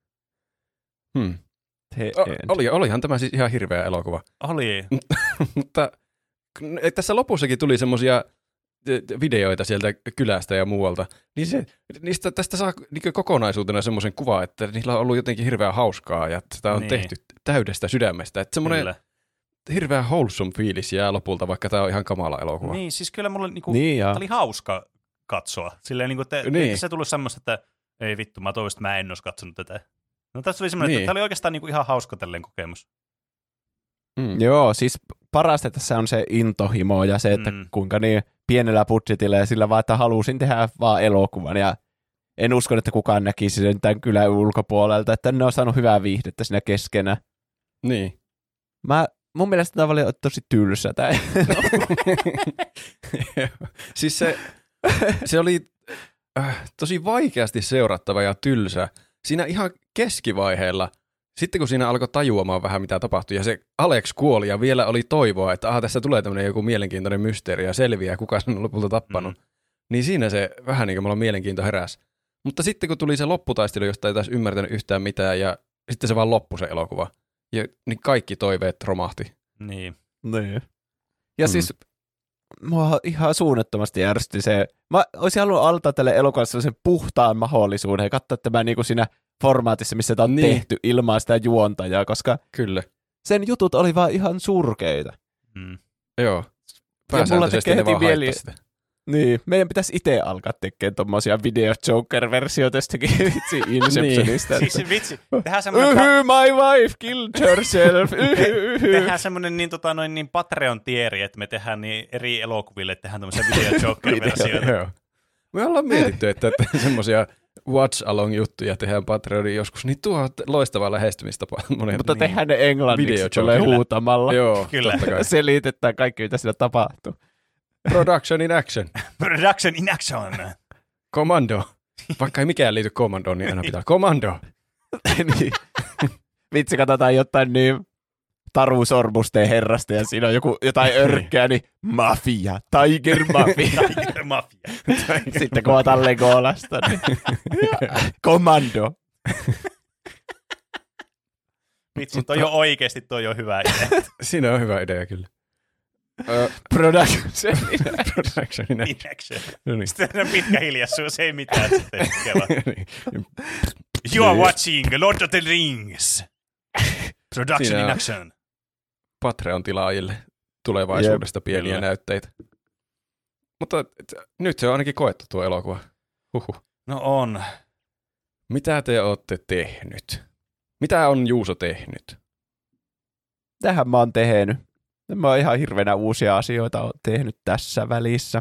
Hmm. The O- end. oli, olihan tämä siis ihan hirveä elokuva. Oli. Mutta kun- et tässä lopussakin tuli semmoisia videoita sieltä kylästä ja muualta, niin se, niistä, tästä saa niin kokonaisuutena semmoisen kuvan, että niillä on ollut jotenkin hirveän hauskaa ja että sitä on Niin. tehty täydestä sydämestä. Että semmoinen Kyllä. hirveän wholesome fiilis jää lopulta, vaikka tämä on ihan kamala elokuva. Niin, siis kyllä mulle niinku, Niin, tää ja. oli hauska katsoa. Silleen, niinku, että, Niin. että se tullut semmoista, että ei vittu, mä toivon, että mä en olisi katsonut tätä. No tässä oli semmoinen, Niin. että tämä oli oikeastaan niinku ihan hauska tälleen kokemus. Mm. Joo, siis parasta tässä on se intohimo ja se, että Mm. kuinka niin pienellä budjetilla ja sillä vaan, että halusin tehdä vaan elokuvan ja en usko, että kukaan näkisi sen tämän kylän ulkopuolelta, että ne on saanut hyvää viihdettä siinä keskenä. Niin. Mä, mun mielestä tämä oli tosi tylsä tämä. Siis se, se oli äh, tosi vaikeasti seurattava ja tylsä. Siinä ihan keskivaiheella sitten kun siinä alkoi tajuamaan vähän mitä tapahtui, ja se Alex kuoli, ja vielä oli toivoa, että aha, tässä tulee tämmöinen joku mielenkiintoinen mysteeri, ja selviää, kuka sen on lopulta tappanut, mm. niin siinä se vähän niin kuin mulla mielenkiinto heräsi. Mutta sitten kun tuli se lopputaistelu, josta ei taas ymmärtänyt yhtään mitään, ja sitten se vaan loppui se elokuva, ja niin kaikki toiveet romahti. Niin. Niin. Ja Mm. siis mua ihan suunnattomasti ärsytti se. Mä olisin halunnut altaa tälle elokuvalle sellaisen puhtaan mahdollisuuden ja katsoa tämä niinku siinä formaatissa, missä tämä on Niin. tehty ilman sitä juontajaa, koska Kyllä. sen jutut oli vaan ihan surkeita. Mm. Joo. mulla Pääsääntöisesti tekee ne vaan heti mieli- haittaa sitä. Niin, meidän pitäisi itse alkaa tekemään tommosia video Joker-versioita jostakin vitsi Inceptionista. Siis vitsi, tehdään semmoinen... Yhy, my wife killed herself. Yhy, yhy. Tehdään semmoinen niin, tota, noin, niin Patreon-tieri, että me tehdään niin eri elokuville, että tehdään tämmöisiä video Joker-versioita. Joo. Me ollaan mietitty, että, että semmoisia watch-along-juttuja tehdään Patreonin joskus, niin tuo on loistava lähestymistapa. Monen, Mutta niin. tehdään ne englanniksi, Video tulee Joker. huutamalla. Joo, Kyllä. totta kai. Selitetään kaikki, mitä siinä tapahtuu. Production in action. Production in action. Commando. Vaikka ei mikään liity kommandoon, niin aina pitää. Commando. niin. Vitsi, katsotaan jotain niin Taru Sormusten herrasta ja siinä on joku, jotain örkkää, niin mafia, Tiger Mafia. Tiger Mafia. Sitten kun otan Legolasta, niin Commando. Vitsi, toi on oikeasti toi on hyvä idea. Siinä on hyvä idea kyllä. Ö, Production. Production in In action. action. No niin. Sitten on pitkä hiljaisuus, ei mitään sitten. Kela. Niin. You are watching Lord of the Rings. Production Siinä in on- action. Patreon-tilaajille tulevaisuudesta Jep, pieniä kyllä. näytteitä. Mutta et, nyt se on ainakin koettu tuo elokuva. Huhhuh. No on. Mitä te olette tehnyt? Mitä on Juuso tehnyt? Tähän mä oon tehnyt. Mä oon ihan hirveänä uusia asioita oon tehnyt tässä välissä.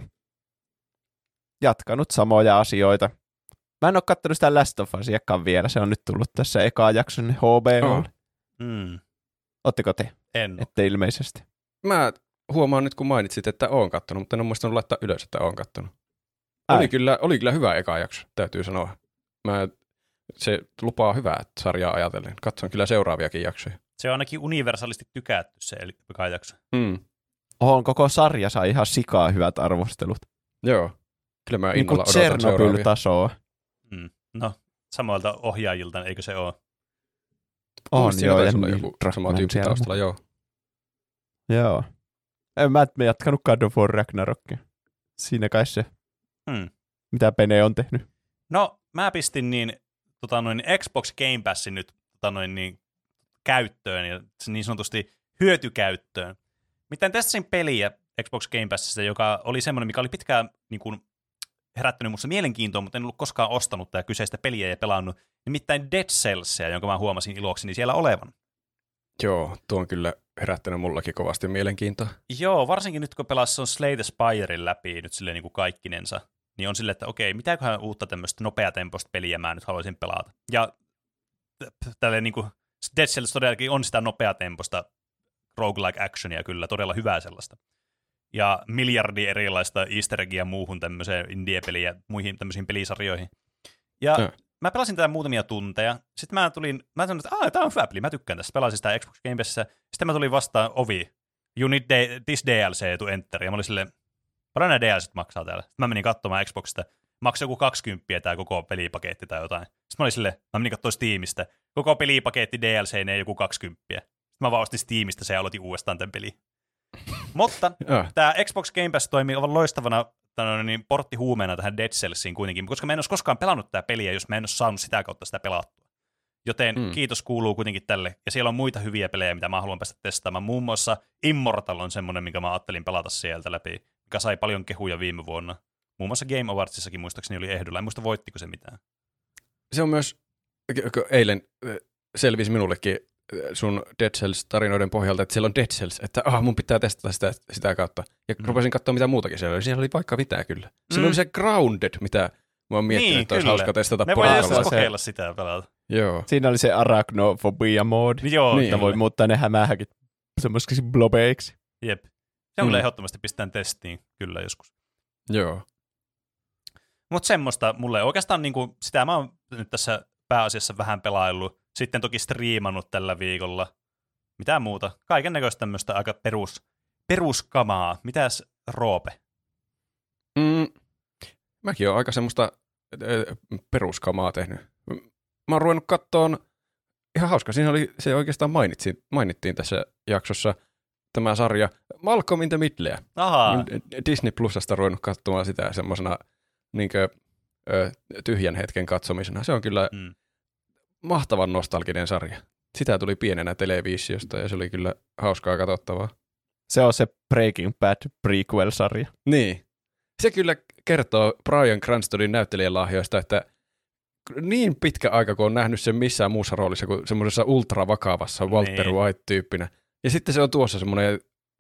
Jatkanut samoja asioita. Mä en oo kattonut sitä Last of Usiakaan vielä. Se on nyt tullut tässä eka jakson H B O:lle. Mm. Ootteko te? En. Ette ilmeisesti. Mä huomaan nyt, kun mainitsit, että oon kattonut, mutta en ole muistanut laittaa ylös, että oon kattonut. Ai. Oli kyllä, oli kyllä hyvä eka jakso, täytyy sanoa. Mä, se lupaa hyvää sarjaa ajatellen. Katson kyllä seuraaviakin jaksoja. Se on ainakin universaalisti tykätty se eli eka jakso. Mm. On koko sarja sai ihan sikaa hyvät arvostelut. Joo. Kyllä mä Niin innolla kuin odotan seuraavia. Chernobyl-tasoa. Mm. No, samoilta ohjaajilta, eikö se ole? On Siinä joo. taisi ja olla Neil joku sama Druckmann tyyppi siellä. taustalla, joo. Joo. En mä et jatkanut God of War Ragnarokia. Siinä kai se, Hmm. mitä Pene on tehnyt. No, mä pistin niin, tota noin, Xbox Game Passin nyt tota noin, niin, käyttöön ja niin sanotusti hyötykäyttöön. Miten testasin peliä Xbox Game Passissa, joka oli semmoinen, mikä oli pitkään niin kuin, herättänyt musta mielenkiintoa, mutta en ollut koskaan ostanut tätä kyseistä peliä ja pelannut. Nimittäin Dead Cellsia, jonka mä huomasin ilokseni siellä olevan. Joo, tuo on kyllä herättänyt mullakin kovasti mielenkiintoa. Joo, varsinkin nyt kun pelasi on Slay the Spiren läpi nyt silleen niin kuin kaikkinensa, niin on silleen, että okei, mitäköhän uutta tämmöistä nopeatempoista peliä mä nyt haluaisin pelata. Ja tälleen niin kuin Dead Cells todellakin on sitä nopeatempoista roguelike actionia kyllä, todella hyvää sellaista. Ja miljardi erilaista easter eggia muuhun tämmöiseen indie-peliin ja muihin tämmöisiin pelisarjoihin. Ja Ja. mä pelasin tätä muutamia tunteja. Sitten mä tulin, mä sanoin, että tää on hyvä peli, mä tykkään tästä. Pelasin sitä Xbox Game Passissa. Sitten mä tulin vastaan ovi. You need de- this D L C to enter. Ja mä olin silleen, paljon nämä D L C:t maksaa täällä. Sitten mä menin katsomaan Xboxista. Maksaa joku kaksikymmentä tää koko pelipaketti tai jotain. Sitten mä olin silleen, mä menin katsomaan Steamista. Koko pelipaketti D L C, ne joku kaksikymmentä. Sitten mä vaan ostin Steamista se ja aloitin uudestaan tämän pelin. Mutta Ja. tämä Xbox Game Pass toimii aivan loistavana niin porttihuumeena tähän Dead Cellsiin kuitenkin, koska mä en olisi koskaan pelannut tätä peliä, jos mä en olisi saanut sitä kautta sitä pelattua. Joten Mm. kiitos kuuluu kuitenkin tälle. Ja siellä on muita hyviä pelejä, mitä mä haluan päästä testaamaan. Muun muassa Immortal on semmoinen, minkä mä ajattelin pelata sieltä läpi, mikä sai paljon kehuja viime vuonna. Muun muassa Game Awardsissakin muistaakseni oli ehdolla. En muista voittiko se mitään. Se on myös, kun eilen äh, selvisi minullekin äh, sun Dead Cells-tarinoiden pohjalta, että siellä on Dead Cells, että ah, mun pitää testata sitä, sitä kautta. Ja Mm. rupesin katsoa mitä muutakin siellä oli. Siellä oli vaikka mitä kyllä. Siellä Mm. oli se Grounded, mitä mä oon miettinyt, Niin, että olisi kyllä. hauska testata Me voidaan porukalla. joskus se- kokeilla sitä ja pelata. Joo. Siinä oli se arachnofobia mode, Niin joo, Niin. että voi kyllä. muuttaa ne hämähäkit semmoisiksi blobeiksi. Jep. Se on Mm. kyllä ehdottomasti pistään testiin kyllä joskus. Joo. Mutta semmoista mulle oikeastaan niinku, sitä mä oon nyt tässä pääasiassa vähän pelaillut. Sitten toki striimannut tällä viikolla. Mitä muuta? Kaiken näköistä tämmöistä aika perus, peruskamaa. Mitäs Roope? Mm, mäkin oon aika semmoista äh, peruskamaa tehnyt. Mä oon ruvennut kattoon, ihan hauska, siinä oli, se oikeastaan mainitsi, mainittiin tässä jaksossa tämä sarja Malcolm in the Middleä. Ahaa. Disney Plusasta ruvennut katsomaan sitä semmoisena niinkö ö, tyhjän hetken katsomisena. Se on kyllä mm. mahtavan nostalginen sarja. Sitä tuli pienenä televisiosta ja se oli kyllä hauskaa katsottavaa. Se on se Breaking Bad prequel-sarja. Niin. Se kyllä kertoo Bryan Cranstonin näyttelijän lahjoista, että niin pitkä aika, kun on nähnyt sen missään muussa roolissa kuin semmoisessa ultravakavassa Walter niin. White-tyyppinä. Ja sitten se on tuossa semmoinen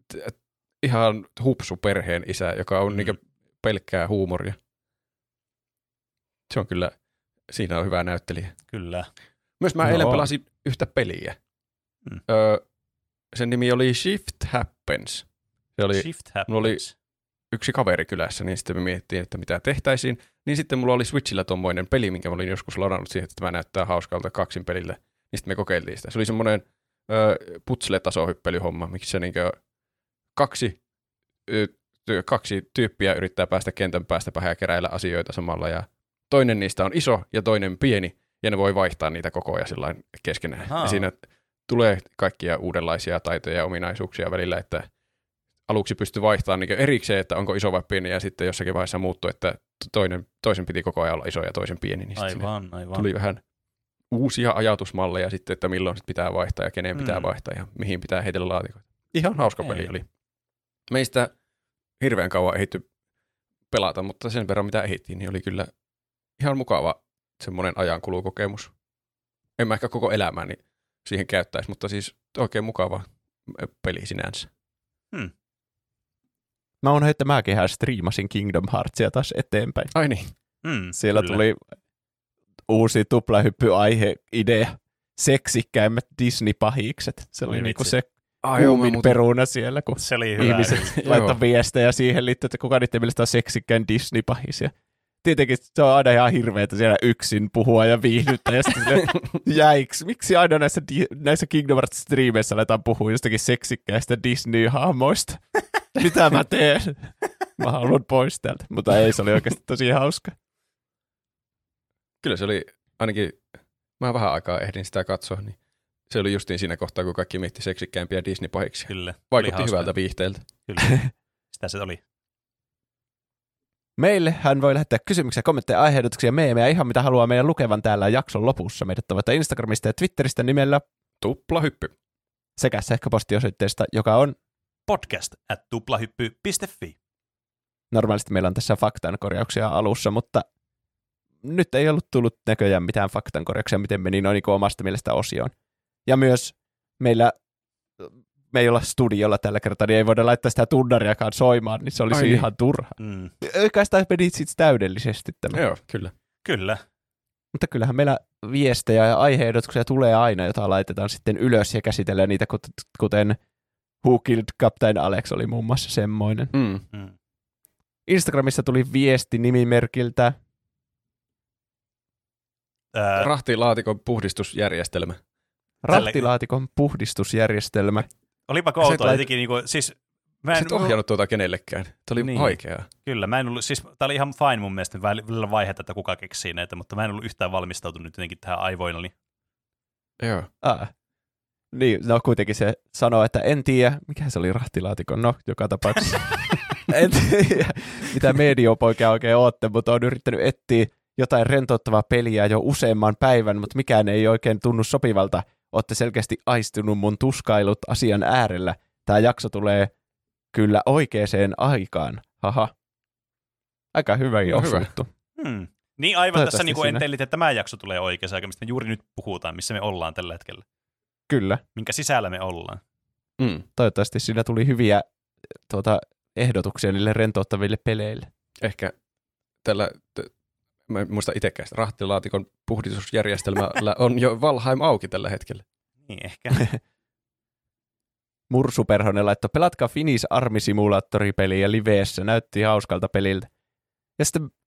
ihan hupsu perheen isä, joka on mm. niin pelkkää huumoria. Se on kyllä, siinä on hyvä näyttelijä. Kyllä. Myös mä no eilen on. pelasin yhtä peliä. Mm. Öö, sen nimi oli Shift Happens. Se oli, Shift Happens. Mulla oli yksi kaveri kylässä, niin sitten me mietittiin, että mitä tehtäisiin. Niin sitten mulla oli Switchillä tommoinen peli, minkä mä olin joskus ladannut siihen, että tämä näyttää hauskalta kaksin pelille. Niin sitten me kokeiltiin sitä. Se oli semmoinen öö, putsle-tasohyppelyhomma, miksi se niinkö kaksi, ö, kaksi tyyppiä yrittää päästä kentän päästä päähän ja keräillä asioita samalla. Ja toinen niistä on iso ja toinen pieni, ja ne voi vaihtaa niitä koko ajan sillain keskenään. Aha. Ja siinä tulee kaikkia uudenlaisia taitoja ja ominaisuuksia välillä, että aluksi pystyi vaihtamaan niin erikseen, että onko iso vai pieni, ja sitten jossakin vaiheessa muuttui, että toinen, toisen piti koko ajan olla iso ja toisen pieni. Niin aivan, aivan. Tuli vähän uusia ajatusmalleja sitten, että milloin sit pitää vaihtaa ja kenen mm. pitää vaihtaa ja mihin pitää heitellä laatikoita. Ihan hauska Ei. peli oli. Meistä hirveän kauan ehditty pelata, mutta sen verran mitä ehdittiin, niin oli kyllä ihan mukava semmoinen ajankulukokemus. En mä ehkä koko elämäni siihen käyttäisi, mutta siis oikein mukava peli sinänsä. Hmm. Mä unohdin, että mäkin striimasin Kingdom Heartsia taas eteenpäin. Ai niin. Mm, Siellä kyllä. tuli uusi tuplahyppy-aihe-idea. Seksikkäimmät Disney-pahikset. Se oli Oi, niinku vitsi. se Ah, joo, kuumin muuten... peruna siellä, kun Se oli hyvä. ihmiset laittoi viestejä siihen liittyen, että kuka niiden mielestä on seksikkäin Disney-pahis. Ja tietenkin se on aina ihan hirveetä siellä yksin puhua ja viihdyttää. Ja sitten jäiks, miksi aina näissä, näissä Kingdom Hearts-striimeissä aletaan puhua jostakin seksikkäistä Disney-hahmoista? Mitä mä teen? Mä haluan pois täältä. Mutta ei, se oli oikeasti tosi hauska. Kyllä se oli, ainakin mä vähän aikaa ehdin sitä katsoa, niin se oli justiin siinä kohtaa, kun kaikki mietti seksikkäimpiä Disney-pahiksia. Kyllä. Vaikutti hyvältä viihteeltä. Kyllä. Sitä se oli. Meille hän voi lähettää kysymyksiä, kommentteja, aiheutuksia, meemejä, ihan mitä haluaa meidän lukevan täällä jakson lopussa. Meidät tavoittaa Instagramista ja Twitteristä nimellä Tuplahyppy. sekä sähköpostiosoitteesta, joka on Podcast at tuplahyppy piste fi. normaalisti meillä on tässä faktankorjauksia alussa, mutta nyt ei ollut tullut näköjään mitään faktankorjauksia, miten meni noin niin omasta mielestä osioon. Ja myös meillä, me ei olla studiolla tällä kertaa, niin ei voida laittaa sitä tunnariakaan soimaan, niin se olisi Ai ihan turha. Mm. Eikä sitä meni sitten täydellisesti tämä. Joo, kyllä. Kyllä. Mutta kyllähän meillä viestejä ja aihe-ehdotuksia tulee aina, jota laitetaan sitten ylös ja käsitellään niitä, kuten Who Killed Captain Alex oli muun muassa semmoinen. Mm. Mm. Instagramissa tuli viesti nimimerkiltä Ää, Rahtilaatikon puhdistusjärjestelmä. Rahtilaatikon puhdistusjärjestelmä. olipa Sä et koutoa lait- jotenkin, niin kuin, siis mä Sä en, et ohjannut tuota kenellekään. Tämä oli Niin. vaikeaa. Kyllä, mä en ollut, siis tää oli ihan fine mun mielestä välillä vaihetta, että kuka keksii näitä, mutta mä en ollut yhtään valmistautunut jotenkin tähän aivoillani. Joo. Ah. Niin, no kuitenkin se sanoo, että en tiedä, mikä se oli rahtilaatikon, no joka tapauksessa. En tiedä, mitä mediopoikia oikein ootte, mutta on yrittänyt etsiä jotain rentouttavaa peliä jo useamman päivän, mutta mikään ei oikein tunnu sopivalta. Ootte selkeästi aistunut mun tuskailut asian äärellä. Tämä jakso tulee kyllä oikeaan aikaan. Haha. Aika hyvä No, osuttu. Hmm. Niin aivan tässä Toivottavasti niin kuin siinä. entelit, että tämä jakso tulee oikeaan aikaan, mistä me juuri nyt puhutaan, missä me ollaan tällä hetkellä. Kyllä. Minkä sisällä me ollaan. Mm. Toivottavasti siinä tuli hyviä tuota, ehdotuksia niille rentouttaville peleille. Ehkä tällä, t- mä en muista itsekään, sitä rahtilaatikon puhdistusjärjestelmällä on jo Valheim auki tällä hetkellä. Niin ehkä. Mursuperhonen laittoi, pelatkaa Finis Army Simulaattori-peliä liveessä, näytti hauskalta peliltä. Ja sitten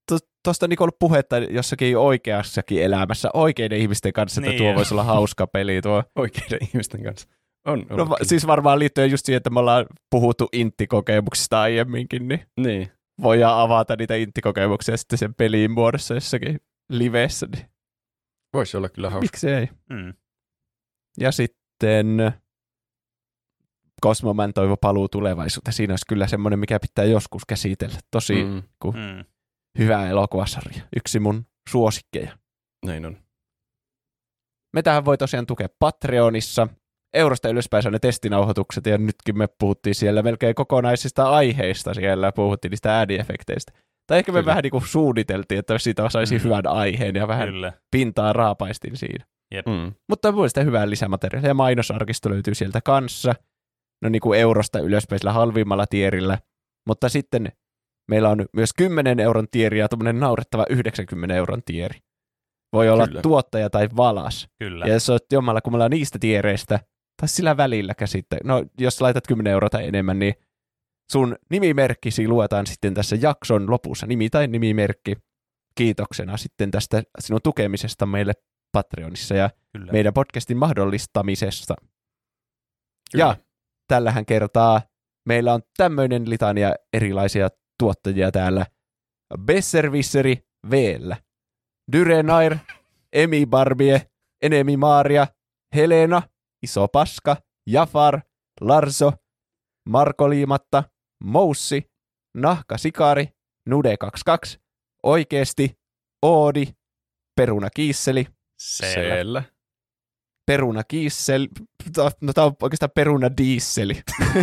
tuosta on niin ollut puhetta jossakin oikeassakin elämässä oikeiden ihmisten kanssa, että Niin tuo jo. voisi olla hauska peli tuo. Oikeiden ihmisten kanssa. On, on No, va- siis varmaan liittyen just siihen, että me ollaan puhuttu intti-kokemuksista aiemminkin, niin Niin. voidaan avata niitä intti-kokemuksia sitten sen pelin muodossa jossakin livessä. Niin Voisi olla kyllä hauska. miksi ei? Mm. Ja sitten Cosmoman toivo paluu tulevaisuuteen. Siinä olisi kyllä semmoinen, mikä pitää joskus käsitellä. Tosi Mm, Mm. hyvä elokuvasarja. Yksi mun suosikkeja. näin on. Me tähän voi tosiaan tukea Patreonissa. Eurosta ylöspäin saa ne testinauhoitukset, ja nytkin me puhuttiin siellä melkein kokonaisista aiheista siellä, puhuttiin niistä ääniefekteistä. Tai ehkä me Kyllä. vähän niin kuin suunniteltiin, että siitä saisi Mm. hyvän aiheen, ja vähän Kyllä. pintaa raapaistin siinä. Mm. Mutta mun mielestä hyvää lisämateriaalia, ja mainosarkisto löytyy sieltä kanssa. No niin kuin eurosta ylöspäin sillä halvimmalla tierillä. Mutta sitten meillä on myös kymmenen euron tieri ja tuommoinen naurettava yhdeksänkymmentä euron tieri. Voi olla Kyllä. tuottaja tai valas. Kyllä. Ja jos olet jommalla kummalla niistä tiereistä, tai sillä välillä käsitte, no jos laitat kymmenen euroa tai enemmän, niin sun nimimerkkisi luetaan sitten tässä jakson lopussa, nimi tai nimimerkki, kiitoksena sitten tästä sinun tukemisesta meille Patreonissa ja Kyllä. meidän podcastin mahdollistamisesta. Kyllä. Ja tällähän kertaa meillä on tämmöinen litania erilaisia tuottajia täällä. Besservisseri V:llä. Dyrenair, Emi Barbie, Enemi Maaria, Helena, Iso Paska, Jafar, Larso, Marko Liimatta, Moussi, Nahka Sikari, Nude kaksikymmentäkaksi, Oikeesti, Oodi, Peruna Kiisseli, Siellä. Siellä. Peruna Kiisseli, no tää on oikeastaan Peruna Diisseli.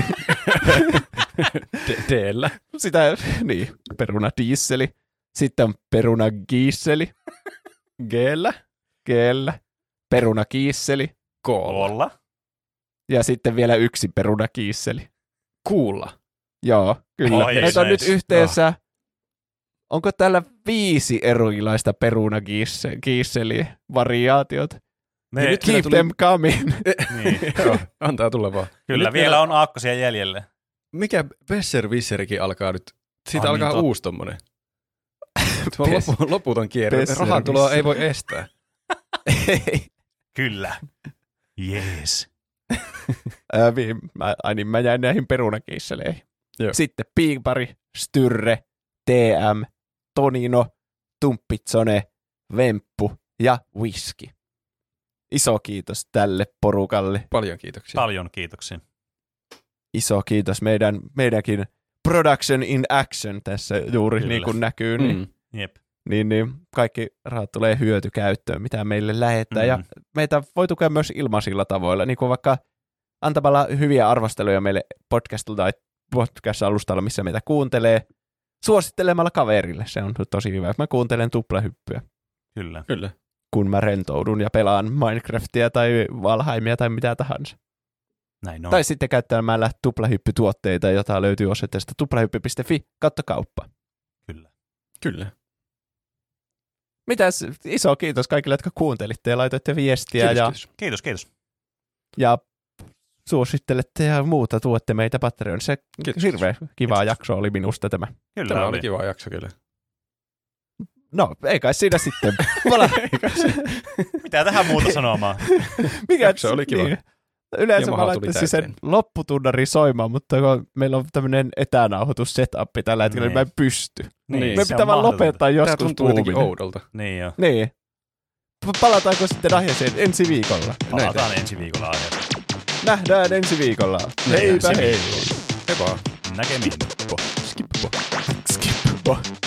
D- D-llä. Sitä, niin, Peruna Diisseli. Sitten on Peruna Giisseli, G-llä. Gellä, Peruna Kiisseli Koolla. Olla. ja sitten vielä yksi Peruna Kiisseli. Kuulla. Joo, kyllä. Oi, Näitä on nyt nice. yhteensä, onko täällä viisi erilaista Peruna Giisse- Kiisseli-variaatiot? Me, nyt kyllä Keep tuli- them coming. niin. Joo, antaa tulla vaan. Kyllä, Nyt vielä meillä- on aakkosia jäljelle. Mikä Besservisserikin alkaa nyt? Siitä Ah, alkaa niin, tot- uusi tommonen. Tuo on Bes- lopu, loputon kierre. Besservisser. Rahan tuloa ei voi estää. Kyllä. Jees. Ää, vi- mä, ai niin, mä jäin näihin perunakiisseleihin. Joo. Sitten Piipari, Styrre, T M, Tonino, Tumppitsone, Vemppu ja Whisky. Iso kiitos tälle porukalle. Paljon kiitoksia. Paljon kiitoksia. Iso kiitos meidän, meidänkin Production in Action tässä juuri Kyllä. niin kuin näkyy. Niin, Mm. Jep. niin, niin kaikki rahat tulee hyötykäyttöön, mitä meille lähettää. Mm. Ja meitä voi tukea myös ilmaisilla tavoilla, niin kuin vaikka antamalla hyviä arvosteluja meille podcastilla tai podcast-alustalla, missä meitä kuuntelee, suosittelemalla kaverille. Se on tosi hyvä. Mä kuuntelen tuplahyppyä, Kyllä. Kyllä. kun mä rentoudun ja pelaan Minecraftia tai Valheimia tai mitä tahansa. Näin on. No. Tai sitten käyttämällä tuplahyppytuotteita, jota löytyy osoitteesta tuplahyppy piste fi kautta kauppa. Kyllä. Kyllä. Mitäs iso kiitos kaikille, jotka kuuntelitte ja laitoitte viestiä Kiitos, ja, kiitos. Kiitos, kiitos. ja suosittelette ja muuta tuotte meitä Patreonissa. Kiitos. Hirveän kiva Kiitos. jakso oli minusta tämä. Kyllä Tämä oli. oli kiva jakso kyllä. No, ei kai siinä sitten. Vala. Mitä tähän muuta sanomaan? Mikä Jakso oli kiva. Niin. Yleensä Ja mä maha tuli laittaisin sen täyteen. lopputunnari soimaan, mutta kun meillä on tämmöinen etänauhoitus setup tällä hetkellä, niin mä en pysty. Niin, Me se pitää on vaan mahdotonta. lopettaa Tämä joskus tuntuu jotenkin puhuminen. oudolta. Niin jo. Niin. Pa- Palataanko sitten aiheeseen ensi viikolla? Palataan ensi viikolla aiheeseen. Nähdään ensi viikolla. Nähdään Heipä ensi hei. viikolla. Hei vaan. Näkemiin. Skippo. Skippo.